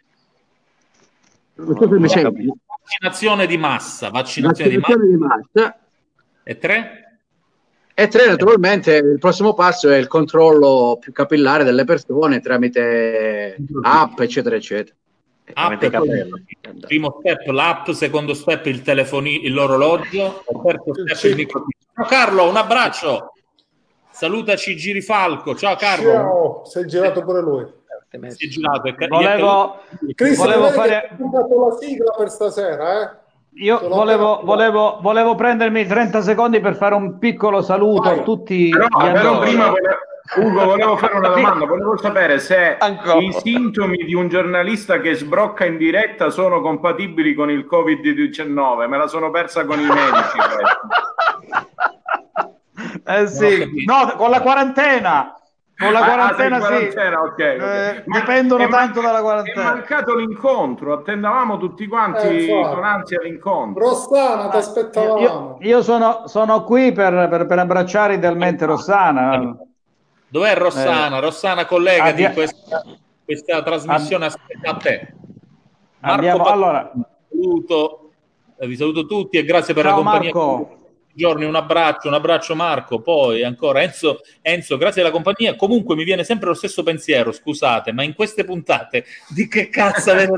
Vaccinazione di massa. Vaccinazione di massa. E 3? E 3, naturalmente, il prossimo passo è il controllo più capillare delle persone tramite app, eccetera, eccetera. Primo step l'app, secondo step il l'orologio, terzo step il microchip. Ciao Carlo, un abbraccio. Salutaci Girifalco. Ciao Carlo. Ciao, sei girato pure lui. Si è girato. Volevo fare la sigla per stasera, Io volevo prendermi 30 secondi per fare un piccolo saluto a tutti. Però prima Ugo, volevo fare una domanda. Volevo sapere se i sintomi di un giornalista che sbrocca in diretta sono compatibili con il Covid-19. Me la sono persa con i medici. Sì, no, con la quarantena. Con la quarantena, okay. Dipendono tanto dalla quarantena. È mancato l'incontro, attendavamo tutti quanti con ansia l'incontro. Rossana, ti aspettavamo. Io sono qui per abbracciare idealmente Rossana. Dov'è Rossana? Rossana, collega di questa trasmissione, aspetta a te. Marco, vi saluto tutti e grazie per la compagnia. Marco. Giorni, un abbraccio Marco, poi ancora Enzo, grazie della compagnia. Comunque mi viene sempre lo stesso pensiero, scusate, ma in queste puntate di che cazzo avete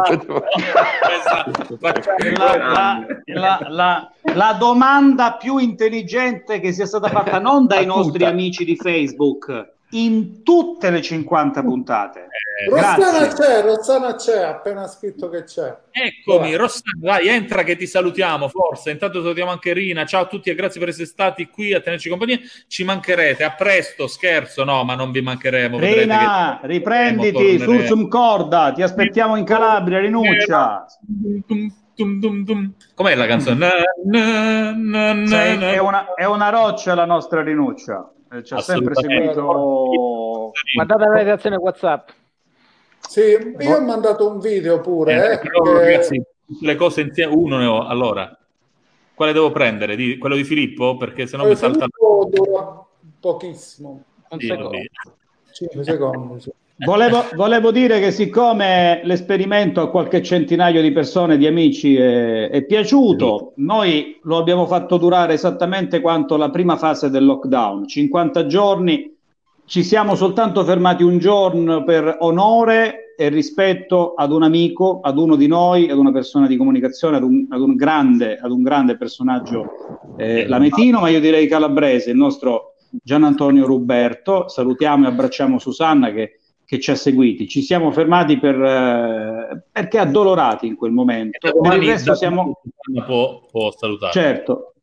la domanda più intelligente che sia stata fatta non dai nostri amici di Facebook in tutte le 50 puntate. Rossana c'è, appena scritto che c'è. Eccomi, Rossana, vai, entra che ti salutiamo, forza. Intanto salutiamo anche Rina. Ciao a tutti e grazie per essere stati qui a tenerci compagnia. Ci mancherete, a presto, scherzo, no, ma non vi mancheremo. Rina, riprenditi, Sursum Corda, ti aspettiamo in Calabria, rinuncia. Com'è la canzone? È una roccia la nostra rinuncia. Ci ha sempre seguito. Guardate la redazione WhatsApp. Sì, io ho mandato un video pure. Ragazzi, le cose insieme. Uno ne ho. Allora, quale devo prendere? Quello di Filippo? Perché sennò mi salta. Dura pochissimo. 5 secondi. Sì. Volevo dire che siccome l'esperimento a qualche centinaio di persone, di amici, è piaciuto, noi lo abbiamo fatto durare esattamente quanto la prima fase del lockdown, 50 giorni, ci siamo soltanto fermati un giorno per onore e rispetto ad un amico, ad uno di noi, ad una persona di comunicazione, ad un grande personaggio lametino, ma io direi calabrese, il nostro Gian Antonio Ruberto. Salutiamo e abbracciamo Susanna che ci ha seguiti. Ci siamo fermati perché addolorati in quel momento. Per il resto può salutare. Certo.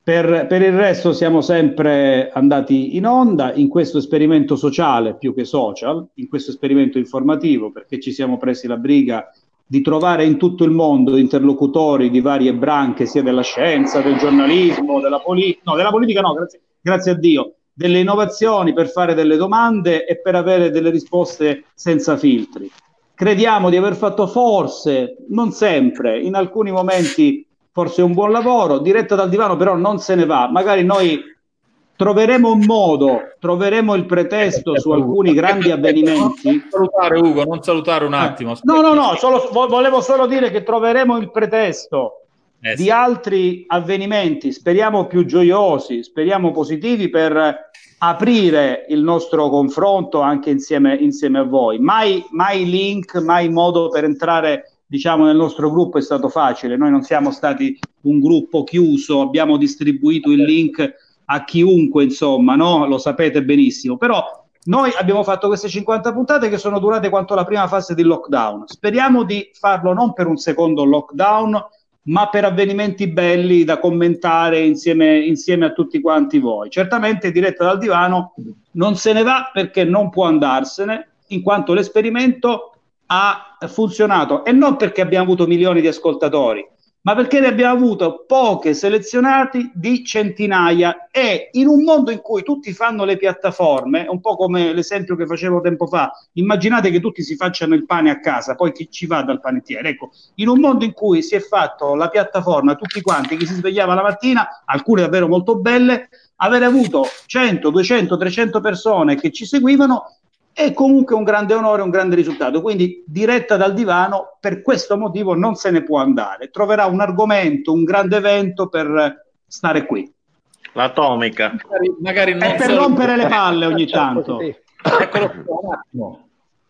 Per il resto siamo sempre andati in onda in questo esperimento sociale più che social, in questo esperimento informativo, perché ci siamo presi la briga di trovare in tutto il mondo interlocutori di varie branche, sia della scienza, del giornalismo, della politica no, grazie a Dio, delle innovazioni, per fare delle domande e per avere delle risposte senza filtri. Crediamo di aver fatto forse, non sempre, in alcuni momenti forse un buon lavoro. Diretta dal divano però non se ne va, magari noi troveremo un modo, troveremo il pretesto su alcuni grandi avvenimenti. Non salutare Ugo, non salutare un attimo. No, volevo solo dire che troveremo il pretesto di altri avvenimenti, speriamo più gioiosi, speriamo positivi, per aprire il nostro confronto anche insieme a voi. Mai link, mai modo per entrare, diciamo, nel nostro gruppo è stato facile. Noi non siamo stati un gruppo chiuso, abbiamo distribuito il link a chiunque, insomma, no? Lo sapete benissimo. Però noi abbiamo fatto queste 50 puntate che sono durate quanto la prima fase di lockdown. Speriamo di farlo non per un secondo lockdown, ma per avvenimenti belli da commentare insieme a tutti quanti voi. Certamente Diretta dal divano non se ne va perché non può andarsene, in quanto l'esperimento ha funzionato, e non perché abbiamo avuto milioni di ascoltatori, ma perché ne abbiamo avuto poche selezionati di centinaia, e in un mondo in cui tutti fanno le piattaforme, un po' come l'esempio che facevo tempo fa, immaginate che tutti si facciano il pane a casa, poi chi ci va dal panettiere? Ecco, in un mondo in cui si è fatto la piattaforma tutti quanti, chi si svegliava la mattina, alcune davvero molto belle, avere avuto 100, 200, 300 persone che ci seguivano è comunque un grande onore, un grande risultato. Quindi Diretta dal divano per questo motivo non se ne può andare, troverà un argomento, un grande evento per stare qui. L'atomica. Magari non e per rompere le palle ogni tanto. Eccolo qua, un attimo.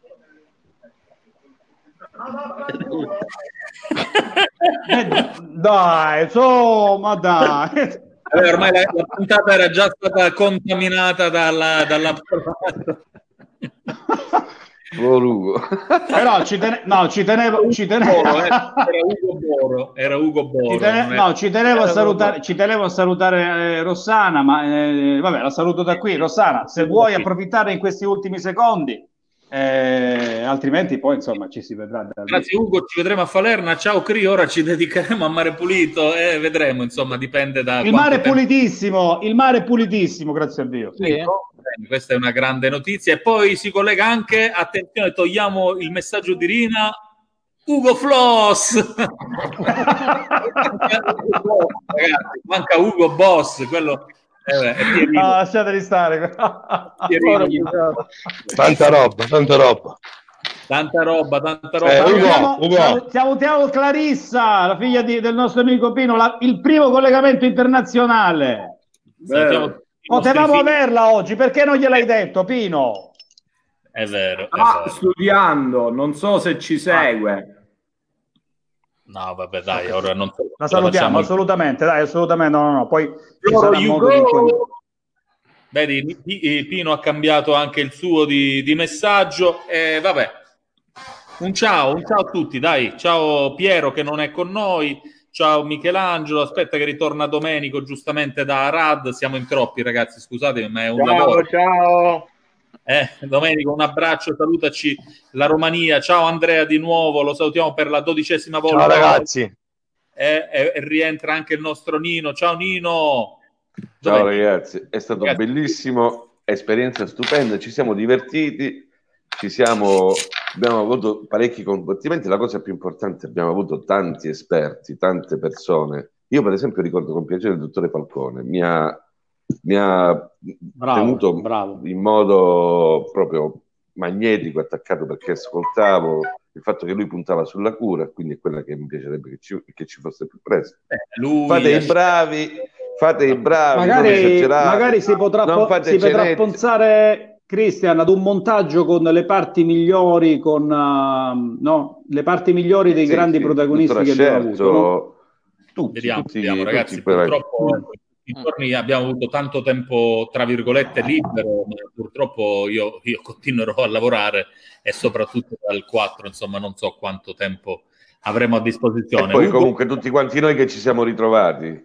Dai, insomma, dai. Ormai la puntata era già stata contaminata dalla però ci tenevo era Ugo Boro, ci tenevo a salutare Rossana, ma vabbè, la saluto da qui. Rossana, se vuoi approfittare in questi ultimi secondi, altrimenti poi insomma ci si vedrà. Grazie Ugo, ci vedremo a Falerna. Ciao Cri, ora ci dedicheremo a Mare Pulito e vedremo, insomma, dipende da il mare pulitissimo, grazie a Dio. Sì. Questa è una grande notizia. E poi si collega anche, attenzione, togliamo il messaggio di Rina, Ugo Floss. Ragazzi, manca Ugo Boss, quello lasciate di stare. Tanta roba. Salutiamo Clarissa, la figlia del nostro amico Pino, il primo collegamento internazionale. Potevamo averla oggi, perché non gliel'hai detto, Pino? È vero. Studiando, non so se ci segue. No, vabbè, dai, ora non la salutiamo assolutamente, no. Poi vedi, Pino ha cambiato anche il suo di messaggio, vabbè. Un ciao a tutti, dai. Ciao Piero che non è con noi. Ciao Michelangelo, aspetta che ritorna Domenico giustamente da Arad, siamo in troppi ragazzi, scusatemi, ma è un lavoro. Ciao. Domenico, un abbraccio, salutaci la Romania. Ciao Andrea di nuovo, lo salutiamo per la 12ª volta. Ciao ragazzi. E rientra anche il nostro Nino. Ciao Nino. Ciao ragazzi, è stato bellissimo, esperienza stupenda, ci siamo divertiti. Abbiamo avuto parecchi combattimenti, la cosa più importante, abbiamo avuto tanti esperti, tante persone. Io per esempio ricordo con piacere il dottore Falcone, mi ha tenuto in modo proprio magnetico, attaccato, perché ascoltavo il fatto che lui puntava sulla cura, quindi è quella che mi piacerebbe che ci fosse più presto. Fate i bravi, magari si potrà pensare, Cristian, ad un montaggio con le parti migliori, le parti migliori dei grandi protagonisti che abbiamo avuto, no? Vediamo ragazzi, purtroppo in giorni abbiamo avuto tanto tempo tra virgolette libero, ma purtroppo io continuerò a lavorare, e soprattutto dal 4, insomma non so quanto tempo avremo a disposizione. E poi comunque tutti quanti noi che ci siamo ritrovati.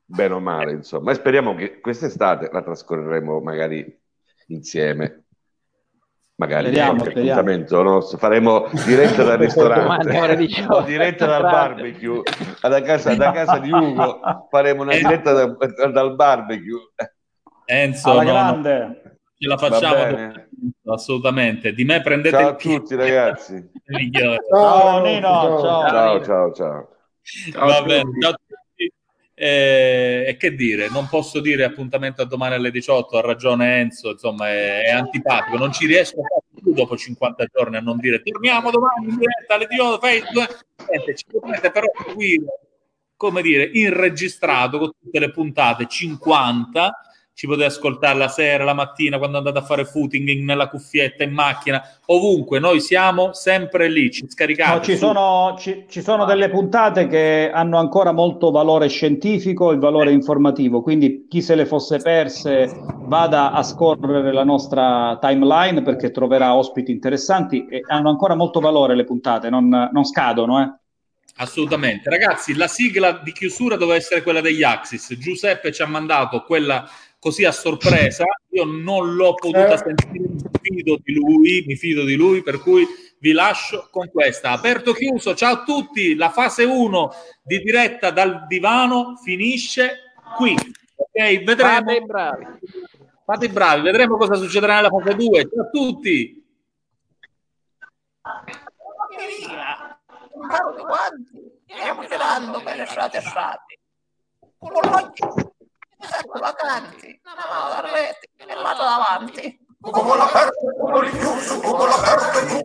bene o male, insomma. E speriamo che quest'estate la trascorreremo magari insieme. Magari qualche appuntamento nostro. Faremo diretta dal ristorante o diretta dal barbecue. Da casa di Ugo faremo una diretta dal barbecue. Enzo, alla grande. Ce la facciamo assolutamente. Di me prendete ciao a tutti ragazzi. Ciao Nino, ciao. Va bene, ciao a tutti. E che dire, non posso dire appuntamento a domani alle 18, ha ragione Enzo, insomma è antipatico, non ci riesco a fare più dopo 50 giorni a non dire torniamo domani in diretta alle 18, Facebook, ci potete però seguire, come dire, in registrato con tutte le puntate 50. Ci potete ascoltare la sera, la mattina, quando andate a fare footing nella cuffietta, in macchina, ovunque. Noi siamo sempre lì, ci scaricate. No, ci sono delle puntate che hanno ancora molto valore scientifico e valore informativo, quindi chi se le fosse perse vada a scorrere la nostra timeline perché troverà ospiti interessanti e hanno ancora molto valore le puntate, non scadono. Assolutamente. Ragazzi, la sigla di chiusura doveva essere quella degli Axis. Giuseppe ci ha mandato quella così a sorpresa, io non l'ho potuta sentire, mi fido di lui, per cui vi lascio con questa. Aperto chiuso, ciao a tutti, la fase 1 di diretta dal divano finisce qui, ok? Vedremo. Fate i bravi, vedremo cosa succederà nella fase 2. Ciao a tutti. Un caro di quanti, stiamo girando per le strade. Con l'occhio. Ecco la canti, la rete, e vado davanti. Come l'aperto, come chiuso, come l'aperto.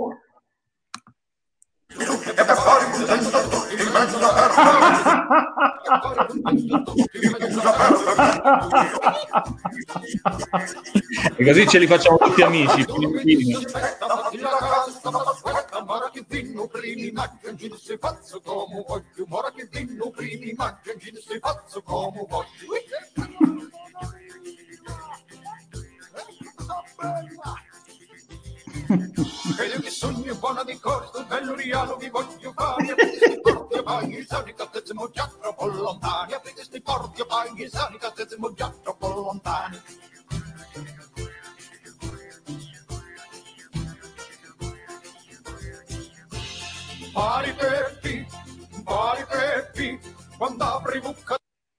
E per fare un senso tutti in mezzo e così ce li facciamo tutti amici. E io che sogno buona di corso, bello rialo vi voglio fare, aprite sti porti e bagni sani, che siamo già troppo lontani, aprite sti porti e bagni sani, che siamo già troppo lontani. Pari Peppi, quando apri bucca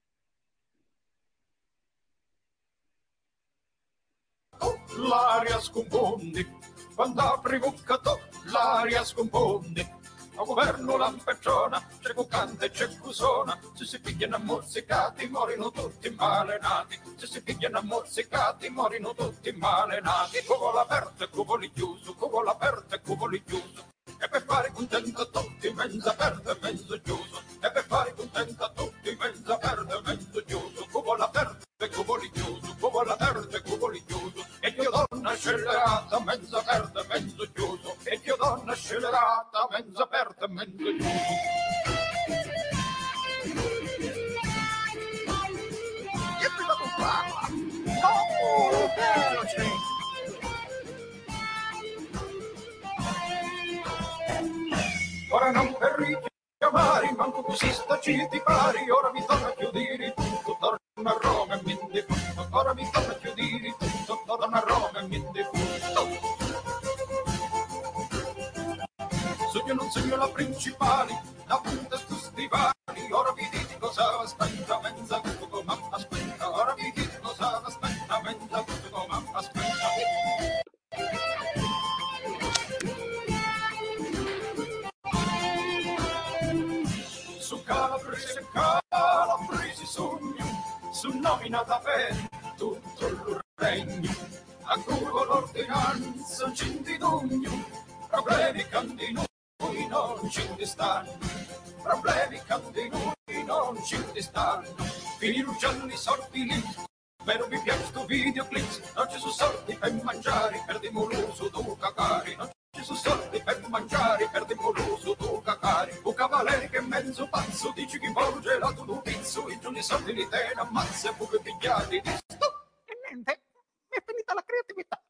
l'aria scompondi. Quando apri bocca tu, l'aria scompondi. A governo lampegiona, c'è cucante e c'è cusona. Se si pigliano ammozzicati, morino tutti malenati. Se si pigliano ammozzicati, morino tutti malenati. Cuvolo aperto e cuvolo chiuso, cuvolo aperto e cuvolo chiuso. E per fare contento tutti, mezzo aperto e mezzo chiuso. E per fare contento tutti, mezzo aperto e mezzo chiuso. Cuvolo aperto e cuvolo chiuso, cuvolo aperto e cuvolo chiuso. E io donna scellerata, mezzo aperto e mezzo chiuso. E io donna scellerata, mezzo aperto e mezzo chiuso. E prima tu parla. No, veloce. Ora non per richiamare, manco così stacci ti pari. Ora mi torna a chiudere tutto, torna a Roma e mi defunto. Ora mi torna a chiudere tutto, torna a Roma e mi defunto. Sogno non sogno la principale, la punta su stivali. Ora vi dite cosa aspetta, mezza tutto mamma aspetta. Ora vi dite cosa aspetta, mezza tutto mamma aspetta. Su Calabrese sogno, su nomina da bene tutto il regno. A curvo l'ordinanza c'indidugno, problemi candi noi non ci stanno. Problemi candi noi non ci stanno. Finire giorni sorti lì, però mi piace sto videoclip. Non ci sono soldi per mangiare, perdiamo l'uso tu cacari. Non ci sono soldi per mangiare, perdiamo l'uso tu cacari. Un cavaliere che è mezzo pazzo, dici che vuole gelato tu pizzo. I giorni soldi li te ne ammazza, pure pigliati di sto. E niente, mi è finita la creatività.